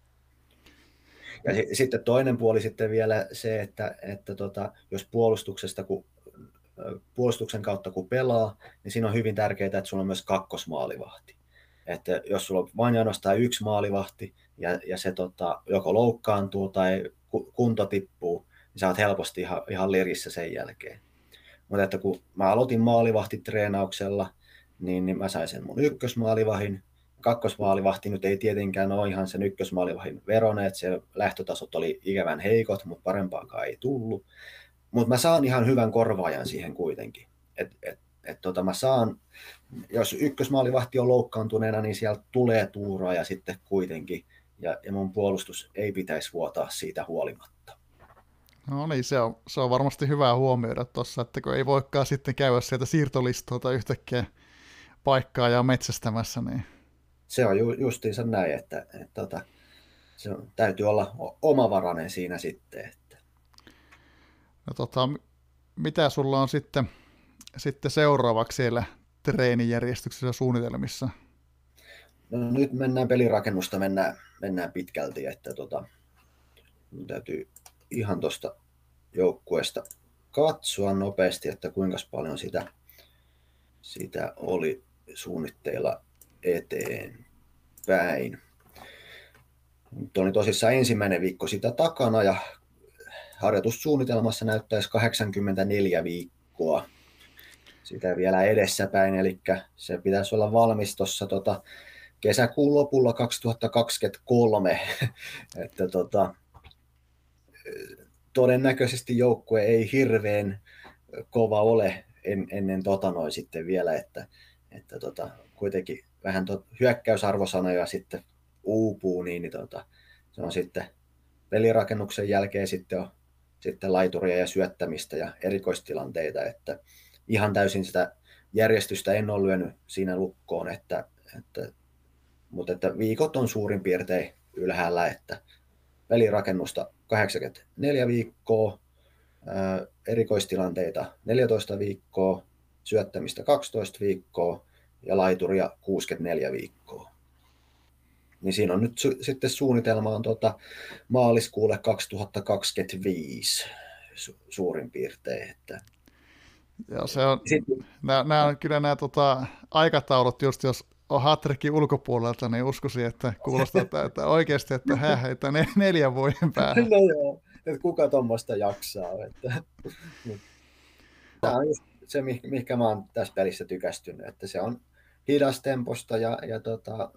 ja s- sitten toinen puoli sitten vielä se, että, että tota, jos puolustuksesta, kun, puolustuksen kautta kun pelaa, niin siinä on hyvin tärkeää, että sulla on myös kakkosmaalivahti. Että jos sulla on vain ainoastaan yksi maalivahti ja, ja se tota, joko loukkaantuu tai kunto tippuu, niin sä oot helposti ihan, ihan lirissä sen jälkeen. Mutta että kun mä aloitin maalivahtitreenauksella, niin, niin mä sain sen mun ykkösmaalivahin. Kakkosmaalivahti nyt ei tietenkään ole ihan sen ykkösmaalivahin veroneet, että se lähtötasot oli ikävän heikot, mutta parempaakaan ei tullut. Mutta mä saan ihan hyvän korvaajan siihen kuitenkin. Et, et, et tota mä saan, jos ykkösmaalivahti on loukkaantuneena, niin sieltä tulee tuuraa ja sitten kuitenkin, ja, ja mun puolustus ei pitäisi vuotaa siitä huolimatta. No niin, se on, se on varmasti hyvä huomioida tuossa, että kun ei voikaan sitten käydä sieltä siirtolistoilta yhtäkkiä paikkaa ja metsästämässä, niin... Se on ju, justiinsa näin, että, että, että, että se on, täytyy olla omavarainen siinä sitten. Että. No tota, mitä sulla on sitten, sitten seuraavaksi siellä treenijärjestyksessä ja suunnitelmissa? No, nyt mennään pelirakennusta, mennään, mennään pitkälti, että tota, täytyy ihan tuosta joukkueesta katsoa nopeasti, että kuinka paljon sitä, sitä oli suunnitteilla eteenpäin. Nyt oli tosissaan ensimmäinen viikko sitä takana ja harjoitussuunnitelmassa näyttäisi kahdeksankymmentäneljä viikkoa sitä vielä edessäpäin, eli se pitäisi olla valmis tuossa tota, kesäkuun lopulla kaksituhattakaksikymmentäkolme, että tota, todennäköisesti joukkue ei hirveän kova ole en, ennen tota noin sitten vielä, että, että tota, kuitenkin vähän tot, hyökkäysarvosanoja sitten uupuu, niin, niin tota, se on sitten pelirakennuksen jälkeen sitten on sitten laituria ja syöttämistä ja erikoistilanteita, että ihan täysin sitä järjestystä en ole lyönyt siinä lukkoon, että, että, mutta että viikot on suurin piirtein ylhäällä, että pelirakennusta kahdeksankymmentäneljä viikkoa, ää, erikoistilanteita neljätoista viikkoa, syöttämistä kaksitoista viikkoa ja laituria kuusikymmentäneljä viikkoa. Niin siinä on nyt su- sitten suunnitelma on tuota maaliskuulle kaksituhattakaksikymmentäviisi su- suurin piirtein. Että. Ja se on, nämä, nämä on kyllä nämä tota, aikataulut, just jos on hat-trickin ulkopuolelta, niin uskoisin, että kuulostaa, että, että oikeasti, että häh, että ne, neljän vuoden päähän. No joo, että kuka tuommoista jaksaa. Että. Tämä on just se, mikä mä oon tässä pelissä tykästynyt, että se on hidas temposta ja, ja tota,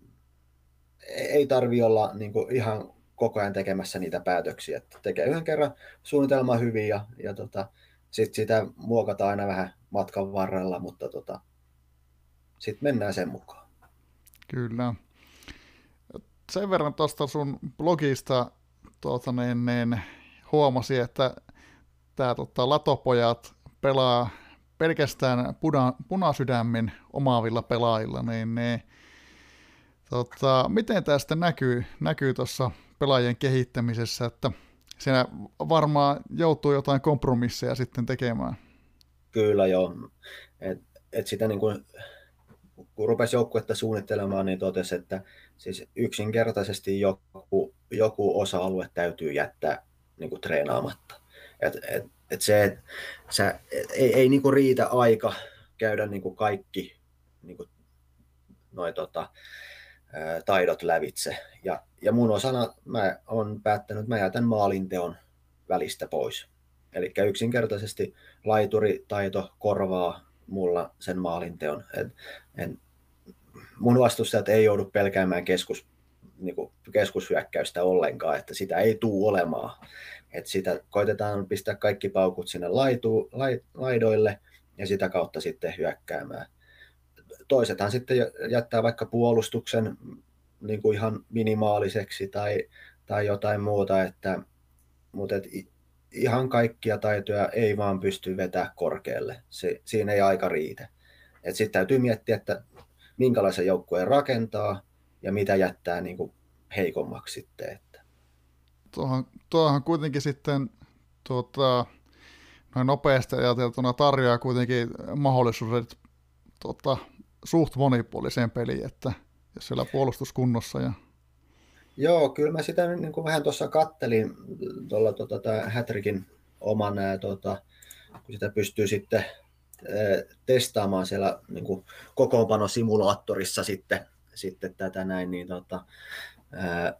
ei tarvi olla niin kuin ihan koko ajan tekemässä niitä päätöksiä. Että tekee yhden kerran suunnitelma hyvin ja, ja tota, sitten sitä muokataan aina vähän matkan varrella, mutta tota, sitten mennään sen mukaan. Kyllä. Sen verran tuosta sun blogista tuota, niin, niin, huomasin, että tämä tota, Latopojat pelaa pelkästään puna, punasydämin omaavilla pelaajilla, niin, niin tota, miten tämä sitten näkyy, näkyy tuossa pelaajien kehittämisessä, että siinä varmaan joutuu jotain kompromisseja sitten tekemään. Kyllä joo, et, et sitä niin kuin, kun rupesi joukkuetta suunnittelemaan, niin totesi, että siis yksinkertaisesti joku, joku osa-alue täytyy jättää niin kuin treenaamatta. Et, et, et se, et, sä, et, ei, ei niin kuin riitä aika käydä niin kuin kaikki niin kuin noi, tota, ää, taidot lävitse. Ja, ja mun osana mä oon päättänyt, että mä jätän maalinteon välistä pois. Eli yksinkertaisesti laituritaito korvaa mulla sen maalinteon. Et, en, mun vastustajat ei joudu pelkäämään keskus, niin kuin keskushyökkäystä ollenkaan, että sitä ei tule olemaan. Et sitä koitetaan pistää kaikki paukut sinne laitu, lai, laidoille ja sitä kautta sitten hyökkäämään. Toisethan sitten jättää vaikka puolustuksen niin kuin ihan minimaaliseksi tai, tai jotain muuta, että, mutta et, ihan kaikkia taitoja ei vaan pysty vetämään korkealle. Se, siinä ei aika riitä. Sitten täytyy miettiä, että minkälaisen joukkueen rakentaa ja mitä jättää niin kuin heikommaksi sitten. Että. Tuohan, tuohan kuitenkin sitten tuota, noin nopeasti ajateltuna tarjoaa kuitenkin mahdollisuudet tuota, suht monipuoliseen peliin, että jos siellä puolustuskunnossa. Ja... Joo, kyllä mä sitä niin kuin vähän tuossa kattelin tuolla tuota, Hätrikin oman, tuota, kun sitä pystyy sitten testaamaan siellä niin kuin kokoonpanosimulaattorissa sitten, sitten tätä näin, niin tota, ää,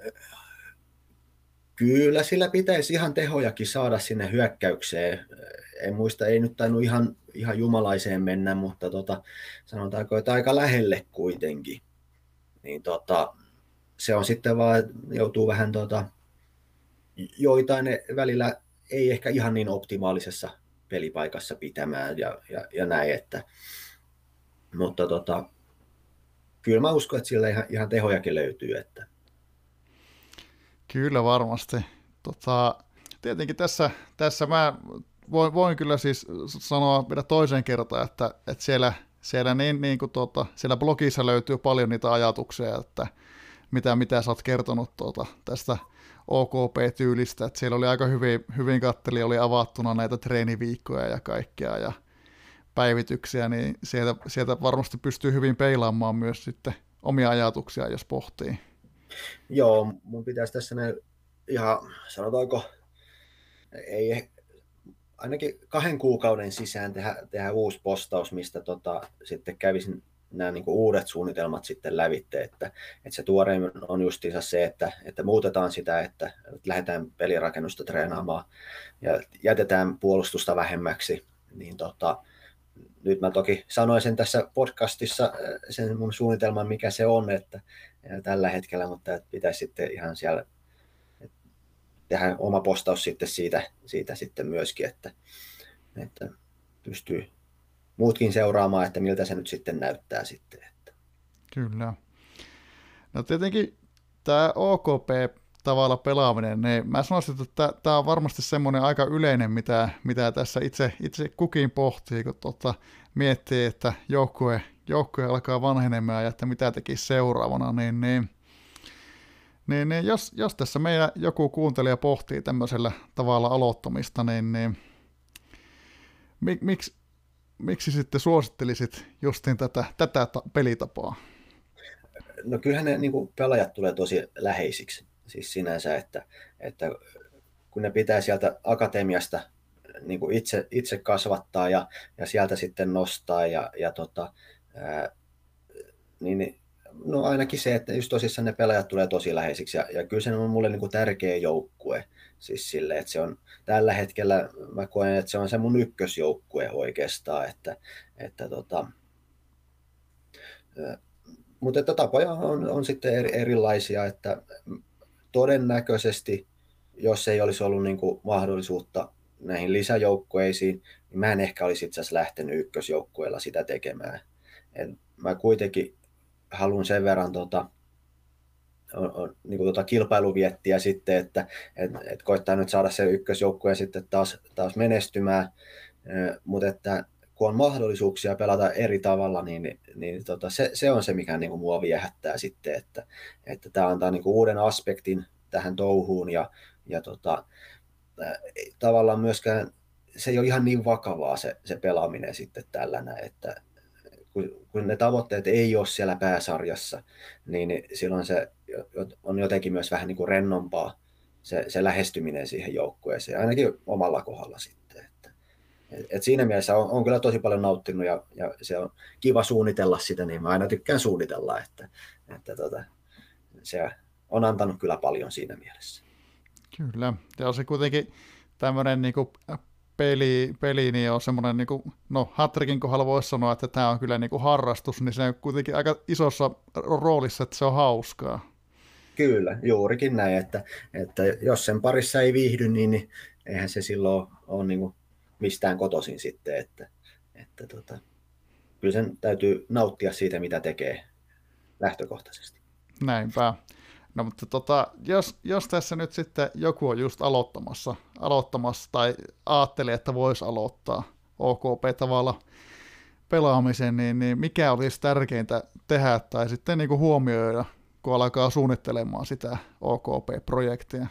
kyllä sillä pitäisi ihan tehojakin saada sinne hyökkäykseen. En muista, ei nyt tainnut ihan, ihan jumalaiseen mennä, mutta tota, sanotaanko, että aika lähelle kuitenkin. Niin tota, se on sitten vaan, joutuu vähän tota, joitain välillä ei ehkä ihan niin optimaalisessa pelipaikassa pitämään ja, ja, ja näin, että, mutta tota, kyllä mä uskon, että sillä ihan, ihan tehojakin löytyy. Että. Kyllä varmasti. Tota, tietenkin tässä, tässä mä voin, voin kyllä siis sanoa vielä toisen kertaan, että, että siellä, siellä, niin, niin kuin tuota, siellä blogissa löytyy paljon niitä ajatuksia, että mitä, mitä sä oot kertonut tuota, tästä O K P-tyylistä, että siellä oli aika hyvin, hyvin katteli, oli avattuna näitä treeniviikkoja ja kaikkea ja päivityksiä, niin sieltä, sieltä varmasti pystyy hyvin peilaamaan myös sitten omia ajatuksia, jos pohtii. Joo, mun pitäisi tässä ne ihan, sanotaanko, ei, ainakin kahden kuukauden sisään tehdä, tehdä uusi postaus, mistä tota, sitten kävisin nämä niin kuin uudet suunnitelmat sitten lävitte, että, että se tuorein on justiinsa se, että, että muutetaan sitä, että lähdetään pelirakennusta treenaamaan ja jätetään puolustusta vähemmäksi, niin tota, nyt mä toki sanoin sen tässä podcastissa sen mun suunnitelman, mikä se on, että tällä hetkellä, mutta että pitäisi sitten ihan siellä tehdä oma postaus sitten siitä, siitä sitten myöskin, että, että pystyy muutkin seuraamaan, että miltä se nyt sitten näyttää sitten. Että. Kyllä. No tietenkin tämä O K P-tavalla pelaaminen, niin mä sanoisin, että tämä on varmasti semmoinen aika yleinen, mitä, mitä tässä itse, itse kukin pohtii, kun tuota, miettii, että joukkue, joukkue alkaa vanhenemaan ja että mitä tekisi seuraavana, niin, niin, niin, niin jos, jos tässä meidän joku kuuntelija pohtii tämmöisellä tavalla aloittamista, niin, niin mik, miksi Miksi sitten suosittelisit justiin tätä, tätä pelitapaa? No kyllähän ne niin kuin pelaajat tulee tosi läheisiksi, siis sinänsä, että, että kun ne pitää sieltä akatemiasta niin kuin itse, itse kasvattaa ja, ja sieltä sitten nostaa, ja, ja tota, ää, niin no ainakin se, että just tosissaan ne pelaajat tulee tosi läheisiksi, ja, ja kyllä se on mulle niin kuin tärkeä joukkue. Siis silleen, että se on tällä hetkellä, mä koen, että se on se mun ykkösjoukkue oikeastaan, että, että tota, mutta että tapoja on, on sitten erilaisia, että todennäköisesti, jos ei olisi ollut niin kuin mahdollisuutta näihin lisäjoukkueisiin, niin mä en ehkä olisi itse asiassa lähtenyt ykkösjoukkueella sitä tekemään. Et mä kuitenkin haluan sen verran tota, on, on, niin kuin tota kilpailuviettiä sitten, että et, et koittaa nyt saada se ykkösjoukkue sitten taas, taas menestymään, mutta että kun on mahdollisuuksia pelata eri tavalla, niin, niin, niin tota, se, se on se, mikä niin kuin mua viehättää sitten, että, että tämä antaa niin kuin uuden aspektin tähän touhuun ja, ja tota, tavallaan myöskään se ei ole ihan niin vakavaa se, se pelaaminen sitten tällainen, että kun, kun ne tavoitteet ei ole siellä pääsarjassa, niin, niin silloin se on jotenkin myös vähän niin kuin rennompaa se, se lähestyminen siihen joukkueeseen, ainakin omalla kohdalla sitten. Että, et, et siinä mielessä on, on kyllä tosi paljon nauttinut ja, ja se on kiva suunnitella sitä, niin mä aina tykkään suunnitella, että, että tota, se on antanut kyllä paljon siinä mielessä. Kyllä, ja se kuitenkin tämmöinen niinku peli, peli niin on semmoinen, niinku, no Hattrikin kohdalla voisi sanoa, että tämä on kyllä niinku harrastus, niin se on kuitenkin aika isossa roolissa, että se on hauskaa. Kyllä, juurikin näin, että, että jos sen parissa ei viihdy, niin, niin eihän se silloin ole niinku mistään kotoisin sitten, että, että tota, kyllä sen täytyy nauttia siitä, mitä tekee lähtökohtaisesti. Näinpä. No mutta tota, jos, jos tässä nyt sitten joku on just aloittamassa, aloittamassa tai ajattelee, että voisi aloittaa O K P-tavalla pelaamisen, niin, niin mikä olisi tärkeintä tehdä tai sitten niin kuin huomioida, kun alkaa suunnittelemaan sitä O K P-projektia?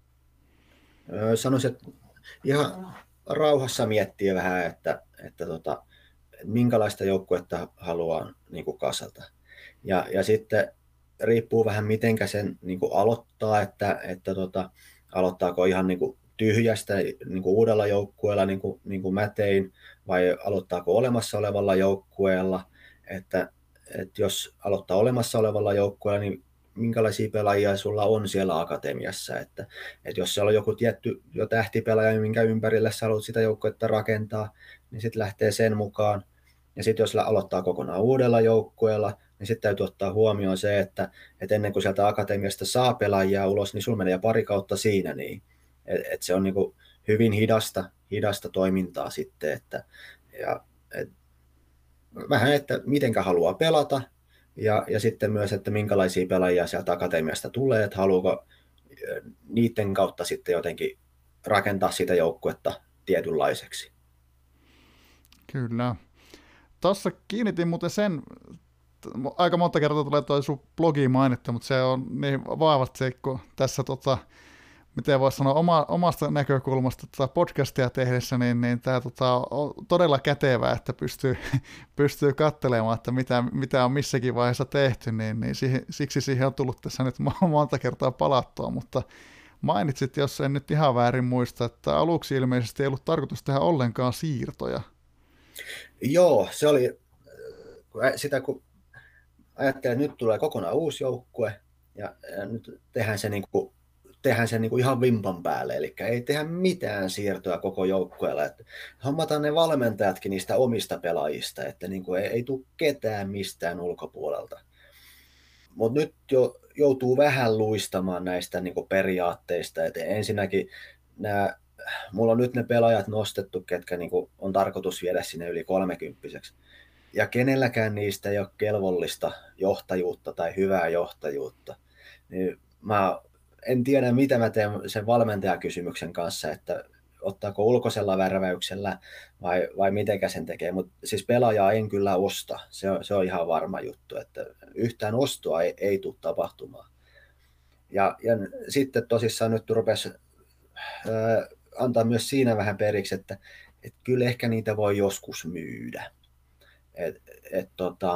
Sanoisin, että ihan rauhassa miettiä vähän, että, että tota, minkälaista joukkuetta haluaa niin kuin kasata. Ja, ja sitten riippuu vähän mitenkä sen niin kuin aloittaa, että, että tota, aloittaako ihan niin kuin tyhjästä niin kuin uudella joukkueella, niin kuin, niin kuin mä tein, vai aloittaako olemassa olevalla joukkueella, että, että jos aloittaa olemassa olevalla joukkueella, niin minkälaisia pelaajia sulla on siellä akatemiassa, että, että jos siellä on joku tietty jo tähtipelaaja, minkä ympärille sä haluat sitä joukkuetta rakentaa, niin sitten lähtee sen mukaan. Ja sitten jos aloittaa kokonaan uudella joukkueella, niin sitten täytyy ottaa huomioon se, että, että ennen kuin sieltä akatemiasta saa pelaajia ulos, niin sulla menee pari kautta siinä. Niin. Et, et se on niinku hyvin hidasta, hidasta toimintaa sitten. Että, ja, et, vähän, että mitenkä haluaa pelata, ja, ja sitten myös, että minkälaisia pelaajia sieltä akatemiasta tulee, että haluuko niiden kautta sitten jotenkin rakentaa sitä joukkuetta tietynlaiseksi. Kyllä. Tuossa kiinnitin muuten sen, aika monta kertaa tulee toi sun blogi mainittu, mutta se on niin vahvat seikko tässä, tota, miten voisi sanoa, oma, omasta näkökulmasta tota podcastia tehdessä, niin, niin tämä tota, on todella kätevää, että pystyy, pystyy katselemaan, että mitä, mitä on missäkin vaiheessa tehty, niin, niin siihen, siksi siihen on tullut tässä nyt monta kertaa palattua, mutta mainitsit, jos en nyt ihan väärin muista, että aluksi ilmeisesti ei ollut tarkoitus tehdä ollenkaan siirtoja. Joo, se oli sitä, kun ajattelin, että nyt tulee kokonaan uusi joukkue ja, ja nyt tehdään se, niin kuin, tehdään se niin kuin ihan vimpan päälle, eli ei tehdä mitään siirtoa koko joukkueella. Että hommataan ne valmentajatkin niistä omista pelaajista, että niin kuin ei, ei tule ketään mistään ulkopuolelta. Mutta nyt jo joutuu vähän luistamaan näistä niin kuin periaatteista, että ensinnäkin nämä mulla on nyt ne pelaajat nostettu, ketkä niin kuin on tarkoitus viedä sinne yli kolmekymppiseksi. Ja kenelläkään niistä ei ole kelvollista johtajuutta tai hyvää johtajuutta. Niin mä en tiedä, mitä mä teen sen valmentajakysymyksen kanssa, että ottaako ulkoisella värväyksellä vai, vai mitenkä sen tekee. Mutta siis pelaajaa en kyllä osta. Se on, se on ihan varma juttu, että yhtään ostoa ei, ei tule tapahtumaan. Ja, ja sitten tosissaan nyt rupesi Öö, antaa myös siinä vähän periksi, että, että kyllä ehkä niitä voi joskus myydä. Et, et, tota,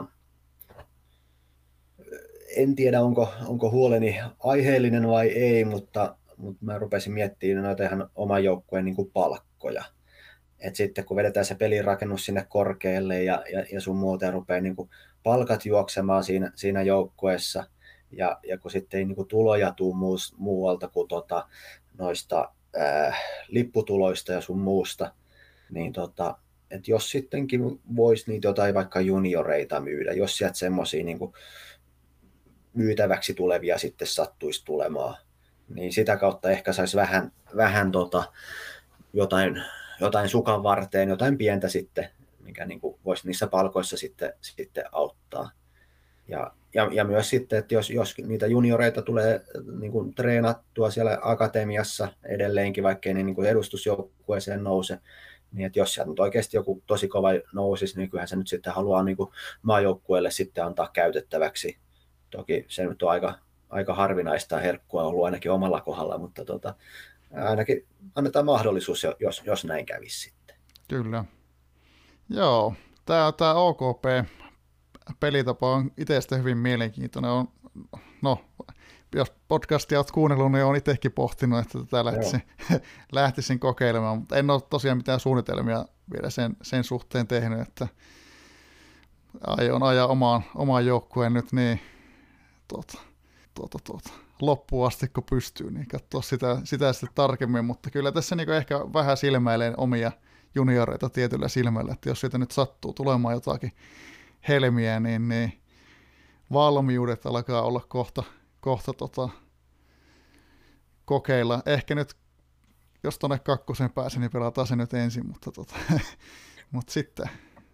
en tiedä, onko, onko huoleni aiheellinen vai ei, mutta, mutta mä rupesin miettimään noita ihan oman joukkueen niin kuin palkkoja. Et sitten kun vedetään se pelirakennus sinne korkealle ja, ja, ja sun muuta rupeaa niin kuin palkat juoksemaan siinä, siinä joukkueessa, ja, ja kun sitten ei niin kuin tuloja tule muualta kuin tota, noista ää, lipputuloista ja sun muusta, niin tota, että jos sittenkin voisi niitä jotain vaikka junioreita myydä, jos sieltä semmoisia niin kuin myytäväksi tulevia sitten sattuisi tulemaan, niin sitä kautta ehkä saisi vähän, vähän tota, jotain, jotain sukan varteen, jotain pientä sitten, mikä niin kuin voisi niissä palkoissa sitten, sitten auttaa. Ja, ja, ja myös sitten, että jos, jos niitä junioreita tulee niin kuin treenattua siellä akatemiassa edelleenkin, vaikkei ne niin kuin edustusjoukkueeseen nouse, niin että jos sieltä nyt oikeasti joku tosi kova nousisi, niin kyllähän se nyt sitten haluaa niin kuin maajoukkueelle sitten antaa käytettäväksi. Toki se nyt on aika, aika harvinaista herkkua ollut ainakin omalla kohdalla, mutta tota, ainakin annetaan mahdollisuus, jos, jos näin kävisi sitten. Kyllä. Joo, tämä, tämä O K P-pelitapa on itsestä hyvin mielenkiintoinen. On, no, jos podcastia olet kuunnellut, niin olen itsekin pohtinut, että tätä lähtisin, lähtisin kokeilemaan, mutta en ole tosiaan mitään suunnitelmia vielä sen, sen suhteen tehnyt, että aion ajaa omaan, omaan joukkueen nyt niin tuota, tuota, tuota, loppuun asti, kun pystyy, niin katsoa sitä, sitä sitten tarkemmin, mutta kyllä tässä niin ehkä vähän silmäilee omia junioreita tietyllä silmällä, että jos siitä nyt sattuu tulemaan jotakin helmiä, niin, niin valmiudet alkaa olla kohta, kohta tota, kokeilla. Ehkä nyt, jos tuonne kakkosen pääsen, niin pelataan se nyt ensin, mutta, tota, mutta sitten.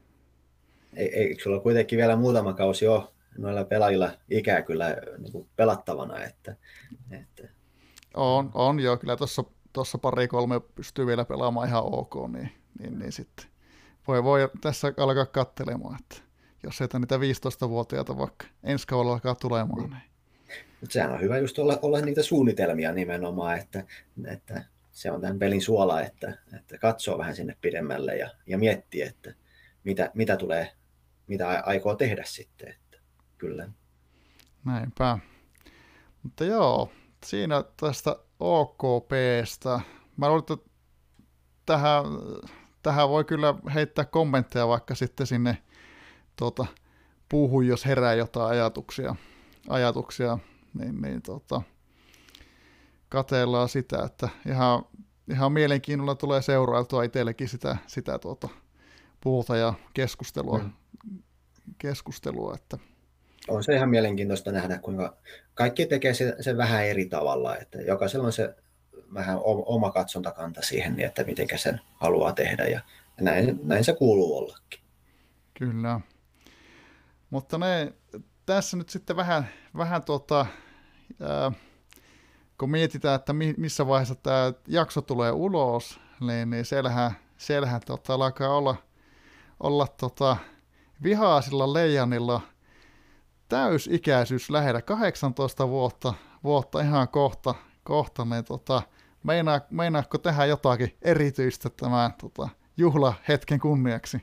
Eikö sulla kuitenkin vielä muutama kausi ole noilla pelaajilla ikää kyllä niin kuin pelattavana? Että, että... On, on joo, kyllä tuossa tuossa pari kolme pystyy vielä pelaamaan ihan ok, niin, niin, niin sitten voi, voi tässä alkaa katselemaan, että jos sieltä niitä viisitoistavuotiaita vaikka ensi kaudella alkaa tulemaan. Niin. Mutta sehän on hyvä just olla, olla niitä suunnitelmia nimenomaan, että, että se on tämän pelin suola, että, että katsoo vähän sinne pidemmälle ja, ja miettii, että mitä, mitä tulee, mitä aikoo tehdä sitten. Että kyllä. Näinpä. Mutta joo, siinä tästä O K P:stä. Mä luulen, että tähän, tähän voi kyllä heittää kommentteja vaikka sitten sinne tuota, puuhun, jos herää jotain ajatuksia, ajatuksia niin, niin tuota, katsellaan sitä, että ihan, ihan mielenkiinnolla tulee seurailtua itsellekin sitä, sitä tuota, puuta ja keskustelua. Mm. keskustelua että. On se ihan mielenkiintoista nähdä, kuinka kaikki tekee sen, sen vähän eri tavalla, että jokaisella on se vähän oma katsontakanta siihen, niin että miten sen haluaa tehdä, ja näin, näin se kuuluu ollakin. Kyllä. Mutta ne, tässä nyt sitten vähän, vähän tuota, ää, kun mietitään, että mi, missä vaiheessa tämä jakso tulee ulos, niin, niin siellähän, siellähän tuota, alkaa olla, olla tuota, vihaisilla leijanilla täysikäisyys lähellä, kahdeksantoista vuotta, vuotta ihan kohta, kohta niin tota, meinaa, meinaatko tehdä jotakin erityistä tämän tota, juhlahetken kunniaksi?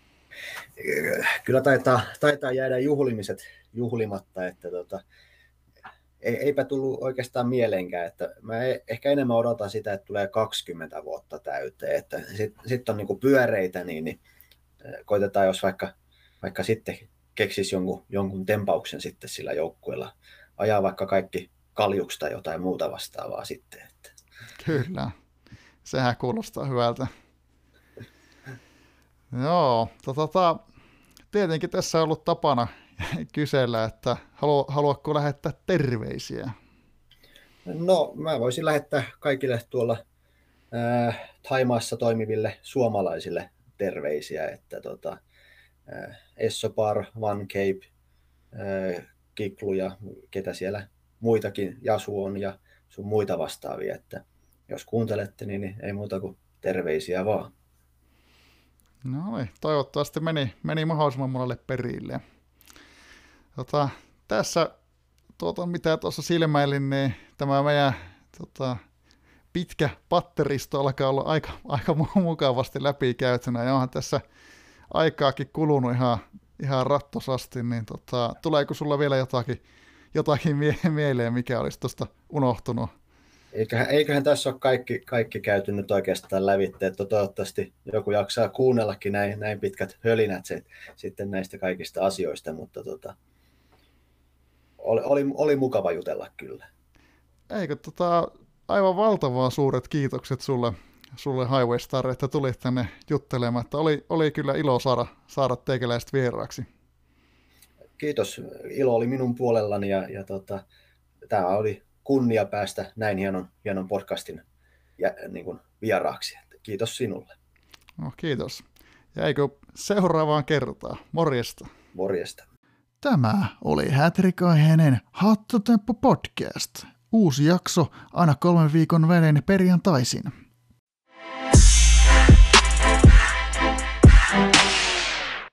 Kyllä taitaa, taitaa jäädä juhlimiset juhlimatta, että tota, ei, eipä tullut oikeastaan mieleenkään, että mä ehkä enemmän odotan sitä, että tulee kaksikymmentä vuotta täyteen, että sitten sit on niinku pyöreitä, niin, niin koitetaan, jos vaikka, vaikka sitten keksisi jonkun, jonkun tempauksen sitten sillä joukkueella, ajaa vaikka kaikki kaljuksi tai jotain muuta vastaavaa sitten. Että. Kyllä, sehän kuulostaa hyvältä. Joo, tota, tietenkin tässä on ollut tapana kysellä, että halu, haluatko lähettää terveisiä? No, mä voisin lähettää kaikille tuolla ää, Thaimaassa toimiville suomalaisille terveisiä, että tota, ää, Essopar, One Cape, ää, Kiklu ja ketä siellä muitakin, Jasu on ja sun muita vastaavia, että jos kuuntelette, niin, niin ei muuta kuin terveisiä vaan. No niin, toivottavasti meni, meni mahdollisimman monelle perille. Tota, tässä, tuota, mitä tuossa silmäilin, niin tämä meidän tota, pitkä patteristo alkaa olla aika, aika mukavasti läpikäytynä, ja onhan tässä aikaakin kulunut ihan, ihan rattosasti, niin tota, tuleeko sulla vielä jotakin, jotakin mie- mieleen, mikä olisi tuosta unohtunut? Eiköhän, eiköhän tässä ole kaikki, kaikki käyty nyt oikeastaan lävitse, että toivottavasti joku jaksaa kuunnellakin näin, näin pitkät hölinät se, sitten näistä kaikista asioista, mutta tota, oli, oli, oli mukava jutella kyllä. Eikö tota, aivan valtavan suuret kiitokset sulle, sulle Highway Star, että tulit tänne juttelemaan. Että oli, oli kyllä ilo saada, saada teikäläiset vieraaksi. Kiitos. Ilo oli minun puolellani ja, ja tota, tämä oli kunnia päästä näin hienon, hienon podcastin ja, niin kuin vieraaksi. Kiitos sinulle. No, kiitos. Ja eikö seuraavaan kertaan. Morjesta. Morjesta. Tämä oli Hätrikaiheinen Hattutemppu podcast. Uusi jakso aina kolmen viikon välein perjantaisin.